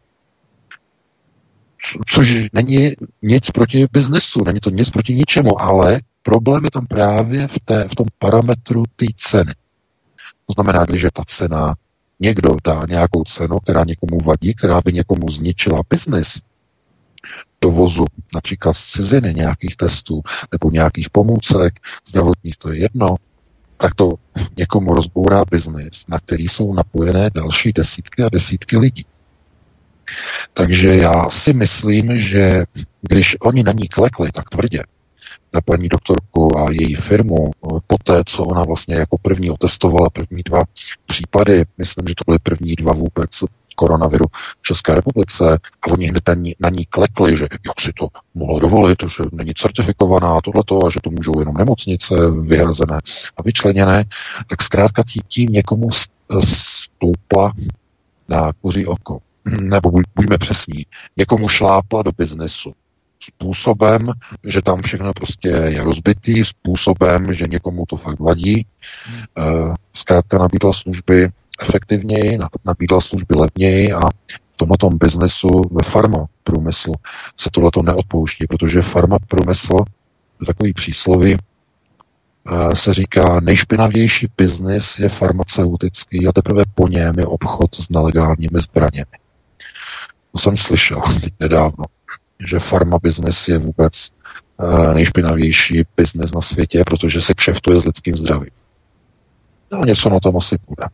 Což není nic proti biznesu, není to nic proti ničemu, ale problém je tam právě v, té, v tom parametru té ceny. To znamená, když je ta cena, někdo dá nějakou cenu, která někomu vadí, která by někomu zničila biznis, dovozu například z ciziny nějakých testů nebo nějakých pomůcek zdravotních, to je jedno, tak to někomu rozbourá biznis, na který jsou napojené další desítky a desítky lidí. Takže já si myslím, že když oni na ní klekli tak tvrdě, na paní doktorku a její firmu, poté, co ona vlastně jako první otestovala první dva případy, myslím, že to byly první dva vůbec koronaviru v České republice, a oni hned na ní, na ní klekli, že jak si to mohlo dovolit, že není certifikovaná tohleto a že to můžou jenom nemocnice vyhrazené a vyčleněné, tak zkrátka tím někomu stoupla na kuří oko. Nebo buďme přesní, někomu šlápla do biznesu. Způsobem, že tam všechno prostě je rozbitý, způsobem, že někomu to fakt vadí. Zkrátka nabídla služby efektivněji, nabídla služby levněji a v tomto biznesu ve farmaprůmyslu se tohleto neodpouští, protože farmaprůmysl, takový přísloví, se říká, nejšpinavější biznis je farmaceutický a teprve po něm je obchod s nelegálními zbraněmi. To jsem slyšel teď nedávno. že farma business je vůbec uh, nejšpinavější business na světě, protože se kšeftuje s lidským zdravím. No, něco na tom asi bude.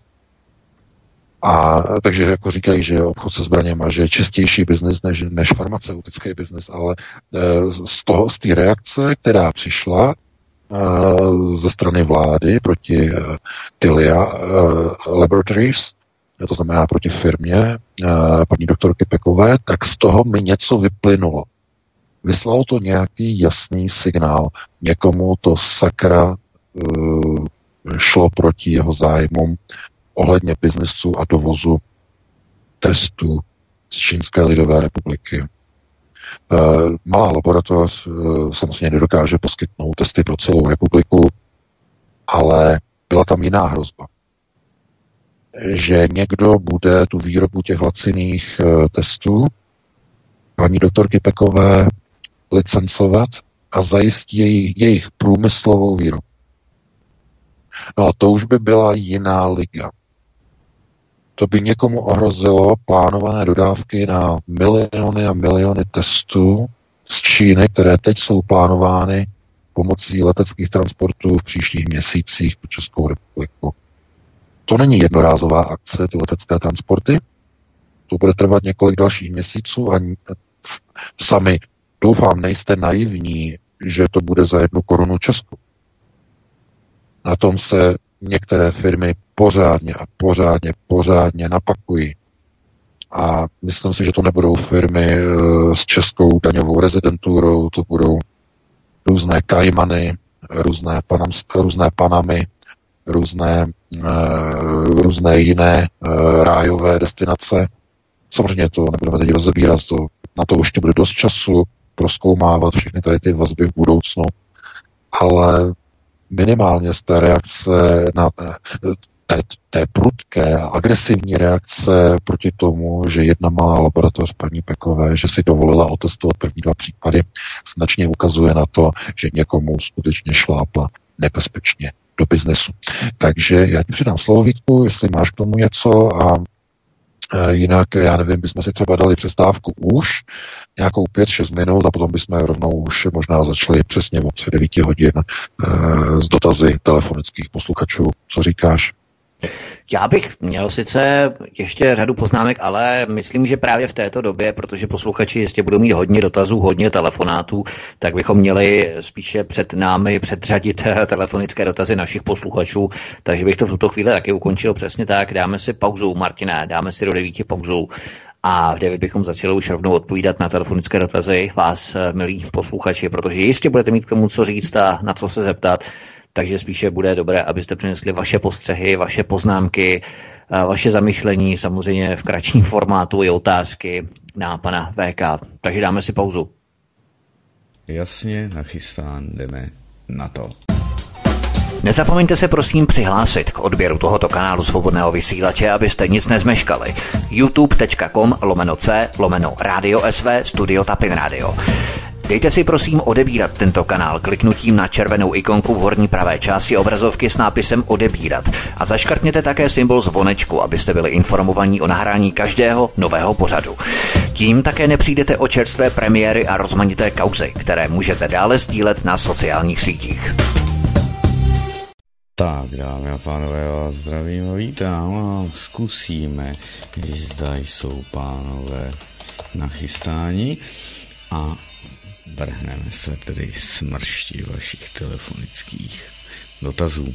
A takže jako říkají, že obchod se zbraněma, že je čistější biznis než, než farmaceutický biznis, ale uh, z toho, z té reakce, která přišla uh, ze strany vlády proti uh, Tilia uh, Laboratories, to znamená proti firmě uh, paní doktorky Pekové, tak z toho mi něco vyplynulo. Vyslalo to nějaký jasný signál. Někomu to sakra uh, šlo proti jeho zájmům ohledně biznesu a dovozu testů z Čínské lidové republiky. Uh, malá laboratoř uh, samozřejmě nedokáže poskytnout testy pro celou republiku, ale byla tam jiná hrozba. Že někdo bude tu výrobu těch laciných uh, testů paní doktorky Pekové licencovat a zajistí jejich, jejich průmyslovou výrobu. No a to už by byla jiná liga. To by někomu ohrozilo plánované dodávky na miliony a miliony testů z Číny, které teď jsou plánovány pomocí leteckých transportů v příštích měsících pro Českou republiku. To není jednorázová akce, ty letecké transporty. To bude trvat několik dalších měsíců a sami, doufám, nejste naivní, že to bude za jednu korunu Česku. Na tom se některé firmy pořádně a pořádně, pořádně napakují. A myslím si, že to nebudou firmy s českou daňovou rezidenturou, to budou různé Kajmany, různé, panam, různé Panamy, různé, různé jiné rájové destinace. Samozřejmě to nebudeme teď rozebírat, to, na to už bude dost času prozkoumávat všechny tady ty vazby v budoucnu, ale minimálně z té reakce na té, té prudké a agresivní reakce proti tomu, že jedna malá laboratoř paní Pekové, že si dovolila otestovat první dva případy, značně ukazuje na to, že někomu skutečně šlápla nebezpečně do biznesu. Takže já ti přidám slovo, Vítku, jestli máš k tomu něco a jinak, já nevím, bychom si třeba dali přestávku už nějakou pět šest minut a potom bychom rovnou už možná začali přesně od devíti hodin e, s dotazy telefonických posluchačů. Co říkáš? Já bych měl sice ještě řadu poznámek, ale myslím, že právě v této době, protože posluchači jistě budou mít hodně dotazů, hodně telefonátů, tak bychom měli spíše před námi předřadit telefonické dotazy našich posluchačů, takže bych to v tuto chvíli taky ukončil přesně tak. Dáme si pauzu, Martina, dáme si do devíti pauzu a v devět bychom začali už rovnou odpovídat na telefonické dotazy vás, milí posluchači, protože jistě budete mít k tomu co říct a na co se zeptat. Takže spíše bude dobré, abyste přinesli vaše postřehy, vaše poznámky, vaše zamyšlení, samozřejmě v kratším formátu i otázky na pana V K. Takže dáme si pauzu. Jasně, nachystán, jdeme na to. Nezapomeňte se prosím přihlásit k odběru tohoto kanálu Svobodného vysílače, abyste nic nezmeškali. youtube.com lomeno c lomeno Radio S V Studio Tapin Radio. Dejte si prosím odebírat tento kanál kliknutím na červenou ikonku v horní pravé části obrazovky s nápisem odebírat a zaškrtněte také symbol zvonečku, abyste byli informovaní o nahrání každého nového pořadu. Tím také nepřijdete o čerstvé premiéry a rozmanité kauzy, které můžete dále sdílet na sociálních sítích. Tak, dámy a pánové, vás zdravím a vítám a zkusíme, zda jsou pánové nachystáni a vrhneme se tedy smršti vašich telefonických dotazů.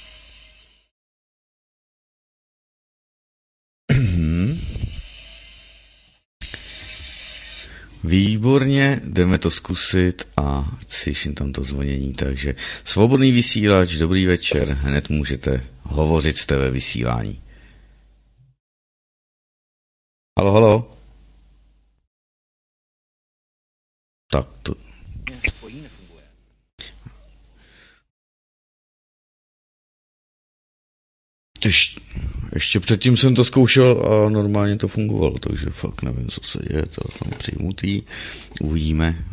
Výborně, jdeme to zkusit a slyším tam to zvonění, takže svobodný vysílač, dobrý večer, hned můžete hovořit, jste ve vysílání. Halo, halo. Tak to... Ještě, ještě předtím jsem to zkoušel a normálně to fungovalo, takže fakt nevím, co se děje, to tam přijmutý, uvidíme.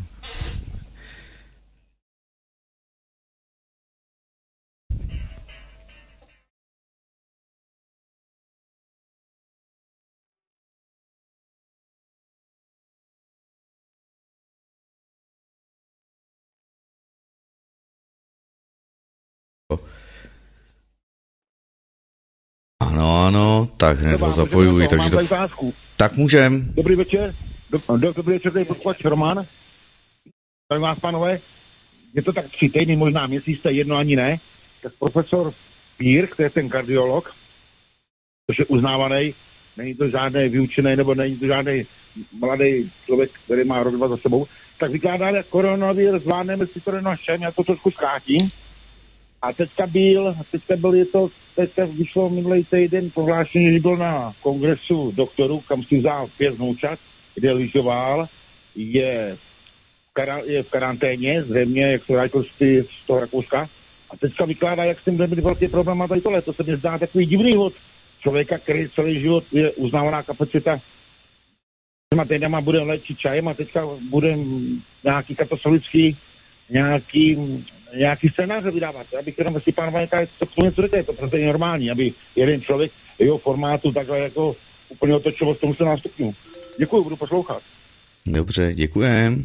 tak hned ho zapojuji. Takže to... Tak můžem. Dobrý večer. Do, do, dobrý večer, tady posluchač Roman. Tady vás, pánové. Je to tak tři týdny, možná měsíc, to je jedno ani ne. Tak profesor Pír, který je ten kardiolog, což je uznávaný, není to žádný vyučený, nebo není to žádný mladý člověk, který má rok dva za sebou, tak vykládá, jak koronavir zvládneme si to našem, já to trošku zkrátím. A teďka byl, teďka byl, je to, teďka vyšlo minulý týden prohlášení, že byl na kongresu doktorů, kam si vzal pět vnoučat, kde lyžoval, je v, kara, je v karanténě, zřejmě, jak se vrátil z, z toho Rakouska. A teďka vykládá, jak s tím bude mít velký problém a tady tohle. To se mi zdá takový divný od člověka, který celý život je uznávaná kapacita. Těma týdnama budeme léčit čajem a teďka budeme nějaký katastrofický, nějaký, nějaký scénáře vydávat. Já bych jenom si pánové, co k tomu něco řekl, je to prostě normální, aby jeden člověk jeho formátu takhle jako úplně otočil z tomu se nástupňu. Děkuji, budu poslouchat. Dobře, děkujem.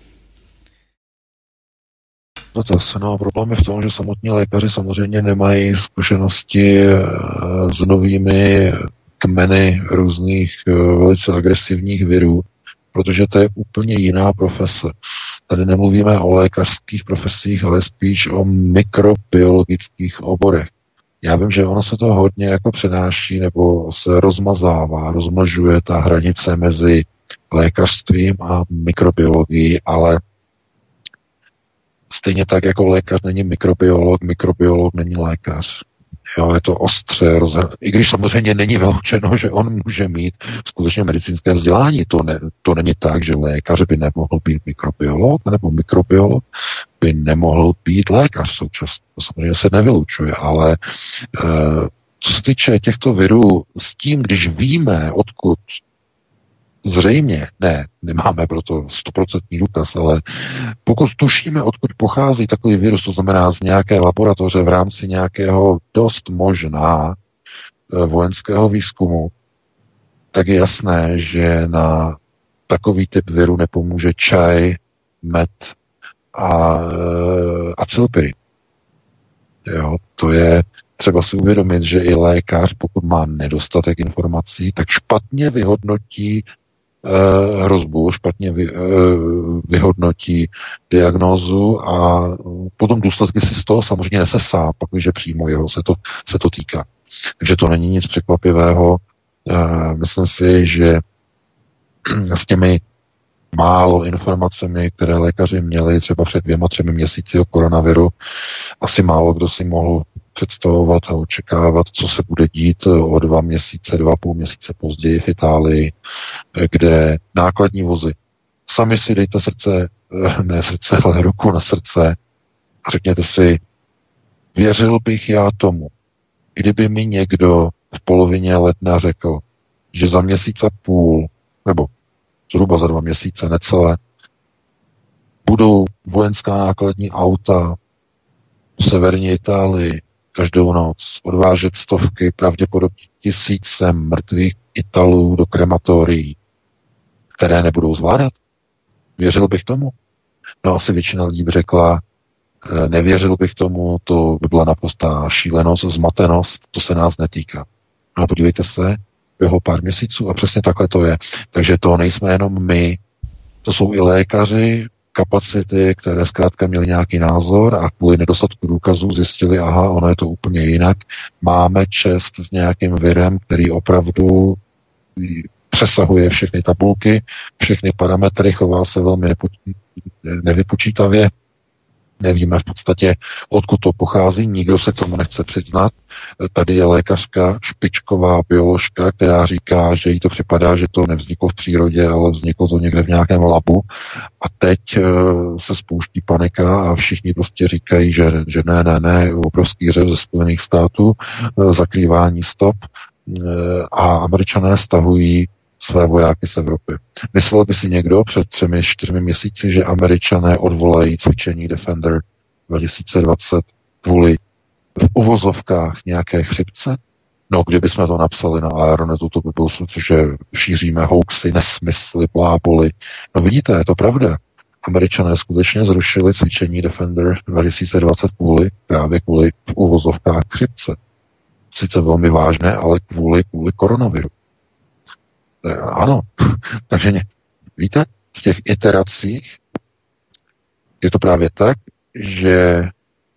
No to se no, problém je v tom, že samotní lékaři samozřejmě nemají zkušenosti s novými kmeny různých velice agresivních virů, protože to je úplně jiná profese. Tady nemluvíme o lékařských profesích, ale spíš o mikrobiologických oborech. Já vím, že ono se to hodně jako přenáší nebo se rozmazává, rozmlžuje ta hranice mezi lékařstvím a mikrobiologií, ale stejně tak jako lékař není mikrobiolog, mikrobiolog není lékař. Jo, je to ostře, rozhr... i když samozřejmě není vyloučeno, že on může mít skutečně medicínské vzdělání. To, ne, to není tak, že lékař by nemohl být mikrobiolog, nebo mikrobiolog by nemohl být lékař současně. To samozřejmě se nevylučuje, ale e, co se týče těchto virů, s tím, když víme, odkud zřejmě, ne, nemáme proto stoprocentní důkaz, ale pokud tušíme, odkud pochází takový virus, to znamená z nějaké laboratoře v rámci nějakého dost možná vojenského výzkumu, tak je jasné, že na takový typ viru nepomůže čaj, med a acylpirin. Jo, to je třeba si uvědomit, že i lékař, pokud má nedostatek informací, tak špatně vyhodnotí hrozbu, špatně vy, vyhodnotí diagnózu a potom důsledky si z toho samozřejmě nese sám, pakliže přímo jeho se to, se to týká. Takže to není nic překvapivého. Myslím si, že s těmi málo informacemi, které lékaři měli třeba před dvěma, třemi měsíci o koronaviru, asi málo kdo si mohl představovat a očekávat, co se bude dít o dva měsíce, dva půl měsíce později v Itálii, kde nákladní vozy. Sami si dejte srdce, ne srdce, ale ruku na srdce a řekněte si, věřil bych já tomu, kdyby mi někdo v polovině ledna řekl, že za měsíc a půl, nebo zhruba za dva měsíce, necelé, budou vojenská nákladní auta v severní Itálii každou noc odvážet stovky, pravděpodobně tisíce mrtvých Italů do krematorií, které nebudou zvládat. Věřil bych tomu? No asi většina lidí by řekla, nevěřil bych tomu, to by byla naprostá šílenost, zmatenost, to se nás netýká. No a podívejte se, bylo pár měsíců a přesně takhle to je. Takže to nejsme jenom my, to jsou i lékaři, kapacity, které zkrátka měly nějaký názor a kvůli nedostatku důkazů zjistili, aha, ono je to úplně jinak. Máme čest s nějakým virem, který opravdu přesahuje všechny tabulky, všechny parametry, chová se velmi nepo- nevypočítavě. Nevíme v podstatě, odkud to pochází, nikdo se k tomu nechce přiznat. Tady je lékařka, špičková bioložka, která říká, že jí to připadá, že to nevzniklo v přírodě, ale vzniklo to někde v nějakém labu. A teď se spouští panika a všichni prostě říkají, že, že ne, ne, ne, obrovský řev ze Spojených států, zakrývání stop a Američané stahují své vojáky z Evropy. Myslel by si někdo před třemi, čtyřmi měsíci, že Američané odvolají cvičení Defender dva tisíce dvacet kvůli v uvozovkách nějaké chřipce? No, kdyby jsme to napsali na Aeronetu, to by bylo, že šíříme hoaxy, nesmysly, bláboli. No vidíte, je to pravda. Američané skutečně zrušili cvičení Defender dva tisíce dvacet kvůli, právě kvůli v uvozovkách chřipce. sice velmi vážné, ale kvůli, kvůli koronaviru. Ano, takže ně, víte, v těch iteracích je to právě tak, že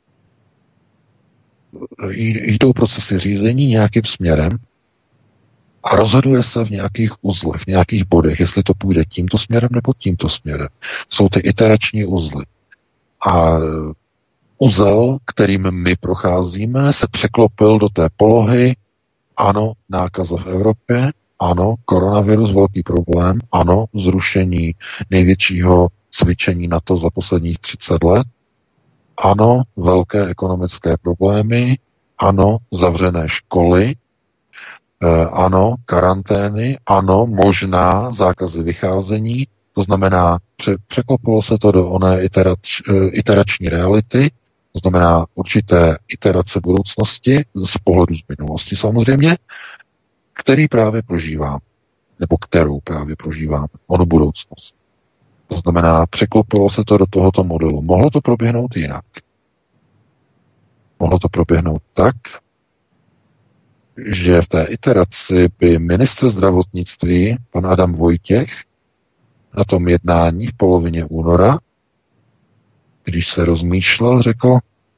jdou procesy řízení nějakým směrem a rozhoduje se v nějakých uzlech, v nějakých bodech, jestli to půjde tímto směrem nebo tímto směrem. Jsou ty iterační uzly. A uzel, kterým my procházíme, se překlopil do té polohy, ano, nákaza v Evropě, ano, koronavirus, velký problém, ano, zrušení největšího cvičení NATO za posledních třicet let, ano, velké ekonomické problémy, ano, zavřené školy, ano, karantény, ano, možná zákazy vycházení, to znamená, překlopilo se to do oné iterač, iterační reality, to znamená určité iterace budoucnosti z pohledu z minulosti samozřejmě, který právě prožívám, nebo kterou právě prožívám, onu budoucnost. To znamená, překlopilo se to do tohoto modelu. Mohlo to proběhnout jinak. Mohlo to proběhnout tak, že v té iteraci by ministr zdravotnictví, pan Adam Vojtěch, na tom jednání v polovině února, když se rozmýšlel, řekl,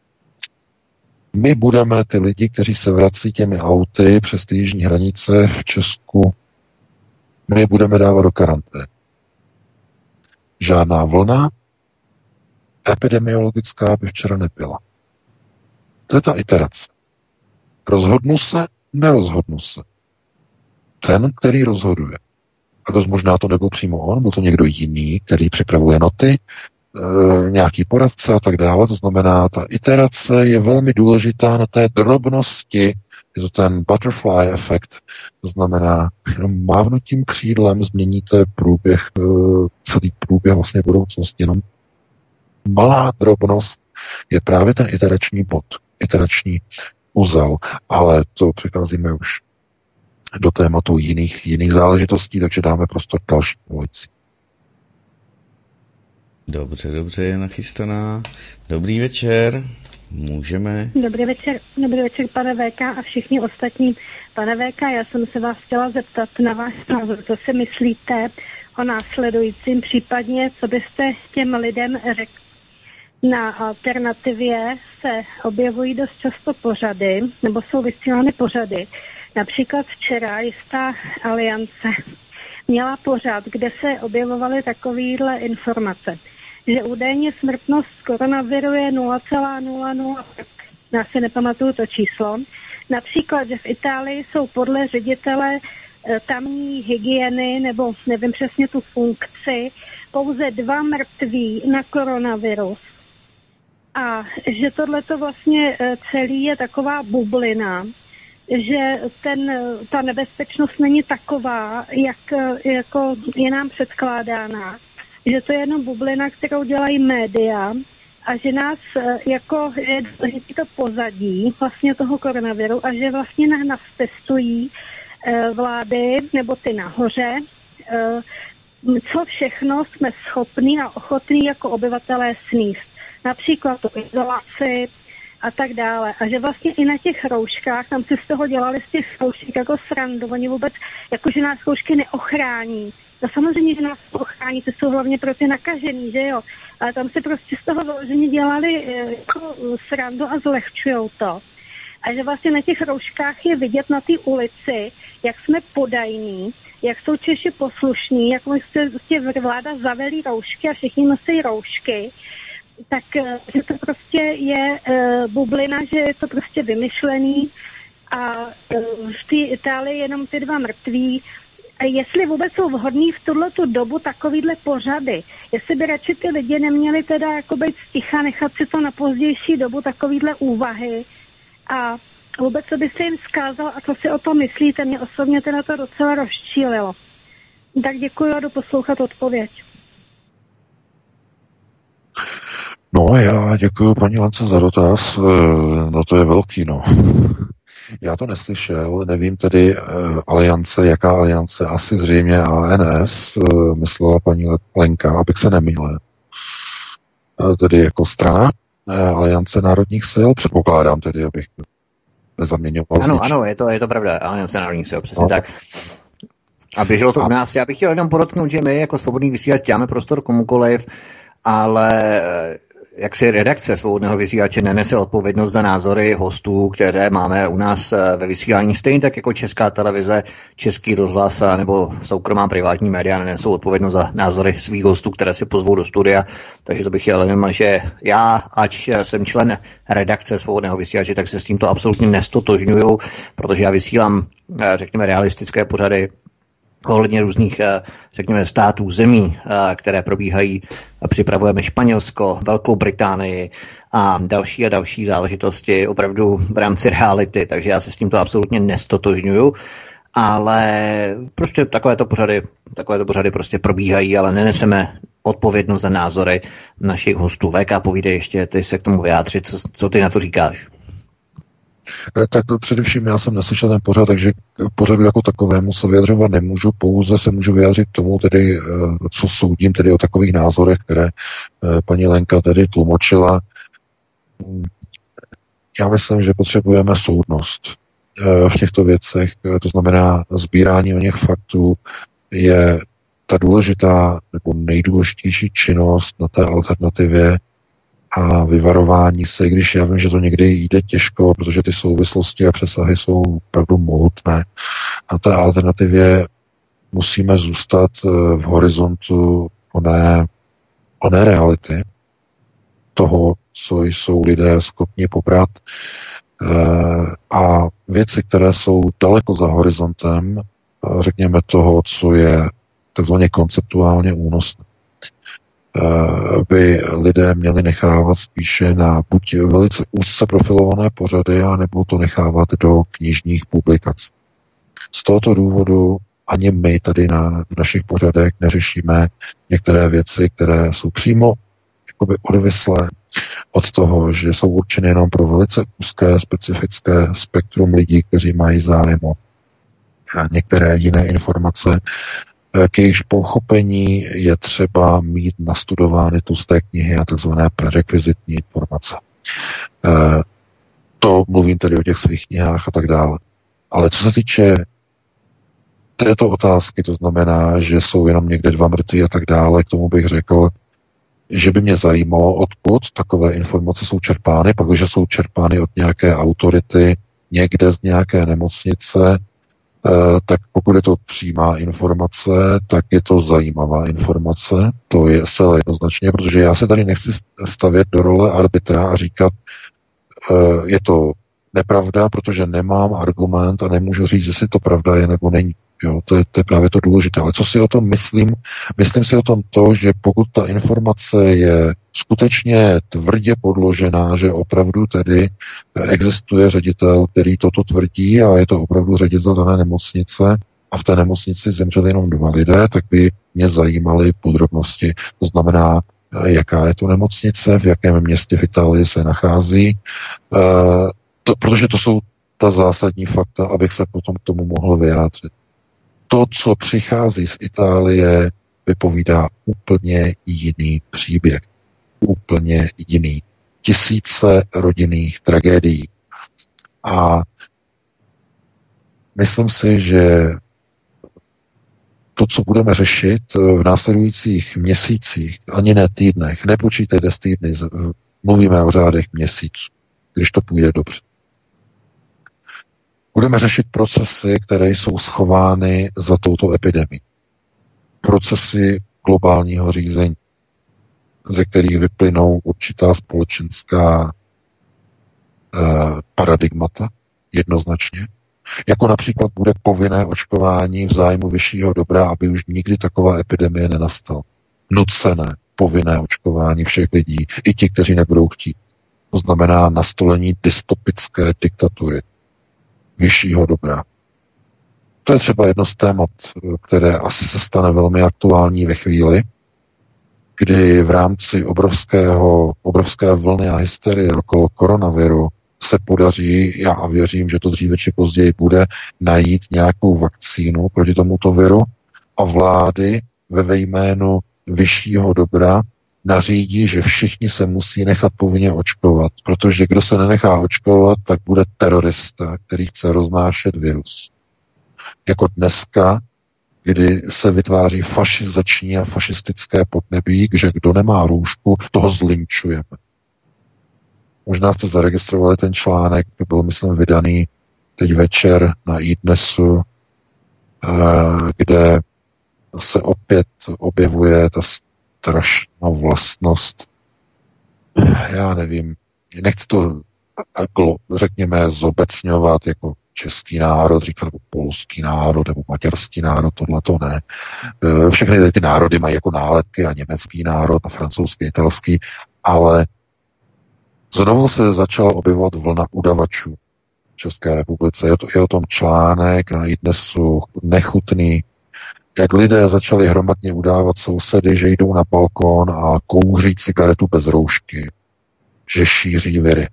my budeme ty lidi, kteří se vrací těmi auty přes ty jižní hranice v Česku, my budeme dávat do karantény. Žádná vlna epidemiologická by včera nebyla. To je ta iterace. Rozhodnu se, nerozhodnu se. Ten, který rozhoduje. A dost možná to nebyl přímo on, byl to někdo jiný, který připravuje noty, e, nějaký poradce a tak dále. To znamená, ta iterace je velmi důležitá na té drobnosti, je to ten butterfly efekt, to znamená, jenom mávnutím křídlem změníte průběh, e, celý průběh vlastně budoucnosti. Jenom malá drobnost je právě ten iterační bod, iterační uzel, ale to přecházíme už do tématu jiných, jiných záležitostí, takže dáme prostor další volici. Dobře, dobře, je nachystaná. Dobrý večer, můžeme. Dobrý večer, dobrý večer, pane V K a všichni ostatní. Pane V K, já jsem se vás chtěla zeptat na váš názor. Co si myslíte o následujícím, případně co byste těm lidem řekl? Na alternativě se objevují dost často pořady, nebo jsou vysílány pořady. Například včera jistá aliance měla pořad, kde se objevovaly takovéhle informace, že údajně smrtnost z koronaviru je nula celá nula nula, já si nepamatuju to číslo. Například, že v Itálii jsou podle ředitele tamní hygieny, nebo nevím přesně tu funkci, pouze dva mrtví na koronavirus. A že tohleto vlastně celý je taková bublina, že ten, ta nebezpečnost není taková, jak jako je nám předkládána, že to je jenom bublina, kterou dělají média a že nás jako je to pozadí vlastně toho koronaviru a že vlastně nás testují vlády nebo ty nahoře, co všechno jsme schopní a ochotní jako obyvatelé sníst. Například tu izolaci a tak dále. A že vlastně i na těch rouškách, tam si z toho dělali z těch roušek jako srandu, oni vůbec, jakože nás roušky neochrání. No samozřejmě, že nás ochrání, to jsou hlavně pro ty nakažený, že jo. Ale tam si prostě z toho vyloženě dělali jako srandu a zlehčujou to. A že vlastně na těch rouškách je vidět na té ulici, jak jsme podajní, jak jsou Češi poslušní, jak vlastně vláda zavelí roušky a všichni nosí roušky, tak že to prostě je uh, bublina, že je to prostě vymyšlený a uh, v té Itálii jenom ty dva mrtví. A jestli vůbec jsou vhodný v tuhletu dobu takovýhle pořady, jestli by radši ty lidi neměli teda jako být sticha, nechat si to na pozdější dobu takovýhle úvahy a vůbec co by se jim vzkázal a co si o tom myslíte, mě osobně teda to docela rozčílilo. Tak děkuji a jdu poslouchat odpověď. No, já děkuji paní Lence za dotaz. No to je velký, no. Já to neslyšel, nevím tedy uh, aliance, jaká aliance, asi zřejmě A N S, uh, myslela paní Lenka, abych se nemýlil. Uh, tedy jako strana uh, Aliance národních sil, předpokládám tedy, abych nezaměňoval. Ano, ano, je to, je to pravda, Aliance národních sil, přesně no. tak. A běželo to u nás. Já bych chtěl jenom podotknout, že my jako svobodný vysílač děláme prostor komukoliv, ale jak si redakce svobodného vysílače nenese odpovědnost za názory hostů, které máme u nás ve vysílání, stejně tak jako Česká televize, Český rozhlas nebo soukromá privátní média nenesou odpovědnost za názory svých hostů, které si pozvou do studia. Takže to bych chtěl jenom, že já, ač jsem člen redakce svobodného vysílače, tak se s tímto absolutně nestotožňuju, protože já vysílám, řekněme, realistické pořady ohledně různých, řekněme, států, zemí, které probíhají. Připravujeme Španělsko, Velkou Británii a další a další záležitosti opravdu v rámci reality, takže já se s tímto absolutně nestotožňuju, ale prostě takovéto pořady, takovéto pořady prostě probíhají, ale neneseme odpovědnost za názory našich hostů. V K, povídej ještě, ty se k tomu vyjádřit, co, co ty na to říkáš? Tak především já jsem neslyšel ten pořad, takže pořadu jako takovému se vyjadřovat nemůžu, pouze se můžu vyjádřit k tomu, tedy, co soudím tedy o takových názorech, které paní Lenka tedy tlumočila. Já myslím, že potřebujeme soudnost v těchto věcech, to znamená sbírání o něch faktů je ta důležitá nebo nejdůležitější činnost na té alternativě a vyvarování se, když já vím, že to někdy jde těžko, protože ty souvislosti a přesahy jsou opravdu mohutné. A té alternativě musíme zůstat v horizontu oné, oné reality, toho, co jsou lidé schopni pobrat, a věci, které jsou daleko za horizontem, řekněme toho, co je takzvaně konceptuálně únosné, by lidé měli nechávat spíše na buď velice úzce profilované pořady, anebo to nechávat do knižních publikací. Z tohoto důvodu ani my tady na v našich pořadech neřešíme některé věci, které jsou přímo jakoby odvislé od toho, že jsou určeny jenom pro velice úzké, specifické spektrum lidí, kteří mají zájem o některé jiné informace. K jejichž pochopení je třeba mít nastudovány tu z té knihy a takzvané prerekvizitní informace. E, to mluvím tedy o těch svých knihách a tak dále. Ale co se týče této otázky, to znamená, že jsou jenom někde dva mrtví a tak dále, k tomu bych řekl, že by mě zajímalo, odkud takové informace jsou čerpány, pak, když jsou čerpány od nějaké autority, někde z nějaké nemocnice, tak pokud je to přímá informace, tak je to zajímavá informace, to je zcela jednoznačně, protože já se tady nechci stavět do role arbitra a říkat, je to nepravda, protože nemám argument a nemůžu říct, jestli to pravda je nebo není. Jo, to, je, to je právě to důležité. Ale co si o tom myslím? Myslím si o tom to, že pokud ta informace je skutečně tvrdě podložená, že opravdu tedy existuje ředitel, který toto tvrdí a je to opravdu ředitel dané nemocnice a v té nemocnici zemřeli jenom dva lidé, tak by mě zajímaly podrobnosti. To znamená, jaká je to nemocnice, v jakém městě v Itálii se nachází, e, to, protože to jsou ta zásadní fakta, abych se potom k tomu mohl vyjádřit. To, co přichází z Itálie, vypovídá úplně jiný příběh. Úplně jiný. Tisíce rodinných tragédií. A myslím si, že to, co budeme řešit v následujících měsících, ani ne týdnech, nepočítejte s týdny, mluvíme o řádech měsíců, když to půjde dobře. Budeme řešit procesy, které jsou schovány za touto epidemií. Procesy globálního řízení, ze kterých vyplynou určitá společenská eh, paradigmata, jednoznačně. Jako například bude povinné očkování v zájmu vyššího dobra, aby už nikdy taková epidemie nenastala. Nucené povinné očkování všech lidí, i ti, kteří nebudou chtít. To znamená nastolení dystopické diktatury vyššího dobra. To je třeba jedno z témat, které asi se stane velmi aktuální ve chvíli, kdy v rámci obrovského, obrovské vlny a hysterie okolo koronaviru se podaří, já věřím, že to dříve či později bude, najít nějakou vakcínu proti tomuto viru a vlády ve jménu vyššího dobra nařídí, že všichni se musí nechat povinně očkovat, protože kdo se nenechá očkovat, tak bude terorista, který chce roznášet virus. Jako dneska, kdy se vytváří fašizační a fašistické podnebí, že kdo nemá roušku, toho zlinčujeme. Možná jste zaregistrovali ten článek, byl, myslím, vydaný teď večer na iDnesu, kde se opět objevuje ta strašná vlastnost. Já nevím, nechci to, řekněme, zobecňovat jako český národ, říkat nebo polský národ, nebo maďarský národ, tohle to ne. Všechny ty národy mají jako nálepky a německý národ a francouzský, italský, ale znovu se začala objevovat vlna udavačů v České republice. Je, to, je o tom článek na iDnesu, nechutný, jak lidé začali hromadně udávat sousedy, že jdou na balkón a kouří cigaretu bez roušky, že šíří viry.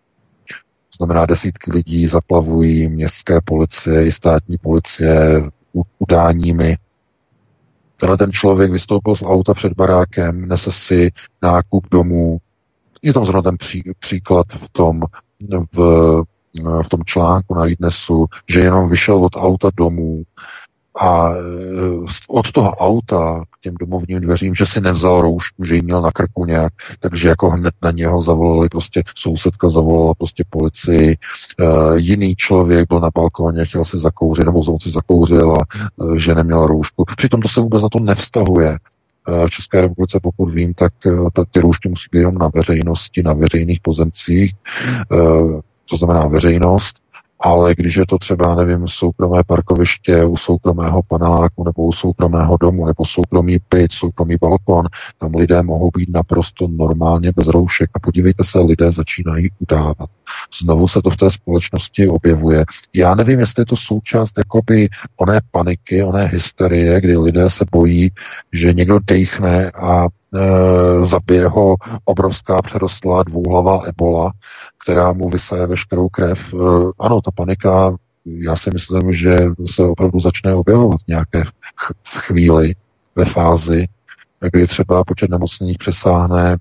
To znamená, desítky lidí zaplavují městské policie i státní policie udáními. Tenhle ten člověk vystoupil z auta před barákem, nese si nákup domů. Je tam zrovna ten pří, příklad v tom, v, v tom článku na iDnesu, že jenom vyšel od auta domů a od toho auta k těm domovním dveřím, že si nevzal roušku, že ji měl na krku nějak, takže jako hned na něho zavolali, prostě sousedka zavolala prostě policii, uh, jiný člověk byl na balkóně, chtěl si zakouřit, nebo znovu si zakouřil a uh, že neměl roušku. Přitom to se vůbec na to nevztahuje. Uh, v České republice, pokud vím, tak uh, ty roušky musí být jenom na veřejnosti, na veřejných pozemcích, uh, to znamená veřejnost. Ale když je to třeba, nevím, soukromé parkoviště u soukromého paneláku nebo u soukromého domu nebo soukromý byt, soukromý balkon, tam lidé mohou být naprosto normálně bez roušek. A podívejte se, lidé začínají udávat. Znovu se to v té společnosti objevuje. Já nevím, jestli je to součást jakoby oné paniky, oné hysterie, kdy lidé se bojí, že někdo dejchne a e, zabije ho obrovská přerostlá dvouhlavá ebola, která mu vysaje veškerou krev. E, ano, ta panika, já si myslím, že se opravdu začne objevovat nějaké v chvíli, ve fázi, kdy třeba počet nemocných přesáhne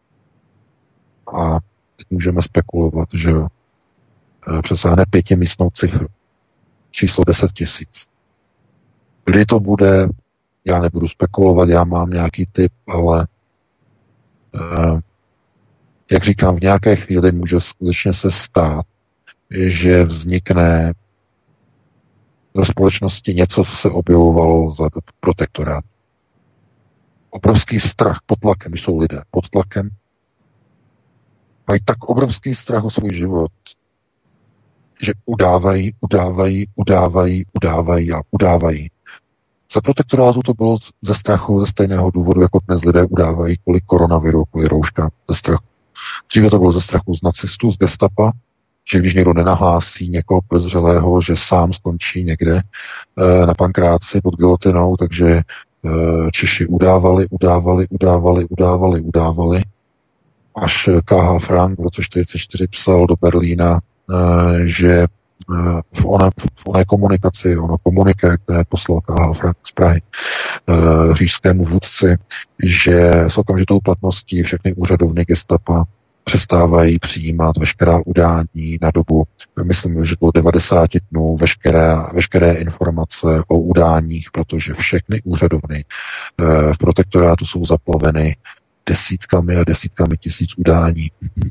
a můžeme spekulovat, že jo, přesáhne pětimístnou cifru. Číslo deset tisíc. Kdy to bude, já nebudu spekulovat, já mám nějaký tip, ale eh, jak říkám, v nějaké chvíli může skutečně se stát, že vznikne ve společnosti něco, co se objevovalo za protektorát. Obrovský strach pod tlakem, když jsou lidé pod tlakem, mají tak obrovský strach o svůj život, že udávají, udávají, udávají, udávají a udávají. Za protektorátu to bylo ze strachu, ze stejného důvodu, jako dnes lidé udávají kvůli koronaviru, kvůli rouškám, ze strachu. Dříve to bylo ze strachu z nacistů, z gestapa, že když někdo nenahlásí někoho podezřelého, že sám skončí někde e, na pankráci pod gilotinou, takže e, Češi udávali, udávali, udávali, udávali, udávali, až K H. Frank v roce čtyřicet čtyři psal do Berlína, e, že v oné, v oné komunikaci, ono komuniké, které poslal K H. Frank z Prahy e, říšskému vůdci, že s okamžitou platností všechny úřadovny gestapa přestávají přijímat veškerá udání na dobu, myslím, že bylo devadesát dnů, veškeré, veškeré informace o udáních, protože všechny úřadovny e, v protektorátu jsou zaplaveny desítkami a desítkami tisíc udání.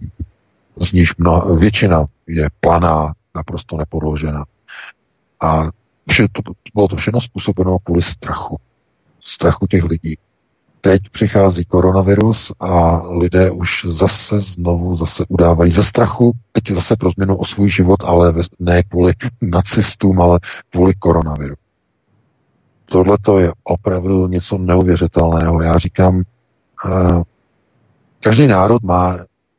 Z níž mnoha, většina je planá, naprosto nepodložená. A vše, to, bylo to všechno způsobeno kvůli strachu. Strachu těch lidí. Teď přichází koronavirus a lidé už zase znovu zase udávají ze strachu, teď zase pro změnu o svůj život, ale ne kvůli nacistům, ale kvůli koronaviru. Tohle to je opravdu něco neuvěřitelného. Já říkám, uh, každý národ má,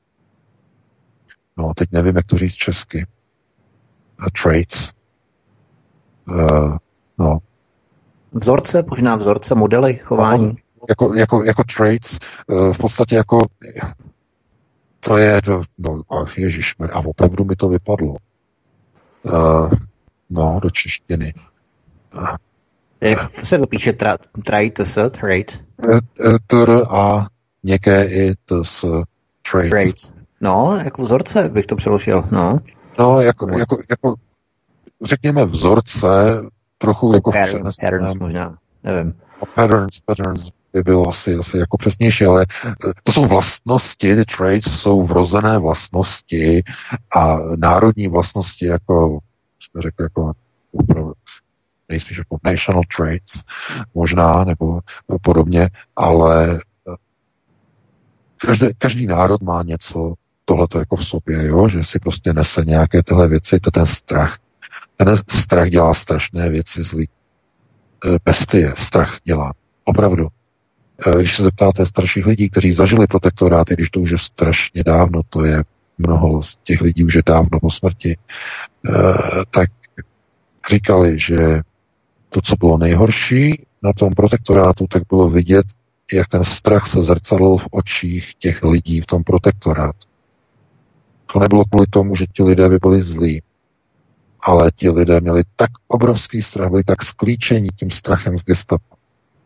no teď nevím, jak to říct česky, uh, traits, uh, no. Vzorce, možná vzorce, modely chování. No, jako, jako, jako traits, uh, v podstatě jako, to je, no, ježišmer, a opravdu mi to vypadlo. Uh, no, do češtiny. Uh, Jak se to píše? Trait, trait, trait? Tr a měkké i to s traits. Traits. No, jako vzorce bych to přeložil, no. No, jako, jako, jako řekněme vzorce, trochu jako patterns, patterns možná, nevím. Patterns, patterns by bylo asi, asi jako přesnější, ale to jsou vlastnosti, ty traits jsou vrozené vlastnosti a národní vlastnosti, jako jsme řekli, jako nejspíš jako national traits, možná, nebo podobně, ale každý, každý národ má něco tohleto jako v sobě, jo? Že si prostě nese nějaké tyhle věci, to ten strach. Ten strach dělá strašné věci zlý. Bestie, strach dělá. Opravdu. Když se zeptáte starších lidí, kteří zažili protektoráty, když to už je strašně dávno, to je mnoho z těch lidí už je dávno po smrti, tak říkali, že to, co bylo nejhorší na tom protektorátu, tak bylo vidět, jak ten strach se zrcadlil v očích těch lidí v tom protektorátu. To nebylo kvůli tomu, že ti lidé by byli zlí, ale ti lidé měli tak obrovský strach, byli tak sklíčení tím strachem z gestapa,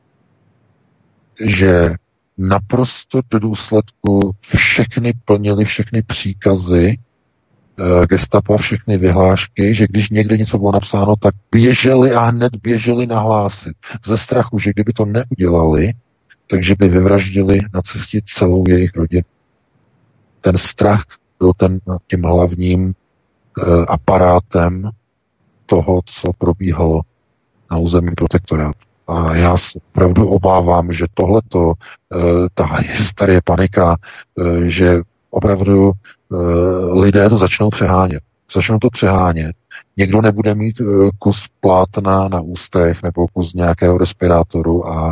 že naprosto do důsledku všechny plnili všechny příkazy e, gestapa, všechny vyhlášky, že když někde něco bylo napsáno, tak běželi a hned běželi nahlásit. Ze strachu, že kdyby to neudělali, takže by vyvraždili na cestě celou jejich rodinu. Ten strach byl ten, tím hlavním e, aparátem toho, co probíhalo na území protektorátu. A já se opravdu obávám, že tohleto, e, ta hysterie, panika, e, že opravdu e, lidé to začnou přehánět. Začnou to přehánět. Někdo nebude mít e, kus plátna na ústech nebo kus nějakého respirátoru a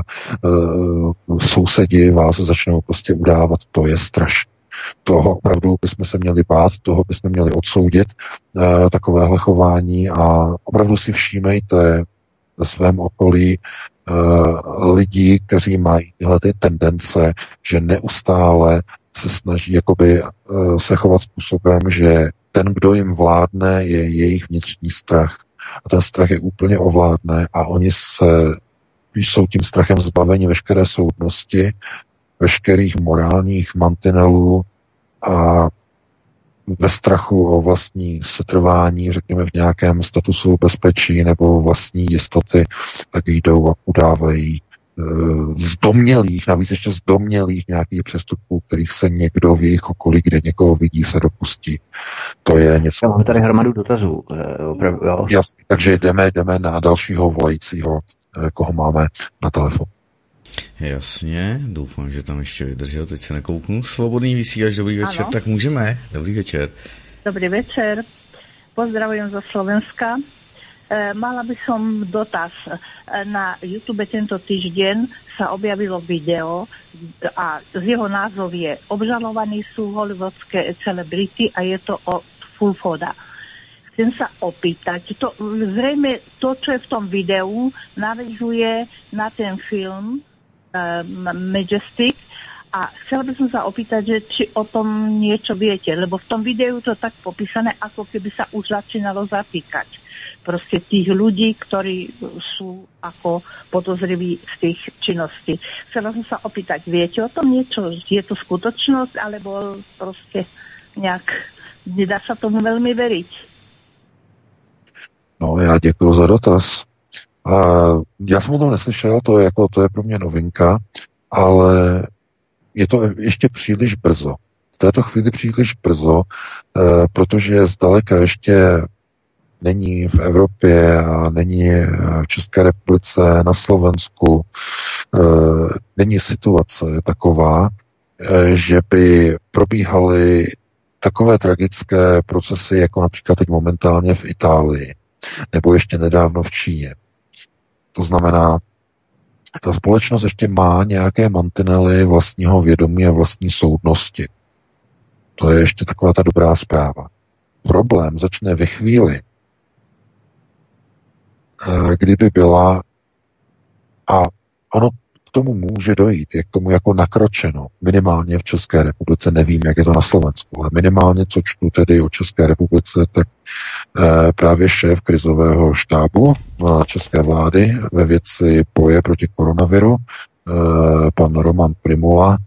e, sousedi vás začnou prostě udávat. To je strašné. Toho opravdu bychom se měli bát, toho bychom měli odsoudit, e, takovéhle chování a opravdu si všímejte ve svém okolí uh, lidí, kteří mají tyhle ty tendence, že neustále se snaží jakoby uh, se chovat způsobem, že ten, kdo jim vládne, je jejich vnitřní strach. A ten strach je úplně ovládne a oni se jsou tím strachem zbaveni veškeré soudnosti, veškerých morálních mantinelů a ve strachu o vlastní setrvání, řekněme v nějakém statusu bezpečí nebo vlastní jistoty, tak jdou a udávají e, z domnělých, navíc ještě z domnělých nějakých přestupků, kterých se někdo v jejich okolí, kde někoho vidí, se dopustí. To je něco... Já mám tady hromadu dotazů. E, opravdu, jo. Jasně, takže jdeme, jdeme na dalšího volajícího, e, koho máme na telefonu. Jasně, doufám, že tam ještě vydržel, teď se nekouknu. Svobodný vysílač, dobrý večer, ano. Tak můžeme. Dobrý večer. Dobrý večer, pozdravujem zo Slovenska. E, mala by som dotaz. E, na YouTube tento týždeň sa objavilo video a z jeho názov je Obžalovaní sú hollywoodské celebrity a je to od Fulfoda. Chcem sa opýtať, to, zrejme to, čo je v tom videu, navezuje na ten film Majestic a chcela by som sa opýtať, že či o tom niečo viete, lebo v tom videu to tak popísané, ako keby sa už začínalo zatýkať proste tých ľudí, ktorí sú ako podozriví z tých činností. Chcela som sa opýtať, viete o tom niečo? Je to skutočnosť, alebo proste nejak nedá sa tomu veľmi veriť? No, já děkuji za dotaz. Uh, já jsem o tom neslyšel, to je, jako, to je pro mě novinka, ale je to ještě příliš brzo. V této chvíli příliš brzo, uh, protože zdaleka ještě není v Evropě a není v České republice, na Slovensku, uh, není situace taková, uh, že by probíhaly takové tragické procesy, jako například teď momentálně v Itálii, nebo ještě nedávno v Číně. To znamená, ta společnost ještě má nějaké mantinely vlastního vědomí a vlastní soudnosti. To je ještě taková ta dobrá zpráva. Problém začne ve chvíli, kdyby byla, a ono k tomu může dojít, je k tomu jako nakročeno, minimálně v České republice, nevím, jak je to na Slovensku, ale minimálně, co čtu tedy o České republice, tak eh, právě šéf krizového štábu eh, české vlády ve věci boje proti koronaviru, eh, pan Roman Primula,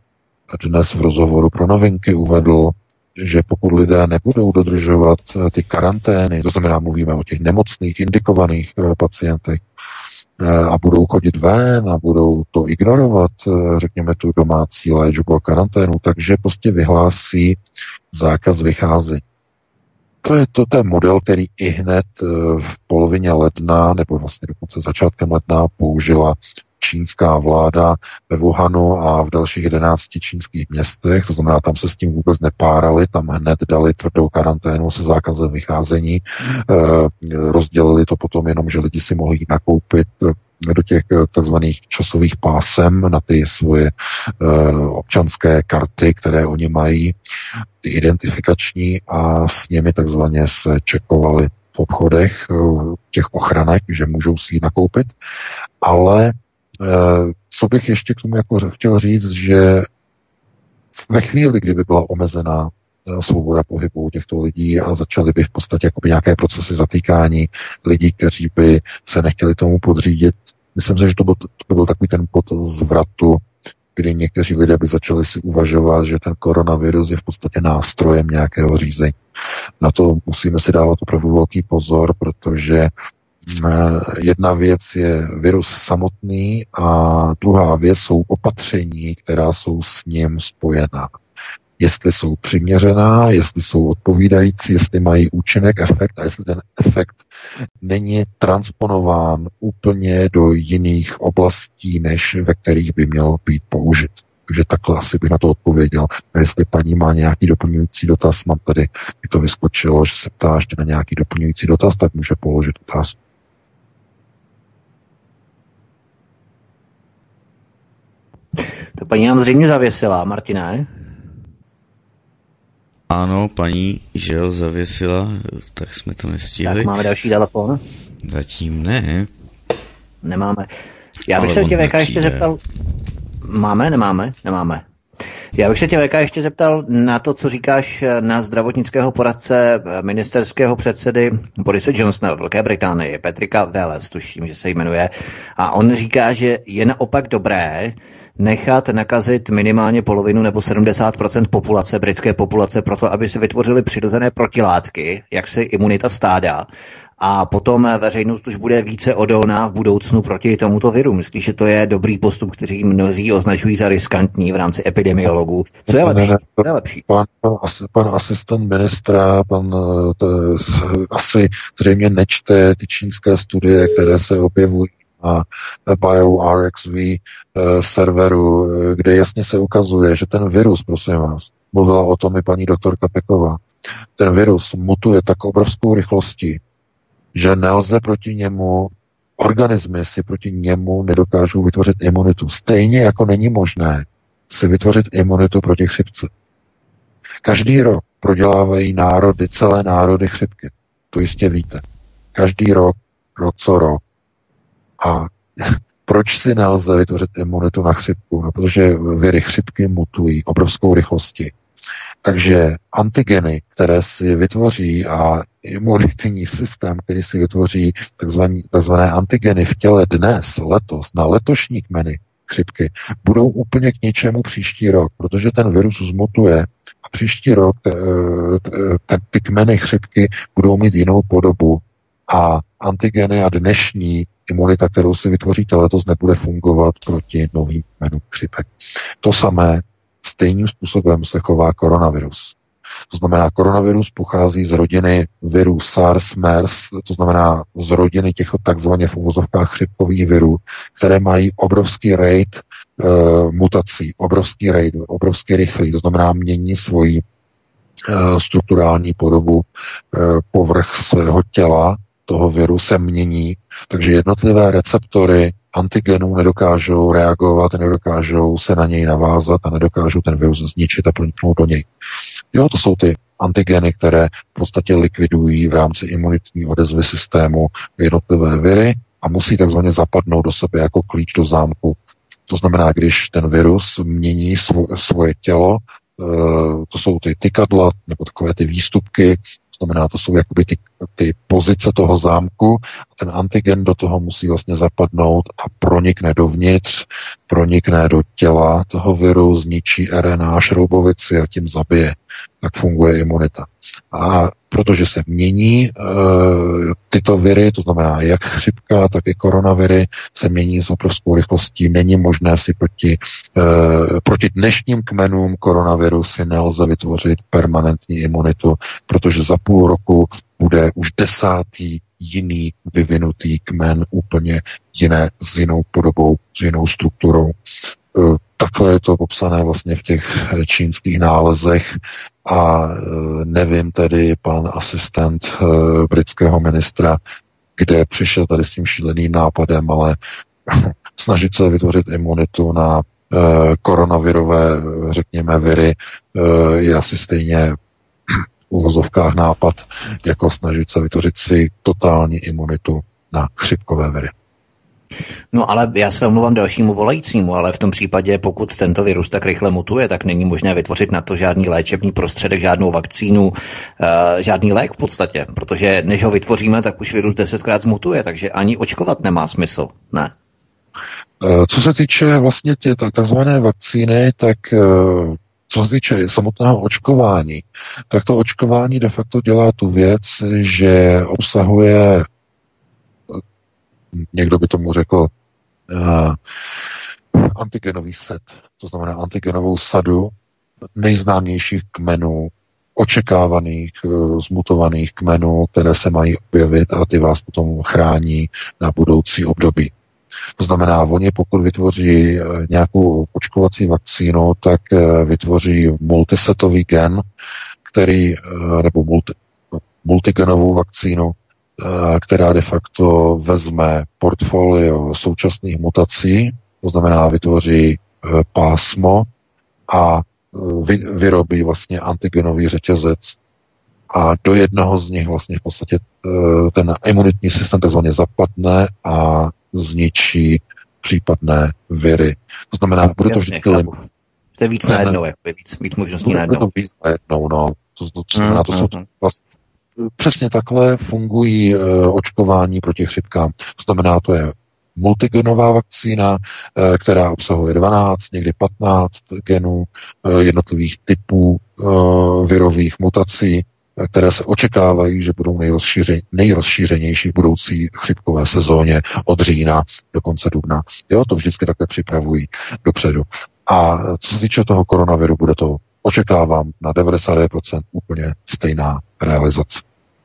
dnes v rozhovoru pro Novinky uvedl, že pokud lidé nebudou dodržovat ty karantény, to znamená, mluvíme o těch nemocných, indikovaných pacientech, a budou chodit ven a budou to ignorovat, řekněme, tu domácí léčbu a karanténu, takže prostě vyhlásí zákaz vycházení. To je to ten model, který i hned v polovině ledna, nebo vlastně dokonce začátkem ledna použila čínská vláda ve Wuhanu a v dalších jedenácti čínských městech, to znamená, tam se s tím vůbec nepárali, tam hned dali tvrdou karanténu se zákazem vycházení, e, rozdělili to potom jenom, že lidi si mohli jít nakoupit do těch takzvaných časových pásem na ty svoje e, občanské karty, které oni mají, ty identifikační, a s nimi takzvaně se čekovali v obchodech těch ochranek, že můžou si jít nakoupit, ale co bych ještě k tomu jako chtěl říct, že ve chvíli, kdyby byla omezená svoboda pohybu těchto lidí a začaly by v podstatě jakoby nějaké procesy zatýkání lidí, kteří by se nechtěli tomu podřídit, myslím si, že to byl, to by byl takový ten bod zvratu, kdy někteří lidé by začali si uvažovat, že ten koronavirus je v podstatě nástrojem nějakého řízení. Na to musíme si dávat opravdu velký pozor, protože jedna věc je virus samotný a druhá věc jsou opatření, která jsou s ním spojená. Jestli jsou přiměřená, jestli jsou odpovídající, jestli mají účinek, efekt a jestli ten efekt není transponován úplně do jiných oblastí, než ve kterých by měl být použit. Takže takhle asi bych na to odpověděl. A jestli paní má nějaký doplňující dotaz, mám tady, mi to vyskočilo, že se ptá ještě na nějaký doplňující dotaz, tak může položit otázku. To paní nám zřejmě zavěsila, Martine. Ano, paní, že jo, zavěsila, tak jsme to nestihli. Tak máme další telefon? Zatím ne. Nemáme. Já bych Ale se tě V K ještě zeptal... Máme, nemáme? Nemáme. Já bych se tě V K ještě zeptal na to, co říkáš na zdravotnického poradce ministerského předsedy Borise Johnsona v Velké Británii, Patricka Wallace, tuším, že se jmenuje. A on říká, že je naopak dobré nechat nakazit minimálně polovinu nebo sedmdesát procent populace, britské populace, proto aby se vytvořily přirozené protilátky, jak se imunita stáda, a potom veřejnost už bude více odolná v budoucnu proti tomuto viru. Myslíš, že to je dobrý postup, který mnozí označují za riskantní v rámci epidemiologů? Co je lepší? Co je lepší? Pan, pan asistent ministra, pan to, asi zřejmě nečte ty čínské studie, které se objevují na BioRxV serveru, kde jasně se ukazuje, že ten virus, prosím vás, mluvila o tom i paní doktorka Peková, ten virus mutuje tak obrovskou rychlostí, že nelze proti němu, organismy si proti němu nedokážou vytvořit imunitu. Stejně jako není možné si vytvořit imunitu proti chřipce. Každý rok prodělávají národy, celé národy chřipky. To jistě víte. Každý rok, rok co rok. A proč si nelze vytvořit imunitu na chřipku? No, protože viry chřipky mutují obrovskou rychlostí. Takže antigeny, které si vytvoří, a imunitní systém, který si vytvoří takzvané, takzvané antigeny v těle dnes, letos, na letošní kmeny chřipky, budou úplně k něčemu příští rok, protože ten virus zmutuje a příští rok t, t, ty kmeny chřipky budou mít jinou podobu a antigeny a dnešní imunita, kterou si vytvoříte letos, nebude fungovat proti novým kmenům chřipek. To samé stejným způsobem se chová koronavirus. To znamená, koronavirus pochází z rodiny virů SARS, MERS, to znamená z rodiny těch takzvaně v uvozovkách chřipkových virů, které mají obrovský rate e, mutací, obrovský rate, obrovský rychlý, to znamená mění svoji e, strukturální podobu, e, povrch svého těla, toho viru se mění, takže jednotlivé receptory antigenů nedokážou reagovat, nedokážou se na něj navázat a nedokážou ten virus zničit a proniknout do něj. Jo, to jsou ty antigeny, které v podstatě likvidují v rámci imunitní odezvy systému jednotlivé viry a musí takzvaně zapadnout do sebe jako klíč do zámku. To znamená, když ten virus mění svo, svoje tělo, to jsou ty tykadla nebo takové ty výstupky, to znamená, to jsou jakoby ty, ty pozice toho zámku, a ten antigen do toho musí vlastně zapadnout a pronikne dovnitř, pronikne do těla toho viru, zničí R N A šroubovici a tím zabije. Tak funguje imunita. A protože se mění e, tyto viry, to znamená jak chřipka, tak i koronaviry, se mění s obrovskou rychlostí, není možné si proti, e, proti dnešním kmenům koronaviru si nelze vytvořit permanentní imunitu, protože za půl roku bude už desátý jiný vyvinutý kmen, úplně jiné, s jinou podobou, s jinou strukturou. Takhle je to popsané vlastně v těch čínských nálezech a nevím tedy pan asistent britského ministra, kde přišel tady s tím šíleným nápadem, ale snažit se vytvořit imunitu na koronavirové, řekněme, viry je asi stejně v uvozovkách nápad, jako snažit se vytvořit si totální imunitu na chřipkové viry. No ale já se omlouvám dalšímu volajícímu, ale v tom případě, pokud tento virus tak rychle mutuje, tak není možné vytvořit na to žádný léčebný prostředek, žádnou vakcínu, uh, žádný lék v podstatě, protože než ho vytvoříme, tak už virus desetkrát zmutuje, takže ani očkovat nemá smysl, ne? Co se týče vlastně tě takzvané vakcíny, tak co se týče samotného očkování, tak to očkování de facto dělá tu věc, že obsahuje, někdo by tomu řekl, uh, antigenový set, to znamená antigenovou sadu nejznámějších kmenů, očekávaných, uh, zmutovaných kmenů, které se mají objevit a ty vás potom chrání na budoucí období. To znamená, oni pokud vytvoří nějakou očkovací vakcínu, tak vytvoří multisetový gen, který, nebo multi, multigenovou vakcínu, která de facto vezme portfolio současných mutací, to znamená vytvoří pásmo a vyrobí vlastně antigenový řetězec a do jednoho z nich vlastně v podstatě ten imunitní systém takzvaně zapadne a zničí případné viry. To znamená, bude to vždycky lim... To je víc na jednou, jakoby, víc, víc možností na jednou. Bude to víc na jednou, no. To, to, to znamená, to jsou vlastně, přesně takhle fungují uh, očkování proti chřipkám. To znamená, to je multigenová vakcína, uh, která obsahuje dvanáct, někdy patnáct genů uh, jednotlivých typů uh, virových mutací, které se očekávají, že budou nejrozšířen, nejrozšířenější v budoucí chřipkové sezóně od října do konce dubna. Jo, to vždycky takhle připravují dopředu. A co se týče toho koronaviru, bude to, očekávám, na devadesát devět procent úplně stejná realizace.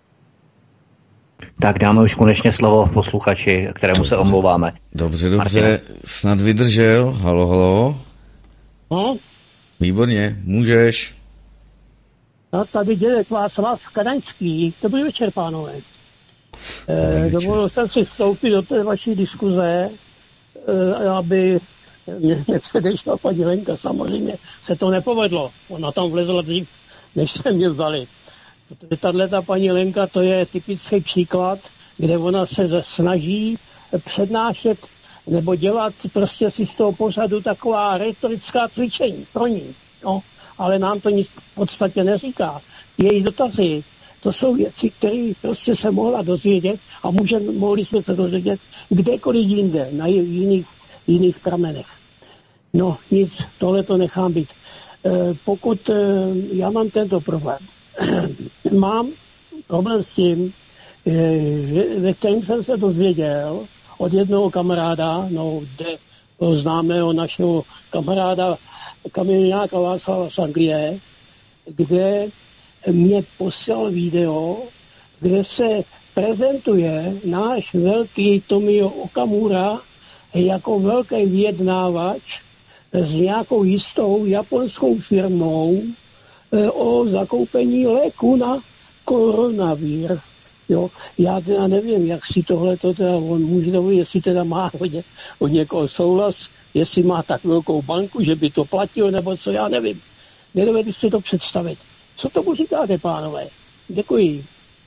Tak dáme už konečně slovo posluchači, kterému se omlouváme. Dobře, dobře, Martin. Snad vydržel. Halo, halo. No? Výborně, můžeš. No, tady dělek Václav Kadaňský. Dobrý večer, pánové. E, dovolil jsem si vstoupit do té vaší diskuze, e, aby mě nepředešla paní Lenka. Samozřejmě se to nepovedlo. Ona tam vlezla dřív, než se mě vzali. Protože tato paní Lenka, to je typický příklad, kde ona se snaží přednášet nebo dělat prostě si z toho pořadu taková retorická cvičení pro ní. No. Ale nám to nic v podstatě neříká. Její dotazy, to jsou věci, které prostě se mohla dozvědět a může, mohli jsme se dozvědět kdekoliv jinde, na jiných, jiných pramenech. No nic, tohle to nechám být. E, pokud e, já mám tento problém, mám problém s tím, e, že, ve kterým jsem se dozvěděl od jednoho kamaráda, no, kde známého našeho kamaráda kamionáka Václava z Anglie, kde mě poslal video, kde se prezentuje náš velký Tomio Okamura jako velký vyjednávač s nějakou jistou japonskou firmou o zakoupení léku na koronavir. Jo, já teda nevím, jak si tohle to teda, on může to, jestli teda má od, ně, od někoho souhlas, jestli má tak velkou banku, že by to platil, nebo co, já nevím. Nedovedu si to představit. Co tomu říkáte, pánové? Děkuji.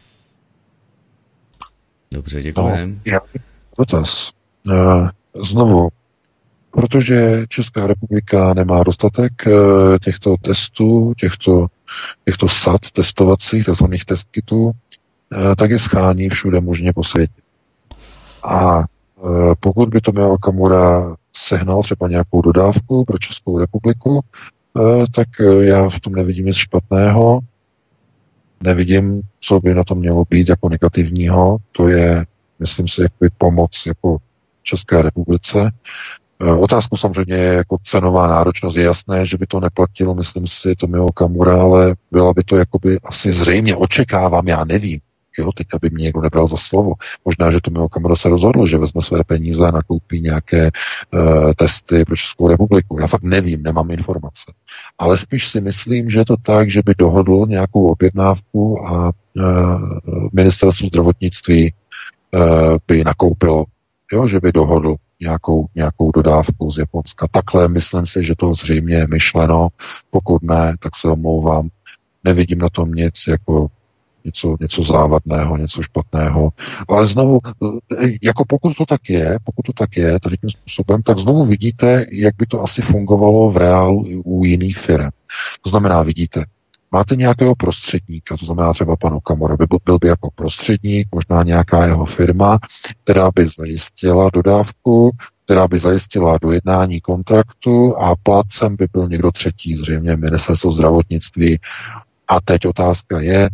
Dobře, děkujeme. No, já dotaz. Znovu, protože Česká republika nemá dostatek těchto testů, těchto, těchto sad testovacích, takzvaných test kitů, tak je schání všude možně po světě. A pokud by Tomio Okamura sehnal třeba nějakou dodávku pro Českou republiku, tak já v tom nevidím nic špatného. Nevidím, co by na to mělo být jako negativního. To je, myslím si, jakoby pomoc jako České republice. Otázku samozřejmě je jako cenová náročnost. Je jasné, že by to neplatilo, myslím si, Tomio Okamura, ale byla by to jakoby asi zřejmě, očekávám, já nevím. Jo, teď aby mě někdo nebral za slovo. Možná, že Tomio Okamura se rozhodl, že vezme své peníze a nakoupí nějaké uh, testy pro Českou republiku. Já fakt nevím, nemám informace. Ale spíš si myslím, že je to tak, že by dohodl nějakou objednávku a uh, ministerstvo zdravotnictví uh, by nakoupilo, jo, že by dohodl nějakou, nějakou dodávku z Japonska. Takhle myslím si, že to zřejmě je myšleno. Pokud ne, tak se omlouvám. Nevidím na tom nic jako Něco, něco závadného, něco špatného. Ale znovu, jako pokud to tak je, pokud to tak je, tady tím způsobem, tak znovu vidíte, jak by to asi fungovalo v reálu i u jiných firm. To znamená, vidíte, máte nějakého prostředníka, to znamená třeba pan Okamura, by byl, byl by jako prostředník, možná nějaká jeho firma, která by zajistila dodávku, která by zajistila dojednání kontraktu a plátcem by byl někdo třetí, zřejmě ministerstvo zdravotnictví. A teď otázka je,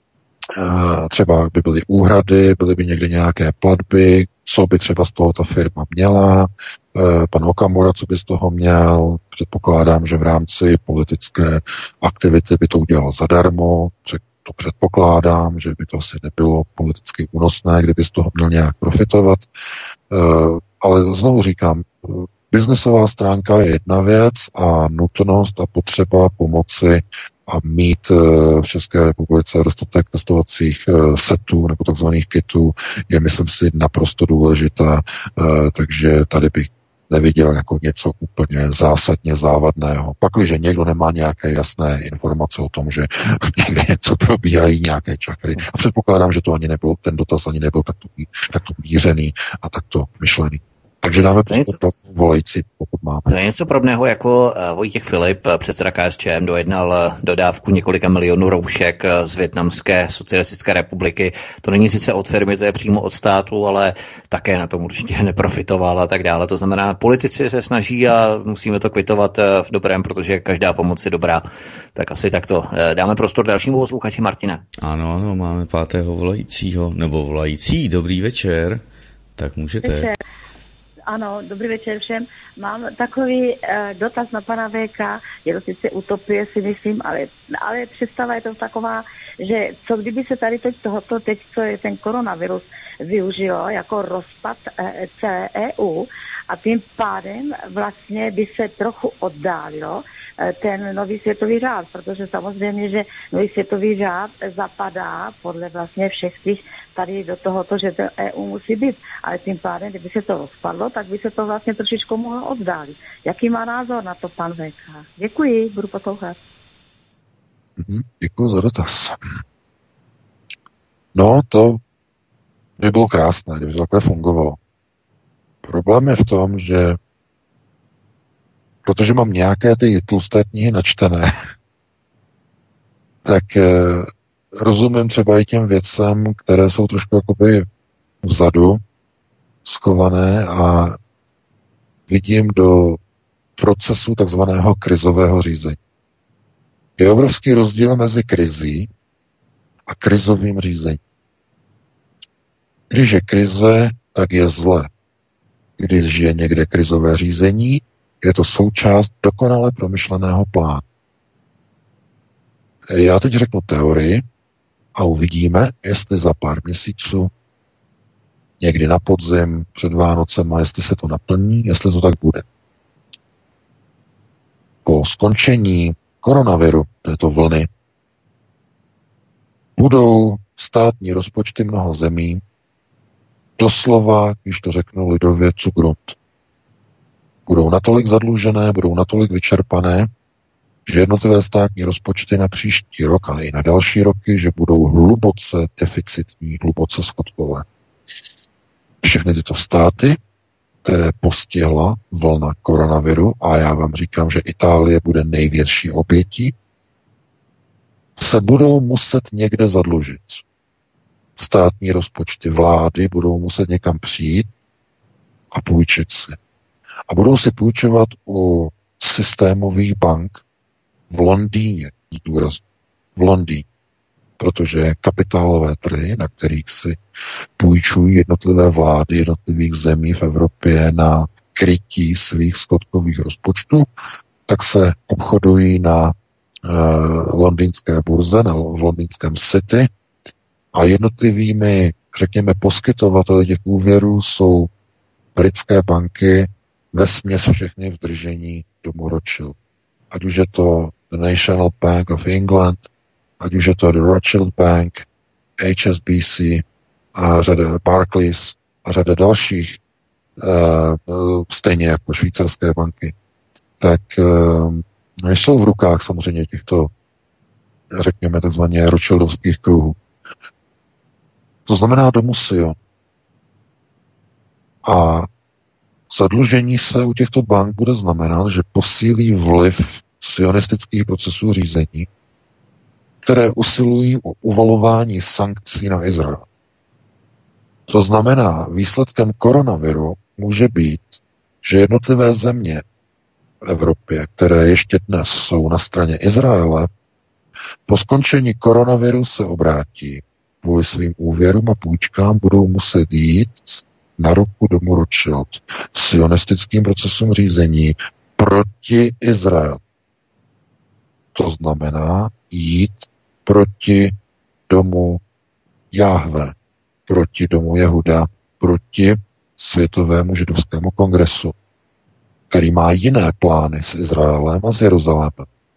třeba by byly úhrady, byly by někde nějaké platby, co by třeba z toho ta firma měla, pan Okamura, co by z toho měl, předpokládám, že v rámci politické aktivity by to udělal zadarmo, to předpokládám, že by to asi nebylo politicky únosné, kdyby z toho měl nějak profitovat, ale znovu říkám, biznesová stránka je jedna věc a nutnost a potřeba pomoci a mít v České republice dostatek testovacích setů nebo takzvaných kitů je, myslím si, naprosto důležitá, takže tady bych neviděl jako něco úplně zásadně závadného. Pakliže někdo nemá nějaké jasné informace o tom, že někde něco probíhají, nějaké čakry. A předpokládám, že to ani nebyl, ten dotaz ani nebyl takto, takto mířený a takto myšlený. Takže dáme prostor volající, pokud máme. To je něco podobného, jako Vojtěch Filip, předseda K S Č M, dojednal dodávku několika milionů roušek z Vietnamské socialistické republiky. To není sice od firmy, to je přímo od státu, ale také na tom určitě neprofitoval a tak dále. To znamená, politici se snaží a musíme to kvitovat v dobrém, protože každá pomoc je dobrá. Tak asi takto. Dáme prostor dalšímu posluchači Martina. Ano, ano, máme pátého volajícího, nebo volající. Dobrý večer. Tak můžete. Večer. Ano, dobrý večer všem. Mám takový uh, dotaz na pana V K. Je to sice utopie, si myslím, ale, ale představa je to taková, že co kdyby se tady teď tohoto, teď co je ten koronavirus, využilo jako rozpad uh, celé E U a tím pádem vlastně by se trochu oddálilo uh, ten nový světový řád, protože samozřejmě, že nový světový řád zapadá podle vlastně všech těch tady do tohoto, že ten E U musí být. Ale tím pádem, kdyby se to rozpadlo, tak by se to vlastně trošičku mohlo oddálit. Jaký má názor na to pan V K? Děkuji, budu poslouchat. Děkuji za dotaz. No, to by bylo krásné, kdyby to takhle fungovalo. Problém je v tom, že protože mám nějaké ty tlusté knihy načtené, tak eh, rozumím třeba i těm věcem, které jsou trošku jakoby vzadu skované a vidím do procesu takzvaného krizového řízení. Je obrovský rozdíl mezi krizí a krizovým řízením. Když je krize, tak je zle. Když je někde krizové řízení, je to součást dokonale promyšleného plánu. Já teď řeknu teorii a uvidíme, jestli za pár měsíců, někdy na podzim, před Vánocema, jestli se to naplní, jestli to tak bude. Po skončení koronaviru, této vlny, budou státní rozpočty mnoha zemí doslova, když to řeknu lidově, cugrund. Budou natolik zadlužené, budou natolik vyčerpané, že jednotlivé státní rozpočty na příští rok, ale i na další roky, že budou hluboce deficitní, hluboce schodkové. Všechny tyto státy, které postihla vlna koronaviru, a já vám říkám, že Itálie bude největší obětí, se budou muset někde zadlužit. státní rozpočty, vlády budou muset někam přijít a půjčit si. A budou si půjčovat u systémových bank v Londýně, zdůrazně, v Londýně, protože kapitálové trhy, na kterých si půjčují jednotlivé vlády jednotlivých zemí v Evropě na krytí svých schodkových rozpočtů, tak se obchodují na uh, londýnské burze, na, v londýnském City a jednotlivými, řekněme, poskytovateli těch úvěrů jsou britské banky, vesměs všechny v držení domu Rothschild. Ať už je to the National Bank of England, ať už je to the Rothschild Bank, H S B C a řada Barclays a řada dalších, uh, stejně jako švýcarské banky, tak uh, jsou v rukách samozřejmě těchto, řekněme, takzvaně Rothschildovských kruhů. To znamená domu Sion. A zadlužení se u těchto bank bude znamenat, že posílí vliv sionistických procesů řízení, které usilují o uvalování sankcí na Izrael. To znamená, výsledkem koronaviru může být, že jednotlivé země v Evropě, které ještě dnes jsou na straně Izraele, po skončení koronaviru se obrátí kvůli svým úvěrům a půjčkám budou muset jít na ruku domu Rothschild sionistickým procesům řízení proti Izraelu. To znamená jít proti domu Jahve, proti domu Jehuda, proti Světovému židovskému kongresu, který má jiné plány s Izraelem a s Jeruzalémem.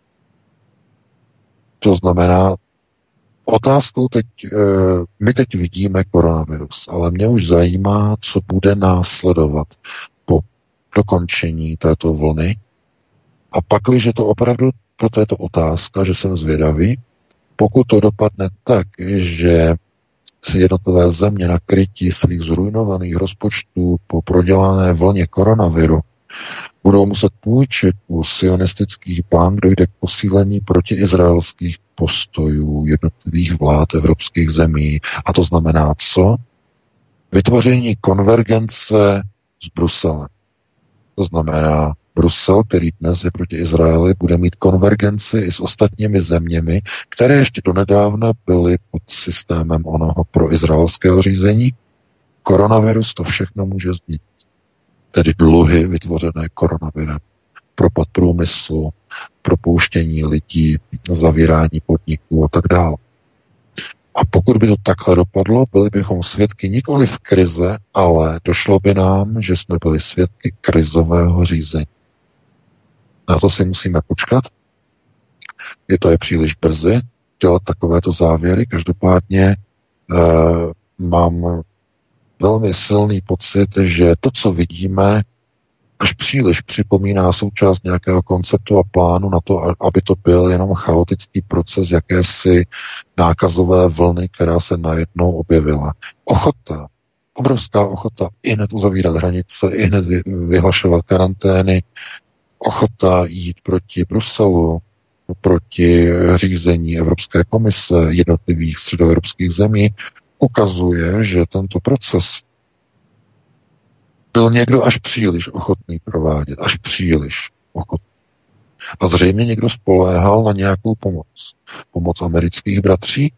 To znamená, otázkou teď, my teď vidíme koronavirus, ale mě už zajímá, co bude následovat po dokončení této vlny. A pak, když to opravdu, proto je to otázka, že jsem zvědavý, pokud to dopadne tak, že si jednotlivé země na krytí svých zrujnovaných rozpočtů po prodělané vlně koronaviru budou muset půjčit u sionistických bank, dojde k posílení protiizraelských postojů jednotlivých vlád evropských zemí. A to znamená co? Vytvoření konvergence s Bruselem. To znamená, Brusel, který dnes je proti Izraeli, bude mít konvergenci i s ostatními zeměmi, které ještě donedávna byly pod systémem onoho proizraelského řízení. Koronavirus to všechno může změnit. Tedy dluhy vytvořené koronavirem, propad průmyslu, propouštění lidí, zavírání podniků a tak dále. A pokud by to takhle dopadlo, byli bychom svědky nikoli v krize, ale došlo by nám, že jsme byli svědky krizového řízení. Na to si musíme počkat. Je to je příliš brzy dělat takovéto závěry. Každopádně eh, mám velmi silný pocit, že to, co vidíme, až příliš připomíná součást nějakého konceptu a plánu na to, aby to byl jenom chaotický proces jakési nákazové vlny, která se najednou objevila. Ochota, obrovská ochota i hned uzavírat hranice, i hned vyhlašovat karantény, ochota jít proti Bruselu, proti řízení Evropské komise jednotlivých středoevropských zemí, ukazuje, že tento proces byl někdo až příliš ochotný provádět, až příliš ochotný. A zřejmě někdo spoléhal na nějakou pomoc. Pomoc amerických bratří?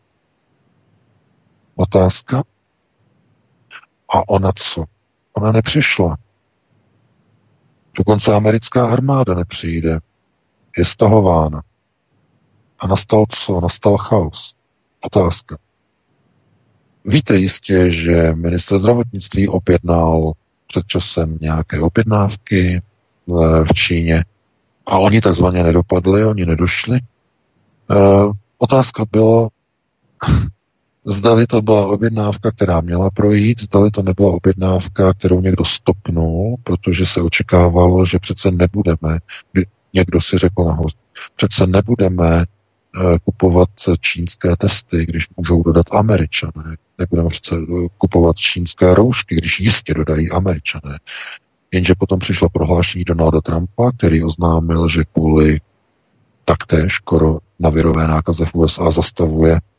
Otázka. A ona co? Ona nepřišla. Dokonce americká armáda nepřijde. Je stahována. A nastal co? Nastal chaos. Otázka. Víte jistě, že ministr zdravotnictví objednal před časem nějaké objednávky v Číně a oni takzvaně nedopadli, oni nedošli. E, otázka byla, zdali to byla objednávka, která měla projít, zdali to nebyla objednávka, kterou někdo stopnul, protože se očekávalo, že přece nebudeme, někdo si řekl nahoře, přece nebudeme kupovat čínské testy, když můžou dodat Američané. Nebudeme přece kupovat čínské roušky, když jistě dodají Američané. Jenže potom přišlo prohlášení Donalda Trumpa, který oznámil, že kvůli taktéž koronavirové nákaze v U S A zastavuje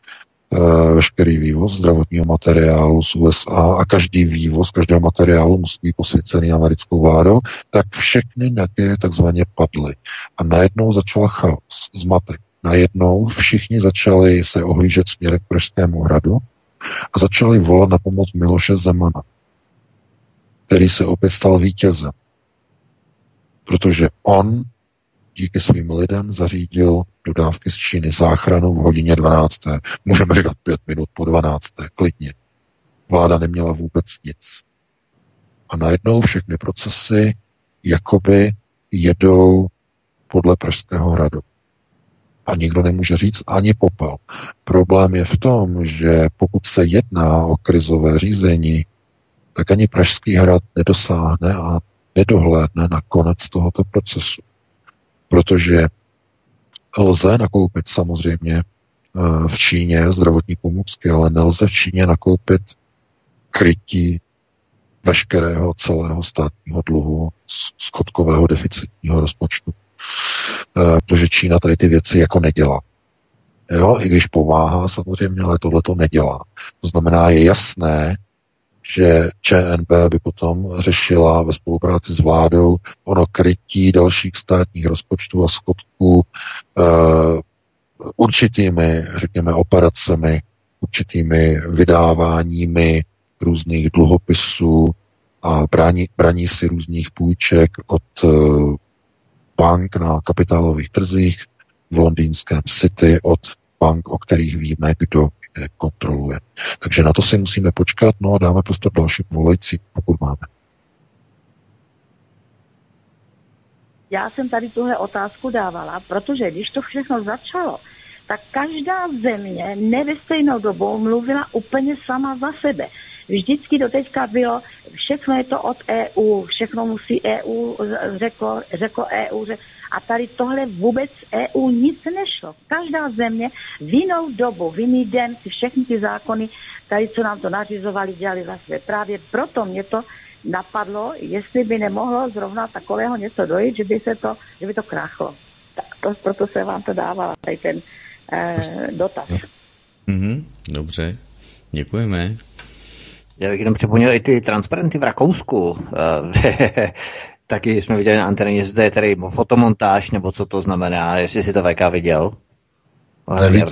veškerý vývoz zdravotního materiálu z U S A a každý vývoz každého materiálu musí být posvěcený americkou vládou, tak všechny NAKY takzvaně padly. A najednou začala chaos, zmatek. Najednou všichni začali se ohlížet směrem k Pražskému hradu a začali volat na pomoc Miloše Zemana, který se opět stal vítězem. Protože on díky svým lidem zařídil dodávky z Číny, záchranu v hodině dvanácté. Můžeme říkat pět minut po dvanácté, klidně. Vláda neměla vůbec nic. A najednou všechny procesy jakoby jedou podle Pražského hradu. A nikdo nemůže říct ani popel. Problém je v tom, že pokud se jedná o krizové řízení, tak ani Pražský hrad nedosáhne a nedohlédne na konec tohoto procesu. Protože lze nakoupit samozřejmě v Číně zdravotní pomůcky, ale nelze v Číně nakoupit krytí veškerého celého státního dluhu, schodkového deficitního rozpočtu. Protože Čína tady ty věci jako nedělá. Jo, i když pomáhá samozřejmě, ale tohle to nedělá. To znamená, je jasné, že ČNB by potom řešila ve spolupráci s vládou ono krytí dalších státních rozpočtů a schodků e, určitými, řekněme, operacemi, určitými vydáváními různých dluhopisů a braní, braní si různých půjček od e, bank na kapitálových trzích v londýnském City, od bank, o kterých víme, kdo je kontroluje. Takže na to si musíme počkat, no a dáme prostor dalším volajícím, pokud máme. Já jsem tady tuhle otázku dávala, protože když to všechno začalo, tak každá země ne ve stejnou dobu mluvila úplně sama za sebe. Vždycky do teďka bylo, všechno je to od E U, všechno musí E U, řeklo, řeklo E U, řeklo, a tady tohle vůbec E U nic nešlo. Každá země v jinou dobu, v jiný den si všechny ty zákony, tady co nám to nařizovali, dělali za sebe. Právě proto mě to napadlo, jestli by nemohlo zrovna takového něco dojít, že by se to, že by to krachlo. Tak to, proto se vám to dávala, tady ten eh, dotaz. Mm-hmm, dobře, děkujeme. Já bych jenom připomněl i ty transparenty v Rakousku. Taky jsme viděli na anteně, zde je tady fotomontáž, nebo co to znamená, jestli si to V K viděl. Nevím,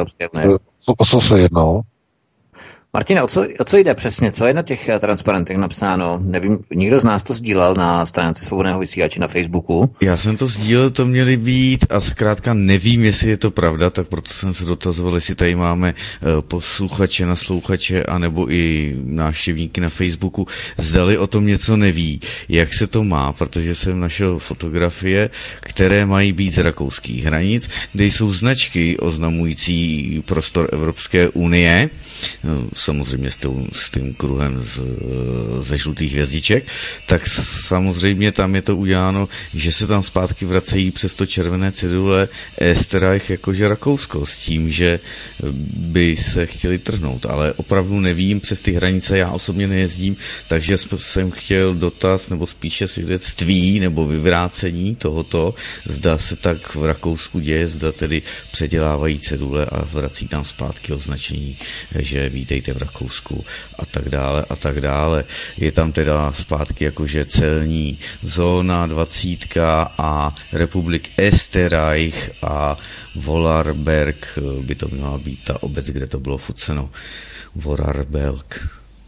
o co se jednalo? Martina, o co, o co jde přesně? Co je na těch transparentech napsáno? Nevím, nikdo z nás to sdílel na stránce Svobodného vysílače na Facebooku. Já jsem to sdílel, to měly být a zkrátka nevím, jestli je to pravda, tak proto jsem se dotazoval, jestli tady máme posluchače, naslouchače anebo i návštěvníky na Facebooku. Zdali o tom něco neví, jak se to má, protože jsem našel fotografie, které mají být z rakouských hranic, kde jsou značky oznamující prostor Evropské unie, samozřejmě s, tou, s tím kruhem z, ze žlutých hvězdiček, tak samozřejmě tam je to uděláno, že se tam zpátky vracejí přes to červené cedule Österreich jakože Rakousko, s tím, že by se chtěli trhnout, ale opravdu nevím, přes ty hranice já osobně nejezdím, takže jsem chtěl dotaz, nebo spíše svědectví, nebo vyvrácení tohoto, zda se tak v Rakousku děje, zda tedy předělávají cedule a vrací tam zpátky označení, že vítejte v Rakousku a tak dále a tak dále. Je tam teda zpátky jakože celní zóna dvacítka a Republik Österreich a Vorarlberg by to měla být ta obec, kde to bylo fuceno. Vorarlberg.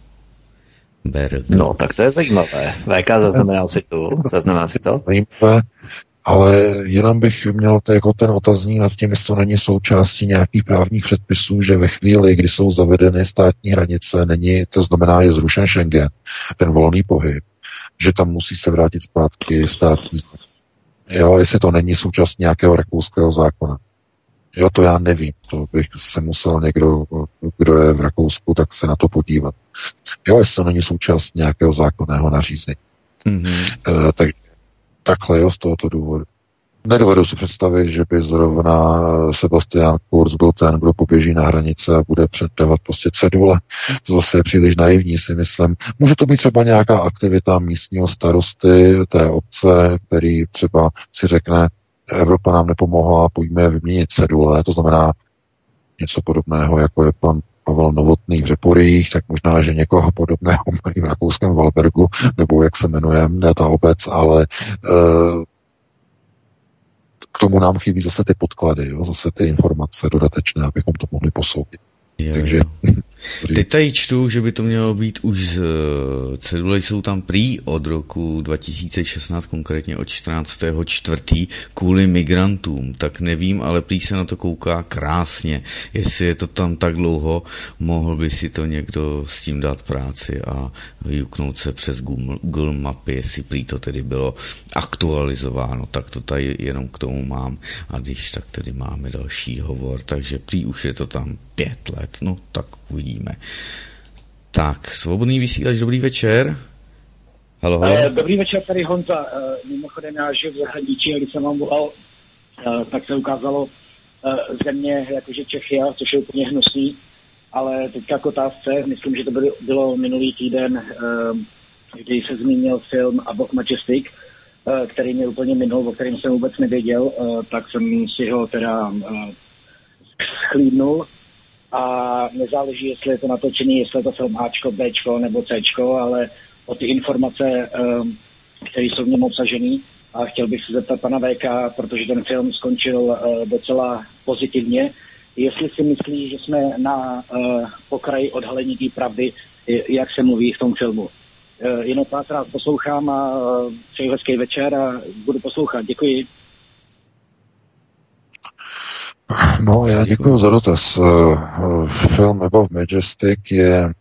Berg. No, tak to je zajímavé. V K zaznamenal si to? Zaznamenal si to? Zajímavé. Ale jenom bych měl to jako ten otazník nad tím, jestli to není součástí nějakých právních předpisů, že ve chvíli, kdy jsou zavedeny státní hranice, není, to znamená, je zrušen Schengen, ten volný pohyb, že tam musí se vrátit zpátky státní. Jo, jestli to není součást nějakého rakouského zákona. Jo, to já nevím. To bych se musel někdo, kdo je v Rakousku, tak se na to podívat. Jo, jestli to není součást nějakého zákonného nařízení. Mm-hmm. E, takže takhle, jo, z tohoto důvodu. Nedovedu si představit, že by zrovna Sebastian Kurz byl ten, kdo poběží na hranice a bude předávat prostě cedule. To zase je příliš naivní, si myslím. Může to být třeba nějaká aktivita místního starosty té obce, který třeba si řekne, Evropa nám nepomohla, pojďme vyměnit cedule. To znamená něco podobného, jako je pan Pavel Novotný v Řeporích, tak možná, že někoho podobného mají v rakouském Valbergu, nebo jak se jmenuje ta obec, ale uh, k tomu nám chybí zase ty podklady, jo? Zase ty informace dodatečné, abychom to mohli posoudit. Je, Takže... Teď tady čtu, že by to mělo být už z cedule, jsou tam prý od roku dva tisíce šestnáct, konkrétně od čtrnáctého čtvrtého kvůli migrantům, tak nevím, ale prý se na to kouká krásně. Jestli je to tam tak dlouho, mohl by si to někdo s tím dát práci a vyuknout se přes Google mapy, jestli prý to tedy bylo aktualizováno, tak to tady jenom k tomu mám. A když tak tedy máme další hovor, takže prý už je to tam pět let, no tak uvidíme. Tak, svobodný vysílač, dobrý večer. Halo, halo. Dobrý večer, tady Honza. Mimochodem, já žiju v zahraničí a když jsem vám volal, tak se ukázalo země jakože Čechia, což je úplně hnusný, ale teďka k otázce, myslím, že to bylo, bylo minulý týden, kdy se zmínil film Above Majestic, který mě úplně minul, o kterém jsem vůbec nevěděl, tak jsem si ho teda schlídnul. A nezáleží, jestli je to natočený, jestli je to film Ačko, Bčko nebo Cčko, ale o ty informace, které jsou v něm obsažený. A chtěl bych se zeptat pana V K, protože ten film skončil docela pozitivně, jestli si myslí, že jsme na pokraji odhalení té pravdy, jak se mluví v tom filmu. Jenom vás rád poslouchám a přeji hezký večer a budu poslouchat. Děkuji. No, já děkuji za dotaz. Film Above Majestic je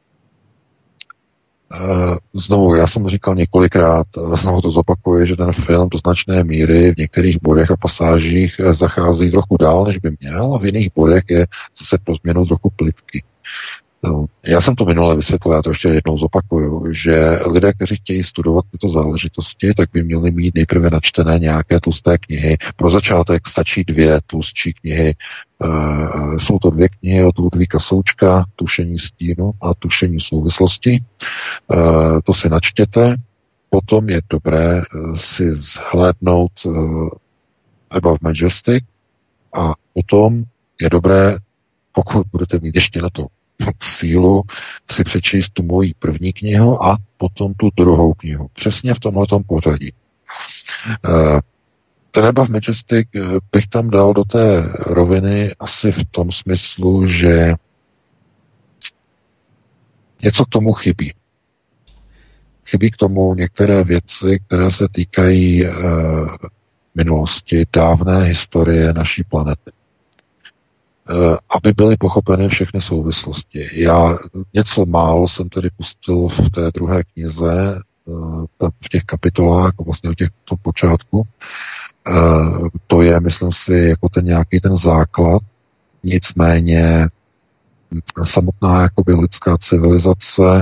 znovu, já jsem říkal několikrát, znovu to zopakuju, že ten film do značné míry v některých bodech a pasážích zachází trochu dál, než by měl, a v jiných bodech je zase pro změnu trochu plytký. Já jsem to minule vysvětlil, já to ještě jednou zopakuju, že lidé, kteří chtějí studovat tyto záležitosti, tak by měli mít nejprve načtené nějaké tlusté knihy. Pro začátek stačí dvě tlustší knihy. E, jsou to dvě knihy od Ludvíka Součka, Tušení stínu a Tušení souvislosti. E, to si načtěte. Potom je dobré si zhlédnout e, Above Majestic a potom je dobré, pokud budete mít ještě na to sílu, si přečíst tu moji první knihu a potom tu druhou knihu. Přesně v tomhletom pořadí. Ten Above Majestic bych tam dal do té roviny asi v tom smyslu, že něco k tomu chybí. Chybí k tomu některé věci, které se týkají minulosti, dávné historie naší planety. Aby byly pochopeny všechny souvislosti. Já něco málo jsem tedy pustil v té druhé knize, v těch kapitolách, vlastně o těch tom počátku. To je, myslím si, jako ten nějaký ten základ. Nicméně samotná jakoby lidská civilizace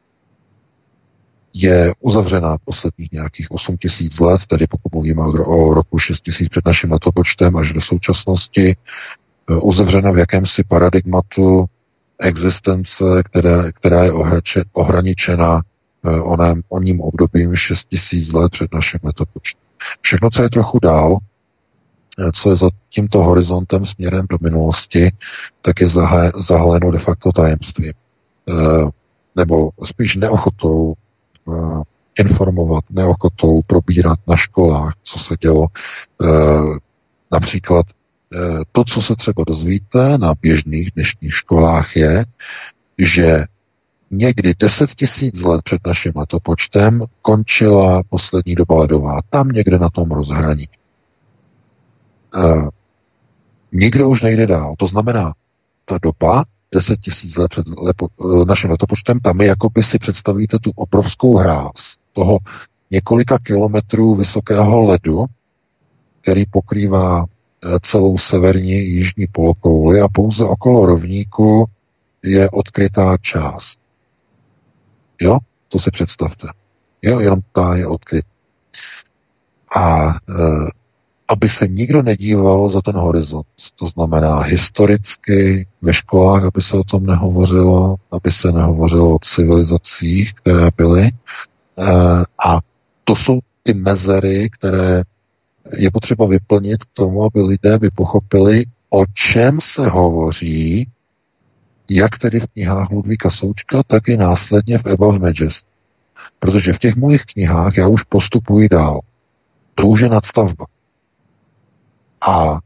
je uzavřená posledních nějakých osm tisíc let, tedy pokud mluvíme o roku šest tisíc před naším letopočtem až do současnosti, uzavřena v jakémsi paradigmatu existence, které, která je ohrače, ohraničena onem, oním obdobím šest tisíc let před naším letopočtem. Všechno, co je trochu dál, co je za tímto horizontem směrem do minulosti, tak je zahaleno de facto tajemstvím. Nebo spíš neochotou informovat, neochotou probírat na školách, co se dělo. Například to, co se třeba dozvíte na běžných dnešních školách, je, že někdy deset tisíc let před naším letopočtem končila poslední doba ledová. Tam někde na tom rozhraní. E, nikdo už nejde dál. To znamená, ta doba, deset tisíc let před lepo, naším letopočtem, tam je, jako by si představíte tu obrovskou hráz toho několika kilometrů vysokého ledu, který pokrývá celou severní jižní polokouli a pouze okolo rovníku je odkrytá část. Jo? To si představte. Jo? Jenom ta je odkrytá. A e, aby se nikdo nedíval za ten horizont, to znamená historicky ve školách, aby se o tom nehovořilo, aby se nehovořilo o civilizacích, které byly. E, a to jsou ty mezery, které je potřeba vyplnit k tomu, aby lidé by pochopili, o čem se hovoří jak tedy v knihách Ludvíka Součka, tak i následně v Above Majesty. Protože v těch mojich knihách já už postupuji dál. To už je nadstavba. A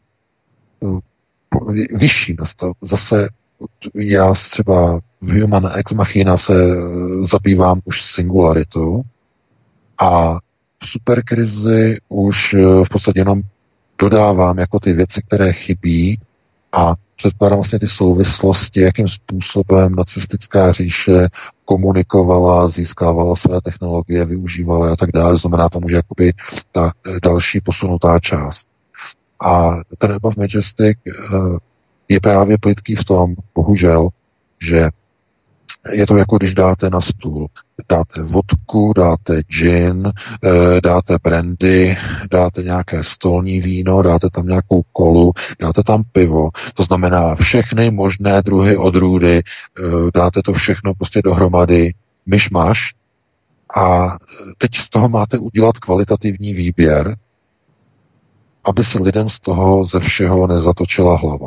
vyšší nastav. Zase já třeba v Human Ex Machina se zabývám už singularitou a v superkrizi už v podstatě jenom dodávám jako ty věci, které chybí a předpokládám vlastně ty souvislosti, jakým způsobem nacistická říše komunikovala, získávala své technologie, využívala a tak dále. Znamená tomu, že jakoby ta další posunutá část. A ten Above Majestic je právě plytký v tom, bohužel, že je to jako když dáte na stůl, dáte vodku, dáte gin, dáte brandy, dáte nějaké stolní víno, dáte tam nějakou kolu, dáte tam pivo, to znamená všechny možné druhy odrůdy, dáte to všechno prostě dohromady, myšmaš a teď z toho máte udělat kvalitativní výběr, aby se lidem z toho ze všeho nezatočila hlava.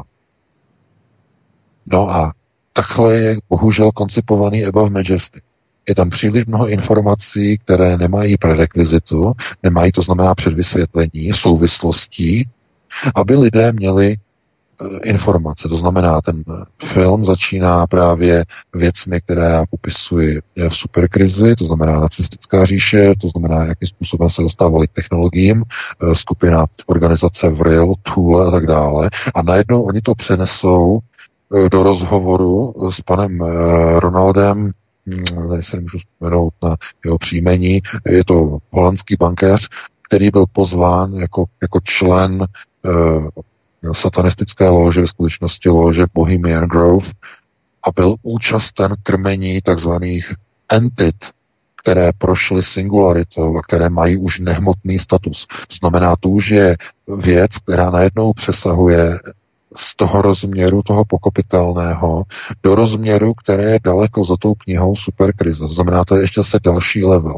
No a takhle je bohužel koncipovaný Above Majestic. Je tam příliš mnoho informací, které nemají prerekvizitu, nemají, to znamená předvysvětlení, souvislostí, aby lidé měli informace. To znamená, ten film začíná právě věcmi, které já popisuji v superkrizi, to znamená nacistická říše, to znamená, jakým způsobem se dostávali k technologiím, skupina organizace Vril, Thule a tak dále. A najednou oni to přenesou do rozhovoru s panem Ronaldem, tady se nemůžu vzpomenout na jeho příjmení, je to holandský bankéř, který byl pozván jako, jako člen satanistické lože, ve skutečnosti lože Bohemian Grove, a byl účasten krmení takzvaných entit, které prošly singularitou a které mají už nehmotný status. To znamená, to už je věc, která najednou přesahuje z toho rozměru, toho pochopitelného, do rozměru, které je daleko za tou knihou Superkrize. To znamená, to je ještě se další level.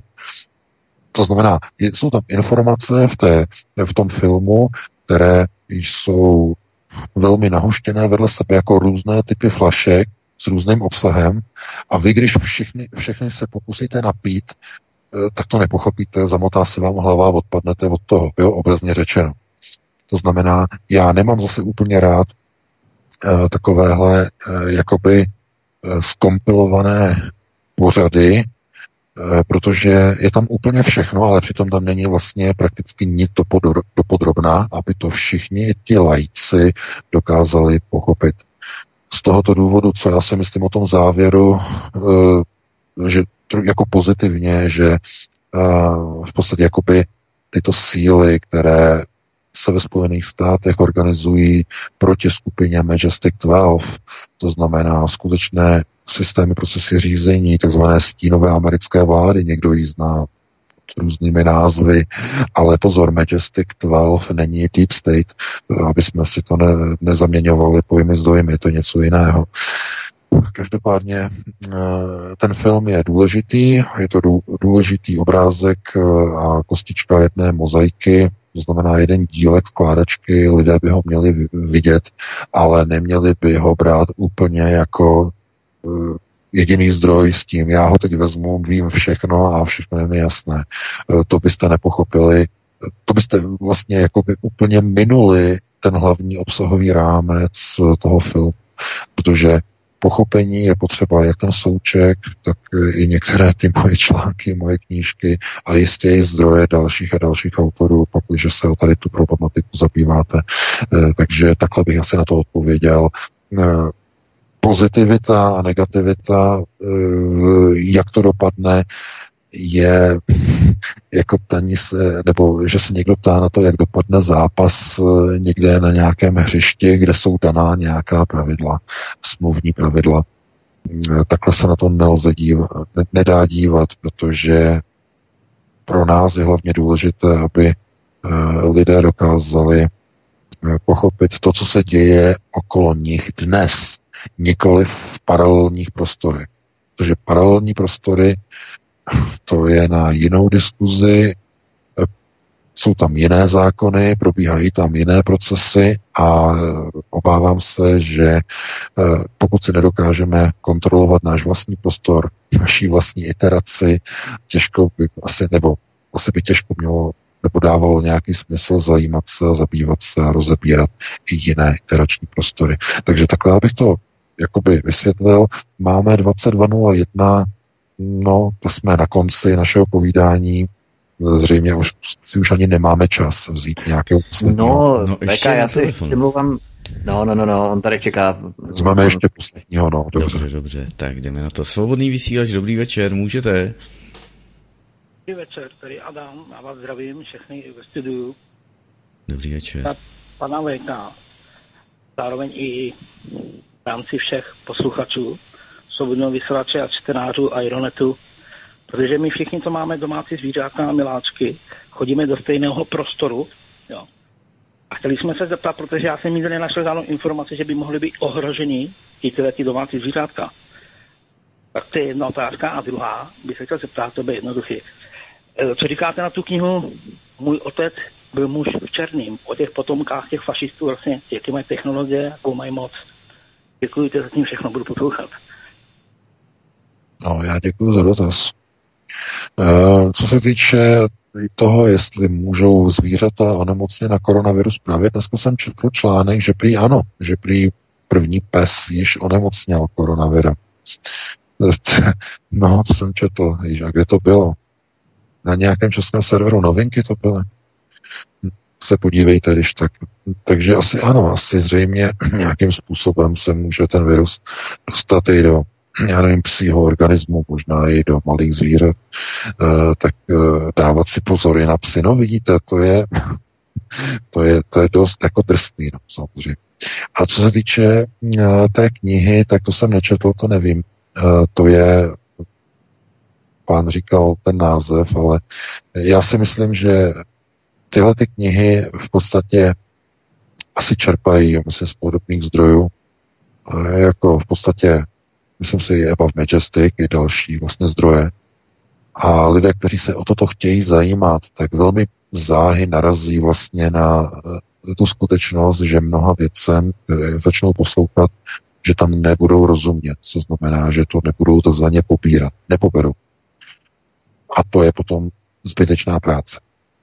To znamená, jsou tam informace v, té, v tom filmu, které jsou velmi nahuštěné vedle sebe jako různé typy flašek s různým obsahem a vy, když všichni, všechny se pokusíte napít, tak to nepochopíte, zamotá se vám hlava a odpadnete od toho, jo, obrazně řečeno. To znamená, já nemám zase úplně rád uh, takovéhle uh, jakoby uh, zkompilované pořady, uh, protože je tam úplně všechno, ale přitom tam není vlastně prakticky nic dopodrobná, aby to všichni ti laici dokázali pochopit. Z tohoto důvodu, co já si myslím o tom závěru, uh, že jako pozitivně, že uh, v podstatě jakoby tyto síly, které se ve Spojených státech organizují proti skupině Majestic dvanáct, to znamená skutečné systémy procesy řízení, takzvané stínové americké vlády, někdo ji zná pod různými názvy, ale pozor, Majestic dvanáct není Deep State, aby jsme si to ne, nezaměňovali pojmy s dojmy, je to něco jiného. Každopádně ten film je důležitý, je to důležitý obrázek a kostička jedné mozaiky, to znamená jeden dílek skládačky, lidé by ho měli vidět, ale neměli by ho brát úplně jako jediný zdroj s tím, já ho teď vezmu, vím všechno a všechno je mi jasné. To byste nepochopili, to byste vlastně jakoby úplně minuli ten hlavní obsahový rámec toho filmu, protože pochopení je potřeba jak ten Souček, tak i některé ty moje články, moje knížky a jistě i zdroje dalších a dalších autorů, pakliže se o tady tu problematiku zabýváte. Takže takhle bych asi na to odpověděl. Pozitivita a negativita, jak to dopadne, je jako ptaní se, nebo že se někdo ptá na to, jak dopadne zápas někde na nějakém hřišti, kde jsou daná nějaká pravidla, smluvní pravidla. Takhle se na to nelze dívat, nedá dívat, protože pro nás je hlavně důležité, aby lidé dokázali pochopit to, co se děje okolo nich dnes, nikoli v paralelních prostorech. Protože paralelní prostory, to je na jinou diskuzi. jsou tam jiné zákony, probíhají tam jiné procesy a obávám se, že pokud si nedokážeme kontrolovat náš vlastní prostor, naší vlastní iteraci, těžko by asi, nebo asi by těžko mělo nebo dávalo nějaký smysl zajímat se, zabývat se a rozebírat i jiné iterační prostory. Takže takhle, abych to jakoby vysvětlil, máme dvacet dva nula jedna, no, to jsme na konci našeho povídání, zřejmě už, už ani nemáme čas vzít nějakého posledního. No, no Beka, já si přemluvám. No, no, no, no, on tady čeká. Máme ještě posledního, no, dobře. Dobře, dobře, tak jdeme na to. Svobodný vysílač, dobrý večer, můžete? Dobrý večer, tady Adam, já vás zdravím, všechny ve studiu. Dobrý večer. Pana V K, zároveň i v rámci všech posluchačů, svobodného vysílače a čtenářů a Ironetu, protože my všichni, co máme domácí zvířátka a miláčky, chodíme do stejného prostoru, jo. A chtěli jsme se zeptat, protože já jsem nikdy nenašel žádnou informaci, že by mohly být ohroženi i tyhle ty domácí zvířátka. Tak to je jedna otázka a druhá, bych se chtěl zeptat, to bude jednoduchý. Co říkáte na tu knihu Můj otec byl muž v černým, o těch potomkách těch fašistů, vlastně, jaké mají technologie, jakou mají moc. Děkuji, za tím všechno budu poslouchat. No, já děkuji za dotaz. E, co se týče toho, jestli můžou zvířata onemocnit na koronavirus, právě dneska jsem četl článek, že prý ano, že prý první pes již onemocněl koronavirem. No, to jsem četl, a kde to bylo? Na nějakém českém serveru Novinky to byly. Se podívejte, když tak. Takže asi ano, asi zřejmě nějakým způsobem se může ten virus dostat i do, já nevím, psího organismu, možná i do malých zvířat. E, tak e, dávat si pozory na psy. No vidíte, to je, to je, to je dost jako drsný, no, samozřejmě. A co se týče e, té knihy, tak to jsem nečetl, to nevím. E, to je, pán říkal ten název, ale já si myslím, že tyhle ty knihy v podstatě asi čerpají, myslím, z podobných zdrojů, jako v podstatě, myslím si, Above Majestic i další vlastně zdroje. A lidé, kteří se o toto chtějí zajímat, tak velmi záhy narazí vlastně na tu skutečnost, že mnoha věcem, které začnou poslouchat, že tam nebudou rozumět, co znamená, že to nebudou takzvaně popírat, nepoberou. A to je potom zbytečná práce.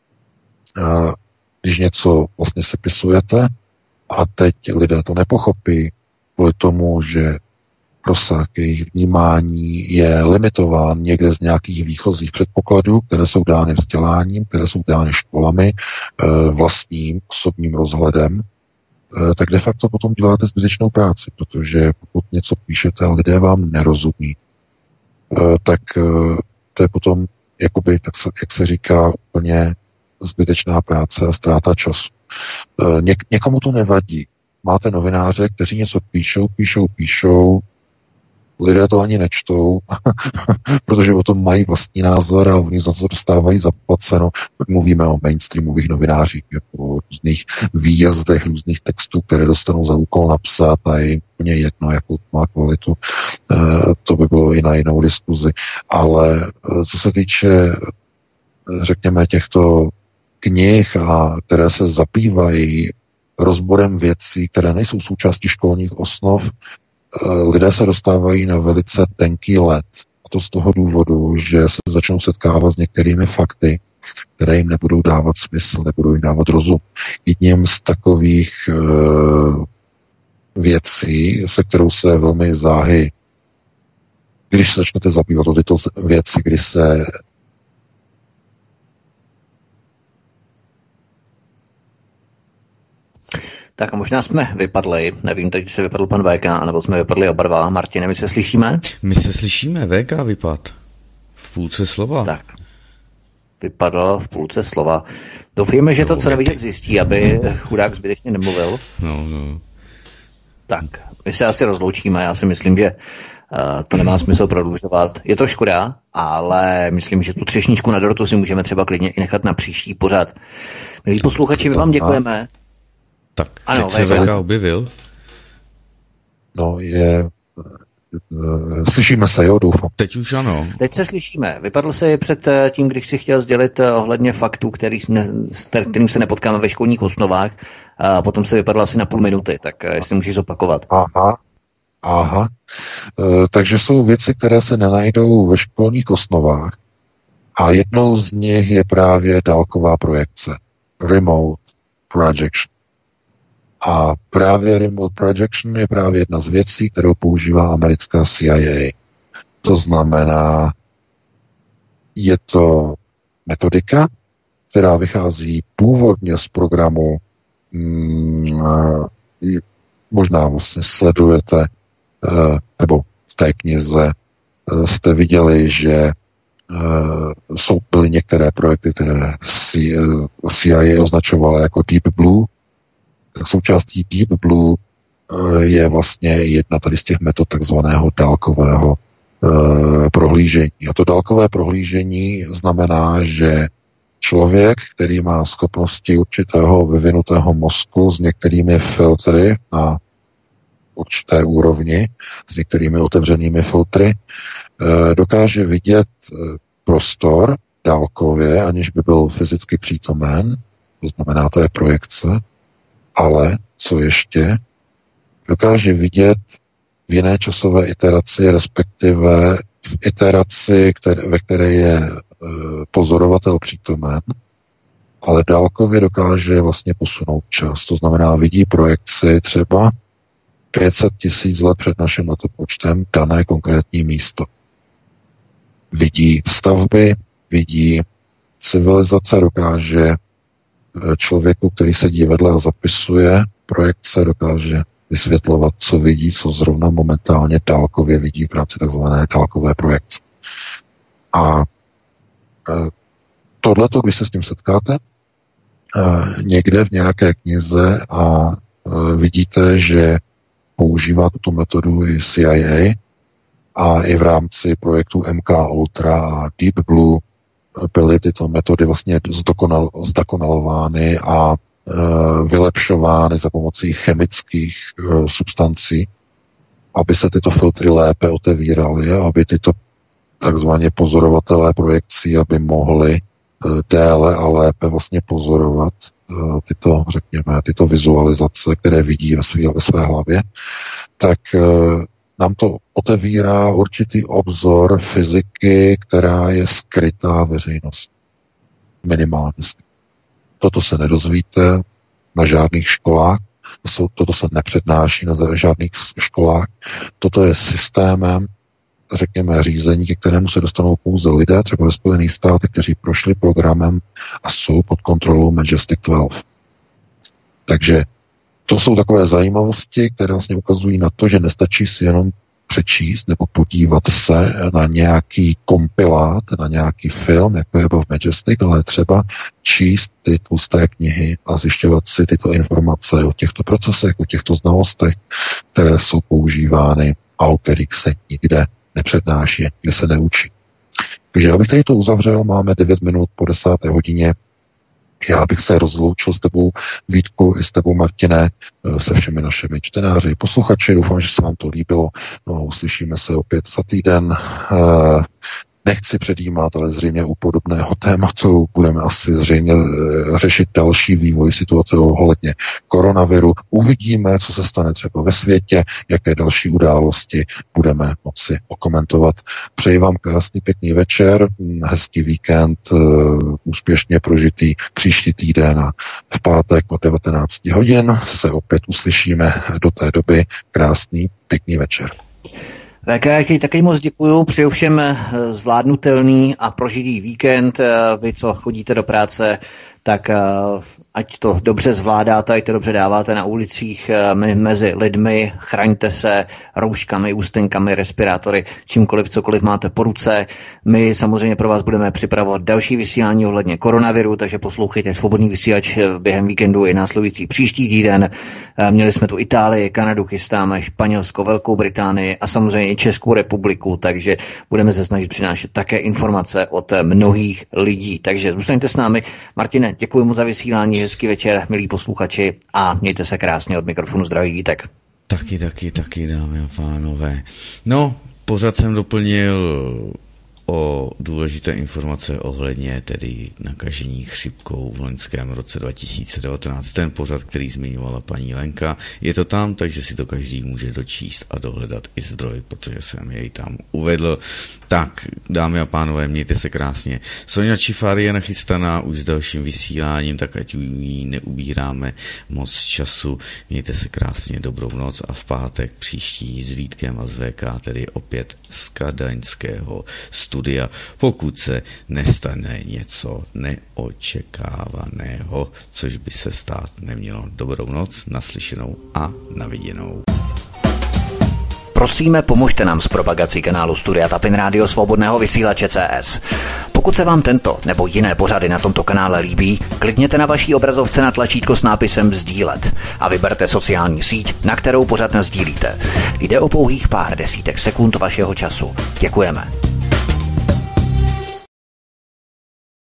Když něco vlastně sepisujete a teď lidé to nepochopí kvůli tomu, že rozsah jejich vnímání je limitován někde z nějakých výchozích předpokladů, které jsou dány vzděláním, které jsou dány školami, vlastním osobním rozhledem, tak de facto potom děláte zbytečnou práci, protože pokud něco píšete a lidé vám nerozumí, tak to je potom, jakoby, tak se, jak se říká, úplně zbytečná práce a ztráta času. Něk, někomu to nevadí. Máte novináře, kteří něco píšou, píšou, píšou, lidé to ani nečtou, protože o tom mají vlastní názor a oni za to dostávají zaplaceno. Mluvíme o mainstreamových novinářích, jako o různých výjezdech, různých textů, které dostanou za úkol napsat a je úplně jedno, jakou to má kvalitu. To by bylo i na jinou diskuzi. Ale co se týče, řekněme, těchto knih, a které se zabývají rozborem věcí, které nejsou součástí školních osnov, lidé se dostávají na velice tenký led. A to z toho důvodu, že se začnou setkávat s některými fakty, které jim nebudou dávat smysl, nebudou jim dávat rozum. Jedním z takových uh, věcí, se kterou se velmi záhy, když se začnete zabývat o tyto věci, kdy se Tak a možná jsme vypadli, nevím teď, jestli vypadl pan V K, nebo jsme vypadli oba dva. Martine, my se slyšíme? My se slyšíme, V K vypad. V půlce slova. Tak, vypadl v půlce slova. Doufujeme, že no, to, co nevidět, zjistí, aby chudák zbytečně nemluvil. No, no. Tak, my se asi rozloučíme, já si myslím, že uh, to nemá smysl prodlužovat. Je to škoda, ale myslím, že tu třešničku na dortu si můžeme třeba klidně i nechat na příští pořad. Milí posluchači, my vám děkujeme. Tak, ano, jak se V K objevil? No, je Slyšíme se, jo, doufám. Teď už ano. Teď se slyšíme. Vypadl se před tím, když si chtěl sdělit ohledně faktů, který ne, s kterým se nepotkáme ve školních osnovách, a potom se vypadl asi na půl minuty, tak jestli můžeš zopakovat. Aha, aha. E, takže jsou věci, které se nenajdou ve školních osnovách a jednou z nich je právě dálková projekce. Remote projection. A právě remote projection je právě jedna z věcí, kterou používá americká C I A. To znamená, je to metodika, která vychází původně z programu, hmm, možná vlastně sledujete, nebo v té knize jste viděli, že jsou byly některé projekty, které C I A označovala jako Deep Blue. Součástí Deep Blue je vlastně jedna tady z těch metod takzvaného dálkového e, prohlížení. A to dálkové prohlížení znamená, že člověk, který má schopnosti určitého vyvinutého mozku s některými filtry na určité úrovni, s některými otevřenými filtry, e, dokáže vidět prostor dálkově, aniž by byl fyzicky přítomen, to znamená, to je projekce, ale co ještě, dokáže vidět v jiné časové iteraci, respektive v iteraci, které, ve které je e, pozorovatel přítomen, ale dálkově dokáže vlastně posunout čas. To znamená, vidí projekci třeba pět set tisíc let před naším letopočtem dané konkrétní místo. Vidí stavby, vidí civilizace, dokáže člověku, který sedí vedle a zapisuje projekce, dokáže vysvětlovat, co vidí, co zrovna momentálně dálkově vidí v rámci takzvané dálkové projekce. A tohleto, když se s tím setkáte, někde v nějaké knize a vidíte, že používá tuto metodu i C I A a i v rámci projektu M K Ultra a Deep Blue byly tyto metody vlastně zdokonal, zdokonalovány a e, vylepšovány za pomocí chemických e, substancí, aby se tyto filtry lépe otevíraly a aby tyto takzvaně pozorovatelé projekcí, aby mohli e, déle a lépe vlastně pozorovat e, tyto, řekněme, tyto vizualizace, které vidí ve své, ve své hlavě, tak e, nám to otevírá určitý obzor fyziky, která je skrytá veřejnost. Minimálně. Toto se nedozvíte na žádných školách, toto se nepřednáší na žádných školách, toto je systémem, řekněme, řízení, ke kterému se dostanou pouze lidé, třeba ve Spojených státech, kteří prošli programem a jsou pod kontrolou Majestic dvanáct. Takže to jsou takové zajímavosti, které vlastně ukazují na to, že nestačí si jenom přečíst nebo podívat se na nějaký kompilát, na nějaký film, jako je v Majestic, ale třeba číst ty tlusté knihy a zjišťovat si tyto informace o těchto procesech, o těchto znalostech, které jsou používány a o kterých se nikde nepřednáší, kde se neučí. Takže abych tady to uzavřel, máme devět minut po desáté hodině. Já bych se rozloučil s tebou, Vítku, i s tebou, Martine, se všemi našimi čtenáři, posluchači. Doufám, že se vám to líbilo. No a uslyšíme se opět za týden. Nechci předjímat, ale zřejmě u podobného tématu budeme asi zřejmě řešit další vývoj situace ohledně koronaviru. Uvidíme, co se stane třeba ve světě, jaké další události budeme moci okomentovat. Přeji vám krásný, pěkný večer, hezký víkend, úspěšně prožitý příští týden a v pátek od devatenáct hodin se opět uslyšíme. Do té doby krásný, pěkný večer. V K, já taky moc děkuju, přeju všem zvládnutelný a prožitý víkend. Vy, co chodíte do práce, tak ať to dobře zvládáte, ať to dobře dáváte na ulicích mezi lidmi, chraňte se rouškami, ústenkami, respirátory, čímkoliv, cokoliv máte po ruce. My samozřejmě pro vás budeme připravovat další vysílání ohledně koronaviru, takže poslouchejte Svobodný vysílač během víkendu i následující příští týden. Měli jsme tu Itálii, Kanadu, chystáme Španělsko, Velkou Británii a samozřejmě i Českou republiku, takže budeme se snažit přinášet také informace od mnohých lidí. Takže zůstaňte s námi. Martine, děkuji mu za vysílání, hezký večer, milí posluchači, a mějte se krásně, od mikrofonu zdraví Vítek. Taky, taky, taky, dámy a pánové. No, pořád jsem doplnil o důležité informace ohledně tedy nakažení chřipkou v loňském roce dva tisíce devatenáct. Ten pořad, který zmiňovala paní Lenka, je to tam, takže si to každý může dočíst a dohledat i zdroj, protože jsem jej tam uvedl. Tak, dámy a pánové, mějte se krásně. Sonja Čifáry je nachystaná už s dalším vysíláním, tak ať jí neubíráme moc času. Mějte se krásně, dobrou noc a v pátek příští s Vítkem a z V K, tedy opět z kadaňského studia, pokud se nestane něco neočekávaného, což by se stát nemělo. Dobrou noc, naslyšenou a naviděnou. Prosíme, pomožte nám s propagací kanálu Studia Tapin Rádio Svobodného vysílače C S. Pokud se vám tento nebo jiné pořady na tomto kanále líbí, klikněte na vaší obrazovce na tlačítko s nápisem sdílet a vyberte sociální síť, na kterou pořad nasdílíte. Jde o pouhých pár desítek sekund vašeho času. Děkujeme.